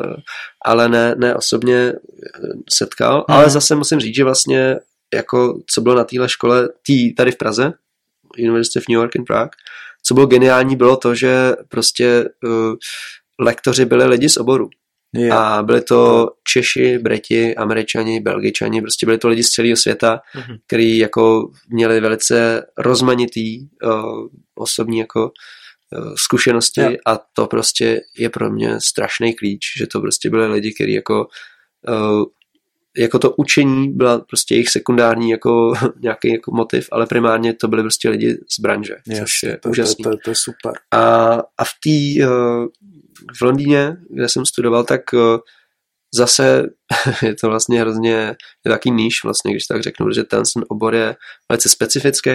ale ne, ne osobně setkal, mm. ale zase musím říct, že vlastně jako co bylo na téhle škole, tý, tady v Praze, University of New York in Prague, co bylo geniální, bylo to, že prostě uh, lektoři byli lidi z oboru. Yeah. A byli to Češi, Breti, Američani, Belgičani, prostě byli to lidi z celého světa, mm-hmm. kteří jako měli velice rozmanitý uh, osobní jako uh, zkušenosti yeah. a to prostě je pro mě strašný klíč, že to prostě byli lidi, kteří jako uh, jako to učení byla prostě jejich sekundární jako nějaký jako motiv, ale primárně to byly prostě lidi z branže, yes, což je
to,
úžasný.
To, to, to je super.
A, a v té uh, v Londýně, kde jsem studoval, tak uh, zase je to vlastně hrozně je taký níž, vlastně, když tak řeknu, že ten obor je velice specifický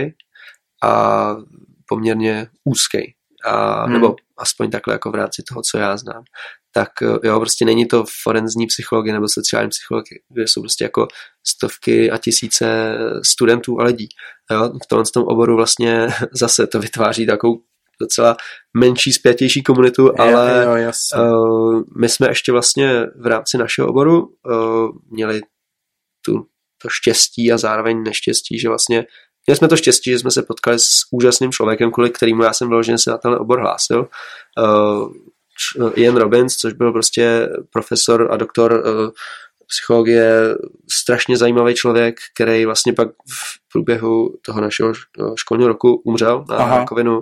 a poměrně úzký. A, hmm. Nebo aspoň takhle jako v rámci toho, co já znám. Tak jo, prostě není to forenzní psychologie nebo sociální psychologie, kde jsou prostě jako stovky a tisíce studentů a lidí. Jo, v tomhle tom oboru vlastně zase to vytváří takovou docela menší, spjatější komunitu, ale
jo, jo,
uh, my jsme ještě vlastně v rámci našeho oboru uh, měli tu, to štěstí a zároveň neštěstí, že vlastně měli jsme to štěstí, že jsme se potkali s úžasným člověkem, kvůli kterému já jsem vyloženě se na tenhle obor hlásil. Uh, Ian Robbins, což byl prostě profesor a doktor uh, psychologie, strašně zajímavý člověk, který vlastně pak v průběhu toho našeho školního roku umřel na rakovinu.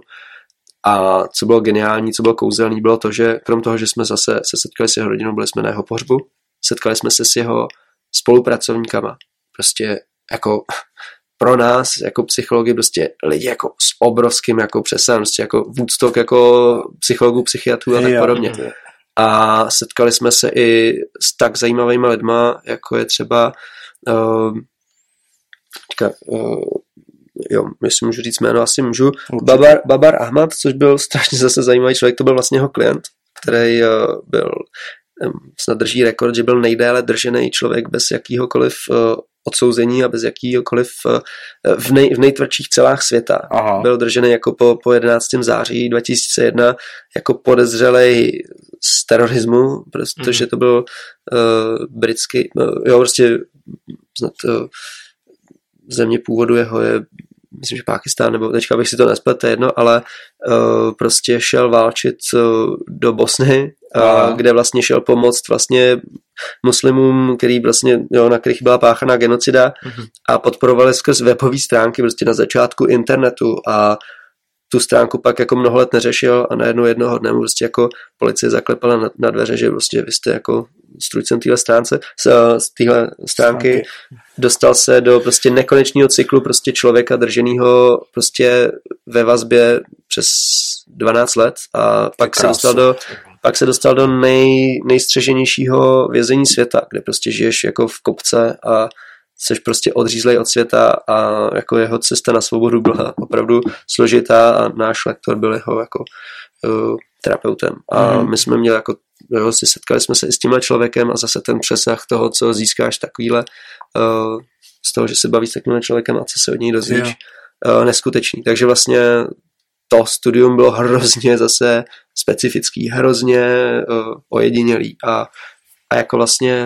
A co bylo geniální, co bylo kouzelný, bylo to, že krom toho, že jsme zase se setkali s jeho rodinou, byli jsme na jeho pohřbu, setkali jsme se s jeho spolupracovníkama. Prostě jako pro nás, jako psychologi, prostě lidi jako s obrovským jako přesahem, prostě jako Woodstock, jako psychologů, psychiatrů a tak podobně. A setkali jsme se i s tak zajímavými lidma, jako je třeba uh, teďka, uh, jo, jestli můžu říct jméno, asi můžu. Babar, Babar Ahmad, což byl strašně zase zajímavý člověk, to byl vlastně jeho klient, který uh, byl, um, snad drží rekord, že byl nejdéle držený člověk bez jakýhokoliv uh, odsouzení a bez jakýhokoliv uh, v, nej, v nejtvrdších celách světa. Aha. Byl držený jako po, po jedenáctého září dva tisíce jedna jako podezřelej z terorismu, protože to byl uh, britský, uh, jo, prostě snad uh, země původu jeho je, myslím, že Pákistán, nebo teďka bych si to nesplet, to je jedno, ale uh, prostě šel válčit uh, do Bosny, uh, kde vlastně šel pomoct vlastně muslimům, který vlastně, jo, na kterých byla páchaná genocida uh-huh. a podporovali skrz webové stránky prostě na začátku internetu a tu stránku pak jako mnoho let neřešil a najednou jednoho dne mu prostě jako policie zaklepala na, na dveře, že prostě vy jste jako strůjcem téhle stránce, z, z téhle stránky dostal se do prostě nekonečného cyklu prostě člověka drženého prostě ve vazbě přes dvanáct let a pak se dostal do pak se dostal do nej, nejstřeženějšího vězení světa, kde prostě žiješ jako v kopce a jsi prostě odřízlej od světa a jako jeho cesta na svobodu byla opravdu složitá a náš lektor byl jeho jako uh, terapeutem. A mm. my jsme měli jako, jo, si setkali jsme se i s tímhle člověkem a zase ten přesah toho, co získáš takovýhle, uh, z toho, že se bavíš s takovým člověkem a co se od něj dozvíš, uh, neskutečný. Takže vlastně to studium bylo hrozně zase specifický, hrozně uh, ojedinělý a, a jako vlastně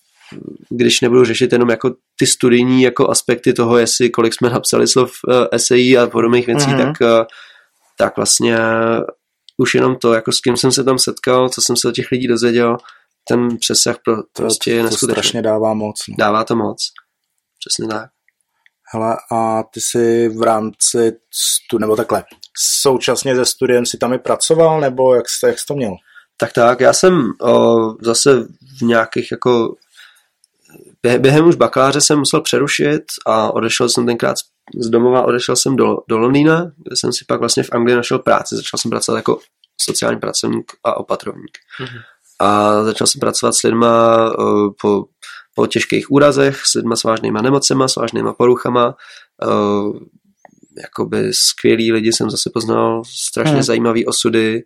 když nebudu řešit jenom jako ty studijní jako aspekty toho, jestli kolik jsme napsali slov uh, esejí a podobných věcí, mm-hmm. tak, uh, tak vlastně už jenom to, jako s kým jsem se tam setkal, co jsem se od těch lidí dozvěděl, ten přesah pro, prostě je neskutečný.
To strašně dává moc. No.
Dává to moc. Přesně tak.
Hele, a ty jsi v rámci, stu, nebo takhle, současně se studiem si tam i pracoval, nebo jak jsi, jak jsi to měl?
Tak tak, já jsem o, zase v nějakých jako během už bakaláře jsem musel přerušit a odešel jsem tenkrát z domova, odešel jsem do, do Londýna, kde jsem si pak vlastně v Anglii našel práci. Začal jsem pracovat jako sociální pracovník a opatrovník. Mm-hmm. A začal jsem pracovat s lidma uh, po, po těžkých úrazech, s lidma s vážnýma nemocema, s vážnýma poruchama. Uh, jakoby skvělý lidi jsem zase poznal, strašně mm. zajímavý osudy.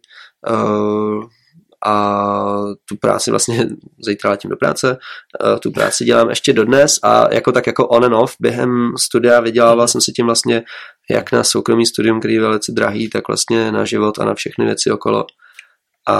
Uh, a tu práci vlastně zítra letím do práce, tu práci dělám ještě dodnes a jako tak jako on and off během studia vydělával jsem si tím vlastně jak na soukromý studium, který je velice drahý, tak vlastně na život a na všechny věci okolo a,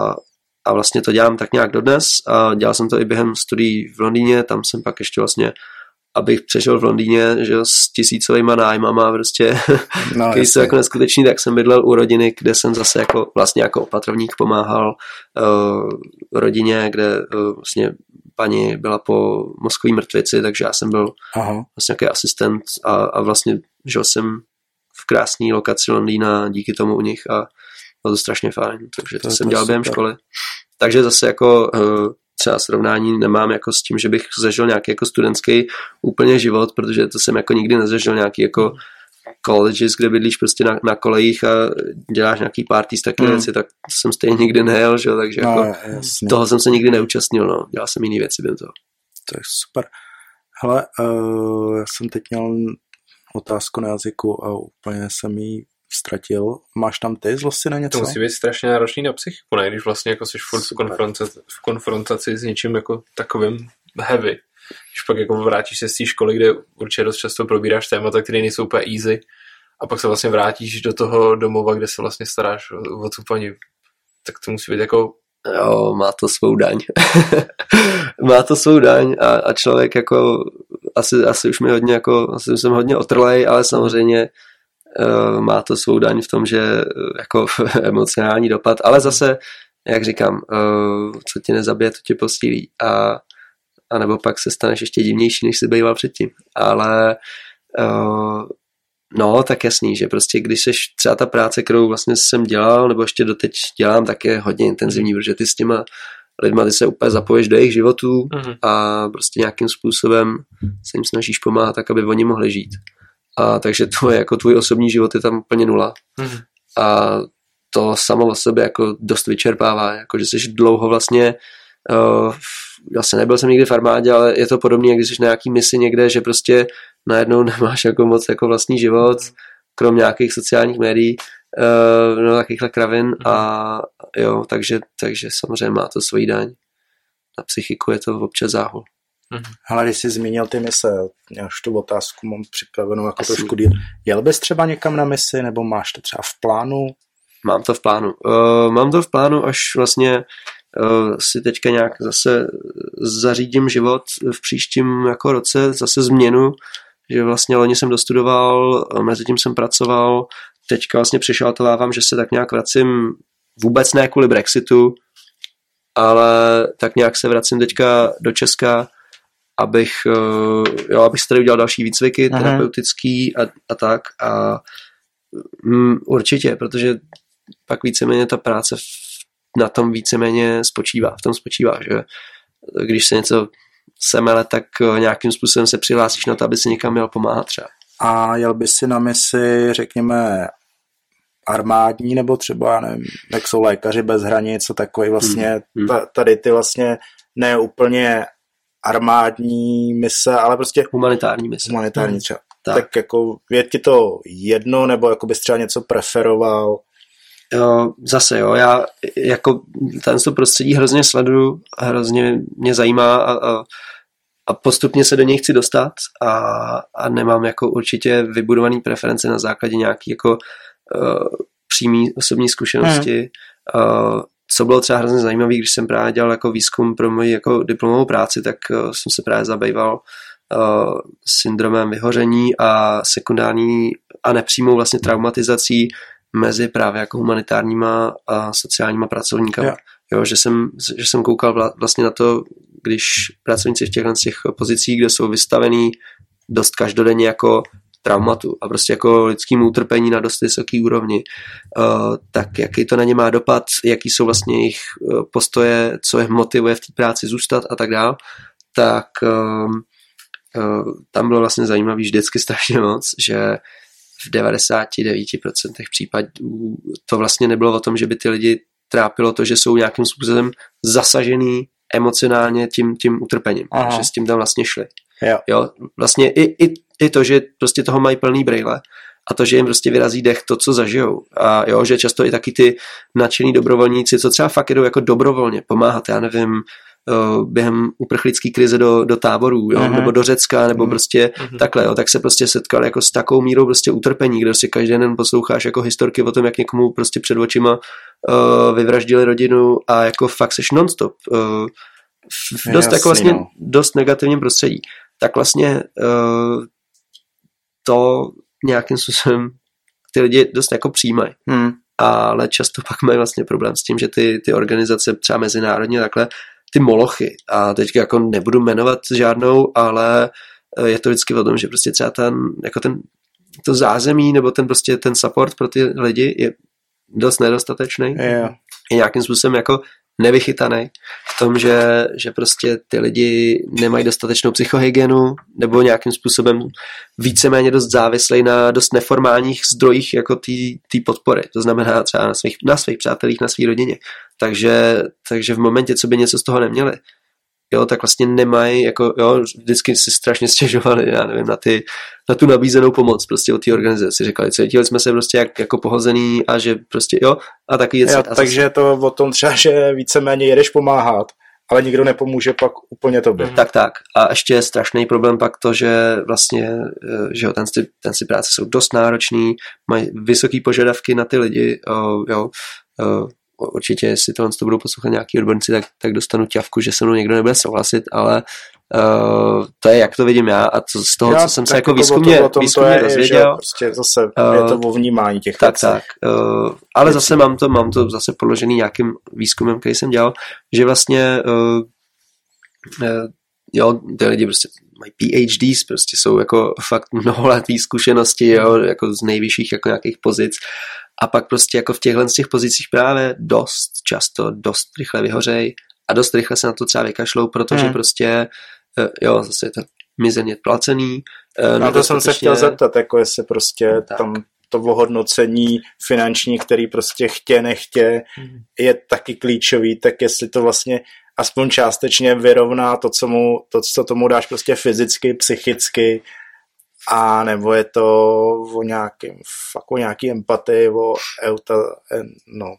a vlastně to dělám tak nějak dodnes a dělal jsem to i během studií v Londýně, tam jsem pak ještě vlastně abych přežil v Londýně, že s tisícovýma nájmama prostě, no, který jsou jako neskutečný, tak jsem bydlel u rodiny, kde jsem zase jako vlastně jako opatrovník pomáhal uh, rodině, kde uh, vlastně paní byla po mozkové mrtvici, takže já jsem byl Aha. vlastně nějaký asistent a, a vlastně žil jsem v krásné lokaci Londýna díky tomu u nich a bylo to strašně fajn, takže to, to jsem dělal super. Během školy. Takže zase jako uh, třeba srovnání nemám jako s tím, že bych zažil nějaký jako studentský úplně život, protože to jsem jako nikdy nezažil nějaký jako colleges, kde bydlíš prostě na, na kolejích a děláš nějaký party z takové
Hmm.
věci, tak jsem stejně nikdy nejel, že jo, takže
No,
jako
jasně.
toho jsem se nikdy neúčastnil, no. Dělal jsem jiný věci během toho.
To je super. Hele, uh, já jsem teď měl otázku na jazyku a úplně jsem ji ztratil. Máš tam ty zlosti na něco?
To musí být strašně náročný na psychiku, ne? Když vlastně jako jsi furt v
Super.
konfrontaci, v konfrontaci s něčím jako takovým heavy. Když pak jako vrátíš se z té školy, kde určitě dost často probíráš témata, které nejsou úplně easy, a pak se vlastně vrátíš do toho domova, kde se vlastně staráš o, o tu paní, tak to musí být jako...
Jo, má to svou daň. má to svou daň a, a člověk jako asi, asi už mi hodně jako, asi jsem hodně otrlej, ale samozřejmě uh, má to svou daň v tom, že uh, jako emocionální dopad, ale zase, jak říkám, uh, co tě nezabije, to tě posílí a, a nebo pak se staneš ještě divnější, než jsi býval předtím, ale uh, no, tak jasný, že prostě když seš třeba ta práce, kterou vlastně jsem dělal, nebo ještě doteď dělám, tak je hodně intenzivní, protože ty s těma lidma, ty se úplně zapojíš do jejich životů
Mm-hmm.
a prostě nějakým způsobem se jim snažíš pomáhat tak, aby oni mohli žít. A takže tvoje, jako tvůj osobní život je tam úplně nula.
Mm-hmm.
A to samo o sobě jako dost vyčerpává, jako že jsi dlouho vlastně uh, vlastně nebyl jsem nikdy v armádě, ale je to podobné, jak když jsi na nějaký misi někde, že prostě najednou nemáš jako moc jako vlastní život, krom nějakých sociálních médií, uh, no takovýchhle kravin a jo, takže, takže samozřejmě má to svoji daň. Na psychiku je to občas záhul.
Hele, když jsi zmínil ty mise, já už tu otázku mám připravenou jako
Asi.
trošku díl. Jel bys třeba někam na misi, nebo máš to třeba v plánu?
Mám to v plánu. Uh, mám to v plánu, až vlastně uh, si teďka nějak zase zařídím život v příštím jako roce, zase změnu, že vlastně loni jsem dostudoval, mezi tím jsem pracoval, teďka vlastně přišaltovávám, že se tak nějak vracím vůbec ne kvůli Brexitu, ale tak nějak se vracím teďka do Česka, abych, uh, jo, abych si tady udělal další výcviky
Aha.
terapeutický a, a tak a mm, určitě, protože pak víceméně ta práce v, na tom víceméně spočívá, v tom spočívá, že když se něco semele, tak nějakým způsobem se přihlásíš na to, aby si někam měl pomáhat třeba.
A jel bys si na misi, řekněme, armádní, nebo třeba, já nevím, jak jsou lékaři bez hranic, co takový vlastně,
Hmm.
ta, tady ty vlastně ne úplně armádní mise, ale prostě
Humanitární mise.
humanitární třeba.
Tak.
Tak jako je ti to jedno, nebo jako bys třeba něco preferoval?
Jo, zase jo, já jako ten prostředí hrozně sleduju, hrozně mě zajímá a, a, a postupně se do něj chci dostat a, a nemám jako určitě vybudovaný preference na základě nějaký jako uh, přímý osobní zkušenosti. Hmm. Uh, co bylo třeba hrozně zajímavé, když jsem právě dělal jako výzkum pro moji jako diplomovou práci, tak uh, jsem se právě zabýval uh, syndromem vyhoření a sekundární a nepřímou vlastně traumatizací mezi právě jako humanitárníma a sociálníma pracovníkama.
Yeah.
Jo, že jsem, že jsem koukal vlastně na to, když pracovníci v těchto těch pozicích, kde jsou vystavený dost každodenně jako traumatu a prostě jako lidským utrpení na dost vysoký úrovni, uh, tak jaký to na ně má dopad, jaký jsou vlastně jejich uh, postoje, co je motivuje v té práci zůstat a tak dál, tak um, uh, tam bylo vlastně zajímavý vždycky strašně moc, že v devadesát devět procent případů to vlastně nebylo o tom, že by ty lidi trápilo to, že jsou nějakým způsobem zasažený emocionálně tím, tím utrpením,
Aha.
že s tím tam vlastně šli.
Jo.
Jo, vlastně i, i, i to, že prostě toho mají plný brejle a to, že jim prostě vyrazí dech to, co zažijou. A jo, že často i taky ty nadšený dobrovolníci, co třeba fakt jdou jako dobrovolně pomáhat, já nevím, během uprchlické krize do, do táborů, jo,
Aha.
nebo do Řecka, nebo
Aha.
prostě
Aha.
takhle, jo, tak se prostě setkal jako s takovou mírou prostě utrpení, kde prostě každý den posloucháš jako historky o tom, jak někomu prostě před očima uh, vyvraždili rodinu a jako fakt seš non-stop. Uh, v dost,
Jasný,
jako vlastně
no.
dost negativním prostředí. Tak vlastně uh, to nějakým způsobem ty lidi dost jako přijímají.
Hmm.
Ale často pak mají vlastně problém s tím, že ty, ty organizace třeba mezinárodně takhle, ty molochy, a teďka jako nebudu jmenovat žádnou, ale je to vždycky o tom, že prostě třeba ten, jako ten, to zázemí nebo ten prostě ten support pro ty lidi je dost nedostatečný.
Yeah.
Je nějakým způsobem jako nevychytaný v tom, že, že prostě ty lidi nemají dostatečnou psychohygienu nebo nějakým způsobem víceméně dost závislej na dost neformálních zdrojích jako té podpory. To znamená třeba na svých, na svých přátelích, na své rodině. Takže, takže v momentě, co by něco z toho neměli, jo, tak vlastně nemají, jako, jo, vždycky si strašně stěžovali, já nevím, na, ty, na tu nabízenou pomoc prostě od té organizace. Říkali, cítili jsme se prostě jak, jako pohozený a že prostě, jo, a takový je
cít. Takže je to o tom třeba, že víceméně jedeš pomáhat, ale nikdo nepomůže pak úplně tobě.
Mm. Tak, tak. A ještě je strašný problém pak to, že vlastně, že jo, ten, ten si práce jsou dost náročný, mají vysoký požadavky na ty lidi, uh, jo, uh, určitě, jestli tohle to budou poslouchat nějaký odborníci, tak, tak dostanu ťavku, že se mnou někdo nebude souhlasit, ale uh, to je, jak to vidím já a to, z toho, já, co jsem se jako výzkumně,
to,
výzkumně
je,
dozvěděl.
Že prostě zase uh, je to o vnímání těch
tak,
věcí.
Tak, uh, ale věcí. zase mám to, mám to zase podložený nějakým výzkumem, který jsem dělal, že vlastně uh, uh, jo, ty lidi prostě mají PhDs, prostě jsou jako fakt mnoholetý zkušenosti, jo, jako z nejvyšších jako nějakých pozic. A pak prostě jako v těchhle z těch pozicích právě dost často, dost rychle vyhořej a dost rychle se na to třeba vykašlou, protože hmm. prostě, jo, zase je to mizerně placený.
Na to jsem se chtěl zeptat, jako jestli prostě tak. tam to ohodnocení finanční, který prostě chtě, nechtě, hmm. je taky klíčový, tak jestli to vlastně aspoň částečně vyrovná to, co, mu, to, co tomu dáš prostě fyzicky, psychicky, a nebo je to o nějakým, fakt o nějaký empatii, o euta, no.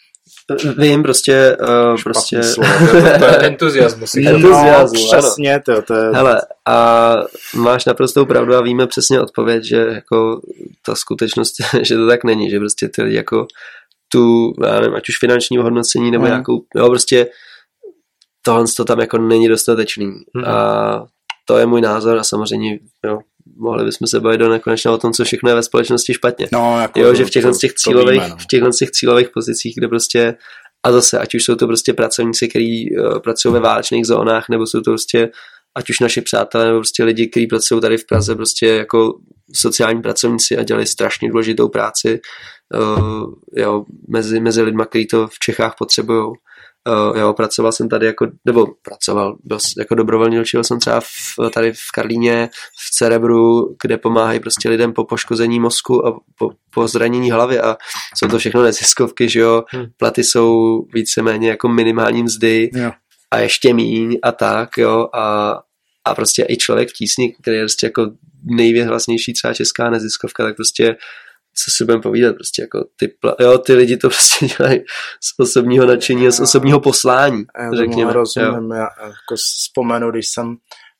Vím, prostě, uh, prostě...
Slovo, to je entuziasmus.
Entuziasmus,
no, přesně to, to je...
Hele, a máš naprostou pravdu a víme přesně odpověď, že jako ta skutečnost, že to tak není, že prostě ty lidi jako tu, já nevím, ať už finanční hodnocení nebo hmm. nějakou, jo, prostě tohle to tam jako není dostatečný. Hmm. A to je můj názor a samozřejmě, jo, mohli bychom se bavit do nekonečna o tom, co všechno je ve společnosti špatně.
No, jako
jo,
to,
že v těchto
to,
těch
to
cílových,
víme, no.
v těchto těch cílových pozicích, kde prostě, a zase, ať už jsou to prostě pracovníci, kteří uh, pracují ve válečných zónách, nebo jsou to prostě, ať už naši přátelé, nebo prostě lidi, kteří pracují tady v Praze, prostě jako sociální pracovníci a dělají strašně důležitou práci, uh, jo, mezi, mezi lidma, kteří to v Čechách potřebujou. Uh, jo, pracoval jsem tady jako, nebo pracoval dost jako dobrovolně, učil jsem třeba v, tady v Karlíně, v Cerebru, kde pomáhají prostě lidem po poškození mozku a po, po zranění hlavy a jsou to všechno neziskovky, že jo, hmm. platy jsou víceméně jako minimální mzdy
jo.
a ještě míň a tak, jo, a, a prostě i člověk v tísni, který je prostě jako nejvěhlasnější třeba česká neziskovka, tak prostě co si budeme povídat, prostě jako ty, jo, ty lidi to prostě dělají z osobního nadšení a z osobního poslání,
já
řekněme.
Rozumím, já jako vzpomenu, když jsem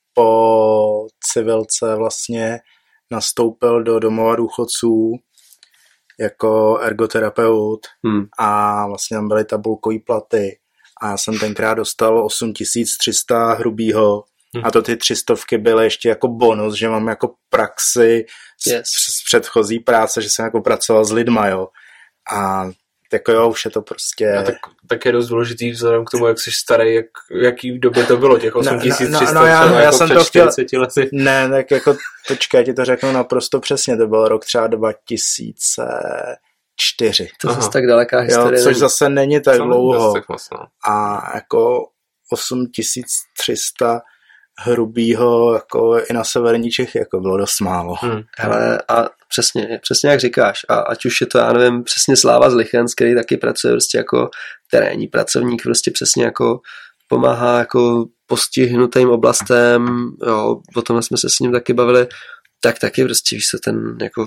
po civilce vlastně nastoupil do domova důchodců jako ergoterapeut hmm. a vlastně tam byly tabulkový platy a já jsem tenkrát dostal osm tisíc tři sta hrubýho. Hmm. A to ty třistovky byly ještě jako bonus, že mám jako praxi
yes.
z, z předchozí práce, že jsem jako pracoval s lidma, jo. A jako jo, už je to prostě...
A tak, tak je dost důležitý vzhledem k tomu, jak jsi starý, jak, jaký v době to bylo, těch osm tisíc tři sta,
no, no, no, já, já
jako
jsem
před
to chtěl...
čtyřiceti lety.
Ne, tak jako, počkej, já ti to řeknu naprosto přesně, to byl rok třeba dva tisíce čtyři.
To zase tak daleká historie.
Jo, což zase není tak dlouho.
Tak vlastně.
A jako osm tisíc tři sta hrubýho jako i na severní Čechy jako bylo dost málo.
Hmm. Hele, a přesně, přesně jak říkáš, a ať už je to, já nevím, přesně Sláva z Lichens, který taky pracuje prostě jako terénní pracovník, prostě přesně jako pomáhá jako postihnutým oblastem, jo, o tom jsme se s ním taky bavili, tak taky prostě víš se ten jako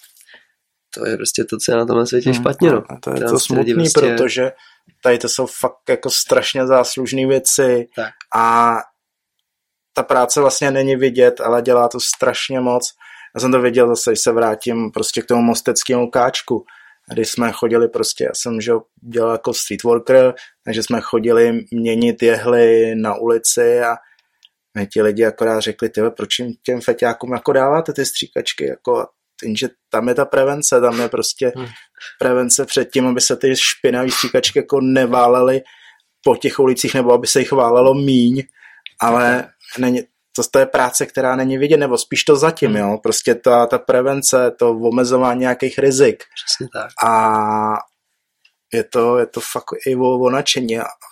to je prostě to, co je na tomhle světě hmm. špatně, no.
A to je to smutný, prostě... protože tady to jsou fakt jako strašně záslužné věci
tak.
A ta práce vlastně není vidět, ale dělá to strašně moc. Já jsem to viděl zase, když se vrátím prostě k tomu mosteckému káčku. Když jsme chodili prostě, já jsem že dělal jako street worker, takže jsme chodili měnit jehly na ulici a my ti lidi akorát řekli, tyhle, proč jim těm feťákům jako dáváte ty stříkačky, jako jenže tam je ta prevence, tam je prostě hmm. prevence před tím, aby se ty špinavý stříkačky jako neválely po těch ulicích, nebo aby se jich válelo míň, ale není, to, to je práce, která není vidět, nebo spíš to zatím, hmm. jo, prostě ta, ta prevence, to omezování nějakých rizik.
Přesně tak.
A je to, je to fakt i o, o nadšení. A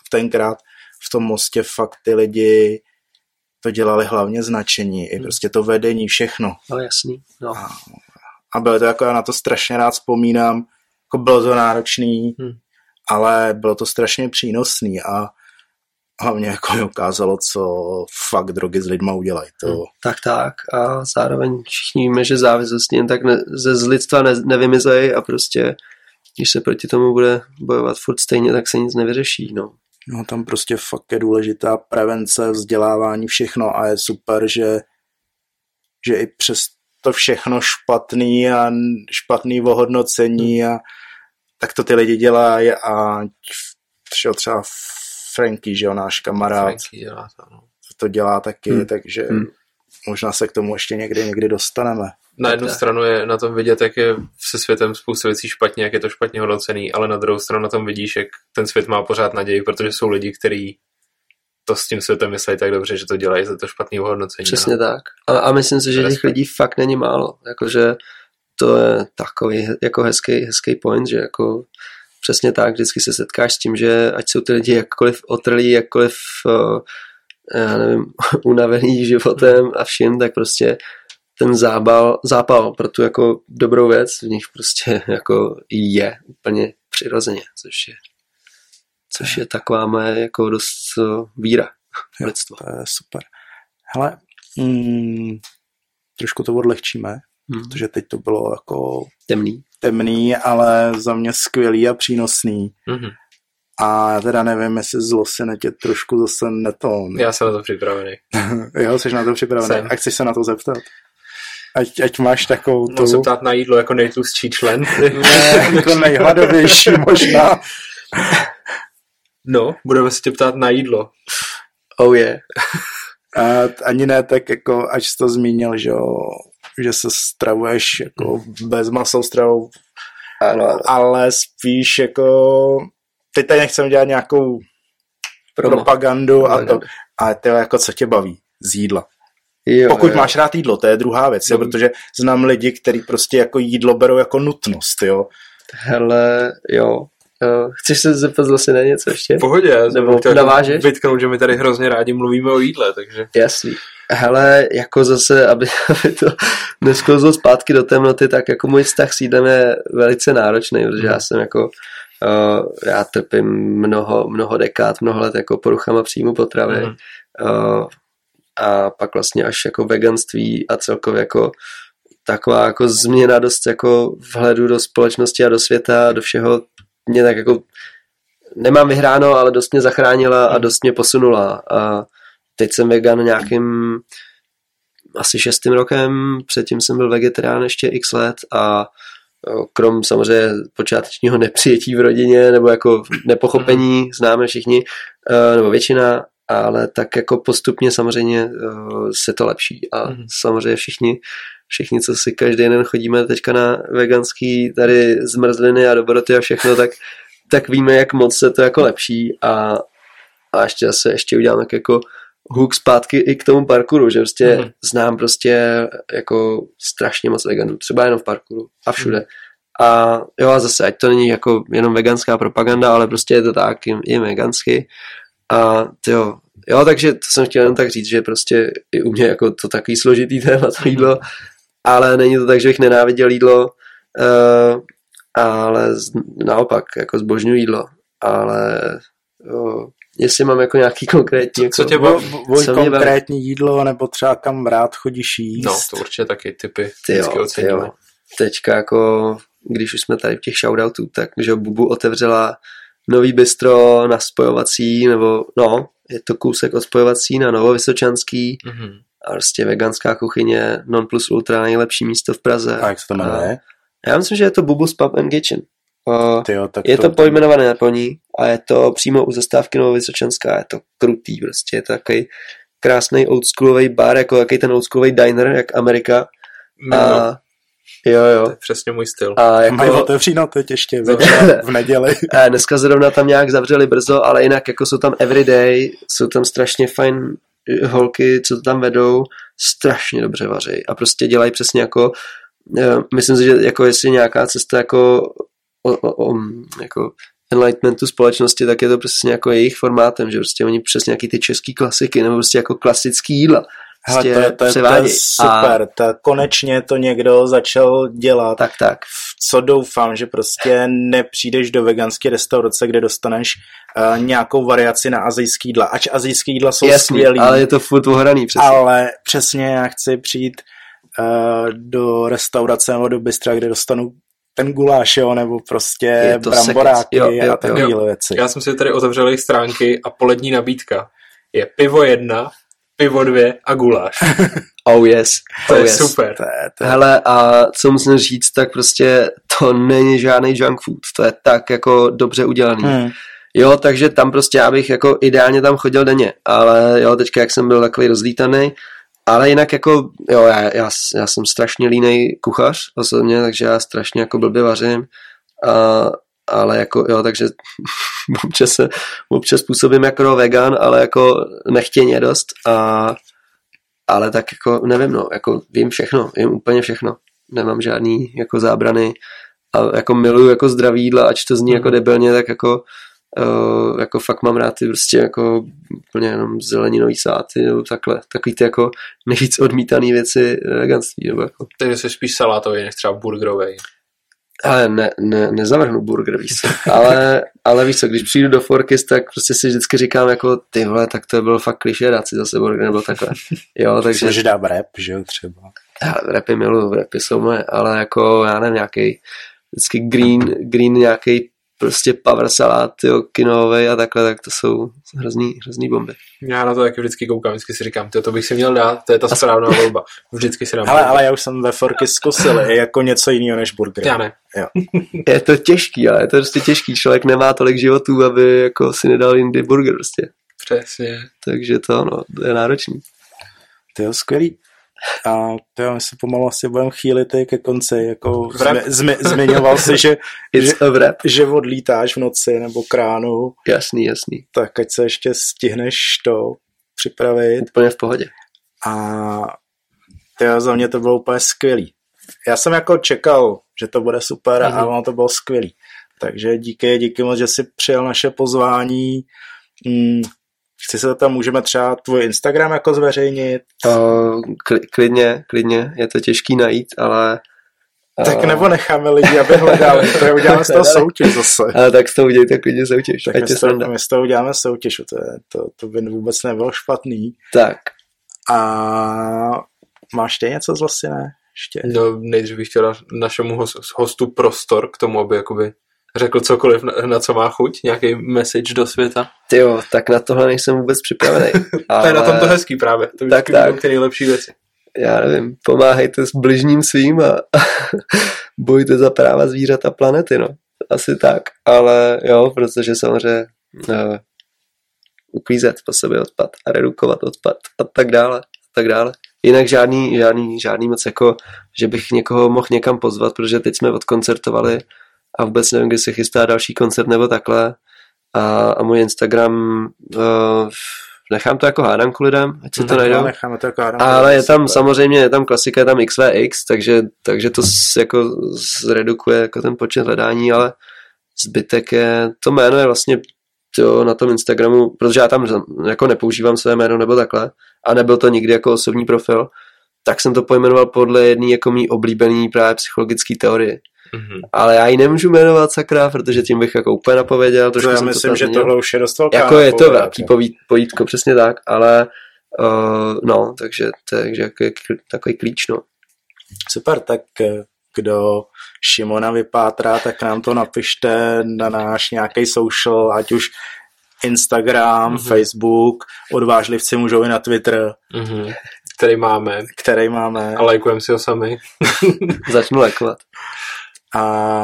tenkrát v tom Mostě fakt ty lidi to dělali hlavně značení, i prostě to vedení, všechno.
No jasný, no.
A, a bylo to jako, já na to strašně rád vzpomínám, jako bylo to náročný, hmm. ale bylo to strašně přínosný a hlavně jako mi ukázalo, co fakt drogy s lidma udělají. To... Hmm.
Tak, tak. A zároveň všichni víme, že závislosti jen tak ne, ze z lidstva ne, nevymizejí a prostě, když se proti tomu bude bojovat furt stejně, tak se nic nevyřeší, no.
No tam prostě fakt je důležitá prevence, vzdělávání, všechno a je super, že, že i přes to všechno špatný a špatný ohodnocení a tak to ty lidi dělají a třeba Franky, že jo, náš kamarád,
dělá to, no.
to dělá taky, hmm. takže
hmm.
možná se k tomu ještě někdy, někdy dostaneme.
Na jednu stranu je na tom vidět, jak je se světem spousta věcí špatně, jak je to špatně hodnocený, ale na druhou stranu na tom vidíš, jak ten svět má pořád naději, protože jsou lidi, kteří to s tím světem myslí tak dobře, že to dělají za to špatný hodnocení.
Přesně no. tak. A, a myslím si, že těch lidí fakt není málo. Jakože to je takový jako hezký, hezký point, že jako přesně tak, vždycky se setkáš s tím, že ať jsou ty lidi jakkoliv otrlí, jakkoliv uh, já nevím, unavený životem a vším, tak prostě ten zábal, zápal pro tu jako dobrou věc v nich prostě jako je úplně přirozeně, což je, což je taková moje jako dost uh, víra.
Jo, to je super. Hele, mm, trošku to odlehčíme, hmm. protože teď to bylo jako
temný.
temný, ale za mě skvělý a přínosný.
Mm-hmm.
A já teda nevím, jestli zlo se na tě trošku zase neton.
Já jsem na to připravený.
Jo, jsi na to připravený. Jsem. A chceš se na to zeptat? Ať, ať máš takovou tu...
Můžu se ptát na jídlo jako nejtlustší člen.
Ne, jako nejhladovější možná.
No, budeme se tě ptát na jídlo.
Oh yeah.
A ani ne tak jako, ať jsi to zmínil, že jo, že se stravuješ jako mm. bez masou stravou,
ano,
ale spíš jako teď tady nechcem dělat nějakou
Promo.
propagandu a to, ale to jako co tě baví z jídla.
Jo,
Pokud
jo.
máš rád jídlo, to je druhá věc, jo, protože znám lidi, kteří prostě jako jídlo berou jako nutnost, jo.
Hele, jo. Uh, chceš se zeptat zase na něco ještě?
V pohodě,
nebo navážeš?
Vytknout, že my tady hrozně rádi mluvíme o jídle, takže...
Jasný. Hele, jako zase, aby, aby to nesklouzlo zpátky do temnoty, tak jako můj vztah s jídlem je velice náročný, protože já jsem jako, uh, já trpím mnoho, mnoho dekád, mnoho let jako poruchama příjmu potravy. Mm. Uh, a pak vlastně až jako veganství a celkově jako taková jako změna dost jako vhledu do společnosti a do světa, do všeho mě tak jako nemám vyhráno, ale dost mě zachránila a dost mě posunula a teď jsem vegan nějakým asi šestým rokem, předtím jsem byl vegetarián ještě x let a krom samozřejmě počátečního nepřijetí v rodině nebo jako nepochopení, známe všichni, nebo většina, ale tak jako postupně samozřejmě se to lepší a samozřejmě všichni všichni, co si každý den chodíme teďka na veganský tady zmrzliny a dobroty a všechno, tak, tak víme, jak moc se to jako lepší a, a ještě zase ještě udělám tak jako hook zpátky i k tomu parkouru, že prostě mm. znám prostě jako strašně moc veganů, třeba jenom v parkouru a všude. Mm. A jo a zase, ať to není jako jenom veganská propaganda, ale prostě je to tak, je, je vegansky a jo, jo, takže to jsem chtěl jen tak říct, že prostě i u mě jako to takový složitý téma to jídlo, ale není to tak, že bych nenáviděl jídlo, uh, ale z, naopak, jako zbožňuji jídlo, ale jo, jestli mám jako nějaký konkrétní...
Co, co
jako,
tě baví?
Bo, konkrétní jídlo, nebo třeba kam rád chodíš jíst?
No, to určitě taky typy.
Ty jo, ty jo. Teďka jako, když už jsme tady v těch shoutoutů, tak že Bubu otevřela nový bistro na Spojovací, nebo no, je to kousek od Spojovací na Novovysočanský, mm-hmm. a prostě veganská kuchyně, non plus ultra, nejlepší místo v Praze.
A jak se to jmenuje?
Já myslím, že je to Bubu's Pub and Kitchen. Uh,
Tyjo,
je to,
to
pojmenované po ní a je to přímo u zastávky Novovysočanská, je to krutý prostě, je to takový krásný oldschoolový bar, jako jaký ten oldschoolový diner, jak Amerika.
No,
a jo, jo.
To je přesně můj styl.
A jako...
Mají otevříno teď ještě v neděli.
A dneska zrovna tam nějak zavřeli brzo, ale jinak jako jsou tam everyday, jsou tam strašně fajn holky, co to tam vedou, strašně dobře vaří a prostě dělají přesně jako, myslím si, že jako jestli nějaká cesta jako, o, o, o, jako enlightenmentu společnosti, tak je to přesně jako jejich formátem, že prostě oni přesně nějaký ty český klasiky, nebo prostě jako klasický jídla.
Hele, to, je, to, je, to je super, a... to konečně to někdo začal dělat.
Tak, tak.
Co doufám, že prostě nepřijdeš do veganské restaurace, kde dostaneš uh, nějakou variaci na asijský jídla. Ač asijský jídla jsou
Jasný,
skvělý.
Ale je to furt ohraný přesně.
Ale přesně já chci přijít uh, do restaurace nebo do bystra, kde dostanu ten guláš, jo, nebo prostě bramboráky jo, jo, a takové věci.
Já jsem si tady otevřel jejich stránky a polední nabídka je pivo jedna, pivo dvě a guláš.
Oh yes.
To
oh
je
yes.
super.
To je, to je...
Hele, a co musím říct, tak prostě to není žádný junk food. To je tak jako dobře udělaný. Hmm. Jo, takže tam prostě já bych jako ideálně tam chodil denně. Ale jo, teďka jak jsem byl takový rozlítaný, ale jinak jako, jo, já, já, já jsem strašně línej kuchař osobně, takže já strašně jako blbě vařím. A ale jako, jo, takže občas, se, občas působím jako vegan, ale jako nechtěně dost a ale tak jako, nevím, no, jako vím všechno, vím úplně všechno, nemám žádný jako zábrany a jako miluju jako zdravý jídla, ač to zní jako debilně, tak jako uh, jako fakt mám rád ty prostě jako úplně jenom zeleninový sáty nebo takhle, takový ty jako nejvíc odmítaný věci veganství, nebo jako.
Takže jsi spíš salátový, než třeba burgerovej.
Ale ne, ne, nezavrhnu burger, víš co. Ale, ale víš co, když přijdu do Forkys, tak prostě si vždycky říkám jako ty vole, tak to bylo fakt klišé, dát si zase burger nebo takhle. Jo, takže...
Můžeš dát rap, že jo, třeba.
Já rapy miluju, rapy jsou moje, ale jako já nevím, nějaký vždycky green, green nějaký prostě power salát, jo, kinovej a takhle, tak to jsou hrozný, hrozný bomby.
Já na to taky vždycky koukám, vždycky si říkám, to bych si měl dát, to je ta správná volba. Vždycky si dám.
Ale, ale já už jsem ve Forky zkusil, je jako něco jiného než burger.
Já ne.
Jo.
Je to těžký, ale je to prostě těžký. Člověk nemá tolik životů, aby jako si nedal jindy burger prostě.
Přesně.
Takže to, no, to je náročný.
To je skvělý. A to já se pomalu asi budeme chýlit ke konci, jako zmi, zmi, zmiňoval si, že, že, že odlítáš v noci nebo k ránu.
Jasný, jasný.
Tak ať se ještě stihneš to připravit.
Úplně v pohodě.
A to za mě to bylo úplně skvělý. Já jsem jako čekal, že to bude super mm-hmm. a ono to bylo skvělý. Takže díky, díky moc, že jsi přijal naše pozvání. Hmm. Chci se tam, můžeme třeba tvůj Instagram jako zveřejnit?
Uh, klidně, klidně, je to těžký najít, ale... Uh...
Tak nebo necháme lidi, aby hledali, to uděláme z toho soutěž zase.
Ale tak z toho udělejte klidně soutěž.
Tak my z, toho, my z toho uděláme soutěž, to, je, to, to by vůbec nebylo špatný.
Tak.
A máš ty něco zase, ne? Ještě?
No, nejdřív bych chtěl našemu hostu prostor k tomu, aby jakoby řekl cokoliv, na, na co má chuť, nějaký message do světa.
Tyjo, tak na tohle nejsem vůbec připravený. Ale...
To je na tom to hezký právě, to
tak, tak.
Ty nejlepší věci.
Já nevím, pomáhejte s bližním svým a bojte za práva zvířat a planety, no. Asi tak, ale jo, protože samozřejmě no, uklízet po sobě odpad a redukovat odpad a tak dále, a tak dále. Jinak žádný, žádný, žádný moc jako, že bych někoho mohl někam pozvat, protože teď jsme odkoncertovali a vůbec nevím, kdy se chystá další koncert nebo takhle. A, a můj Instagram, uh, nechám to jako hádanku lidem, ať si to najdou.
Necháme to jako hádanku.
Ale je tam super. Samozřejmě, je tam klasika, je tam X V X, takže, takže to s, jako zredukuje jako ten počet hledání, ale zbytek je, to jméno je vlastně to, na tom Instagramu, protože já tam jako nepoužívám své jméno nebo takhle a nebyl to nikdy jako osobní profil, tak jsem to pojmenoval podle jedné jako mý oblíbený právě psychologické teorie. Mm-hmm. Ale já ji nemůžu jmenovat sakra, protože tím bych jako úplně napověděl.
To já myslím, to že tohle už je dost velká.
Jako je to velký pojítko, přesně tak, ale uh, no, takže to je jako takový klíč, no.
Super, tak kdo Šimona vypátrá, tak nám to napište na náš nějaký social, ať už Instagram, mm-hmm. Facebook, odvážlivci můžou i na Twitter.
Mm-hmm. Který máme.
Který máme.
A lajkujeme si ho sami.
Začnu lajkovat.
A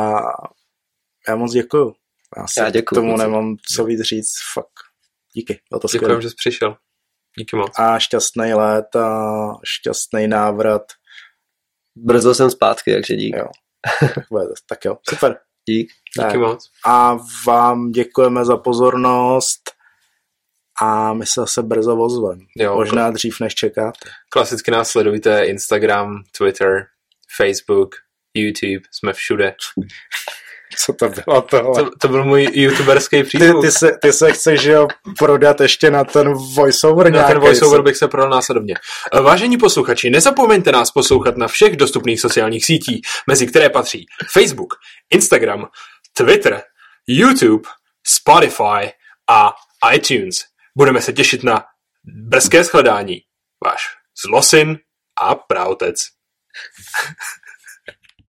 já moc děkuju. Já si
já děkuju,
tomu nemám co víc říct. Fakt. Díky.
Děkujem, že jsi přišel. Díky moc.
A šťastný let a šťastný návrat.
Brzo jsem zpátky, takže dík.
Jo. Tak jo, super.
Dík.
Díky tak. moc.
A vám děkujeme za pozornost a my se zase brzo ozveme. Možná dřív, než čekáte.
Klasicky nás sledujte Instagram, Twitter, Facebook, YouTube, jsme všude.
Co to bylo tohle?
To, to byl můj youtuberský přístup.
Ty, ty, se, ty se chceš, že jo, prodat ještě na ten voiceover
nějaký. Na ten voiceover bych se prodal následovně. Vážení posluchači, nezapomeňte nás poslouchat na všech dostupných sociálních sítích, mezi které patří Facebook, Instagram, Twitter, YouTube, Spotify a iTunes. Budeme se těšit na brzké shledání. Váš Zlosin a Pravotec.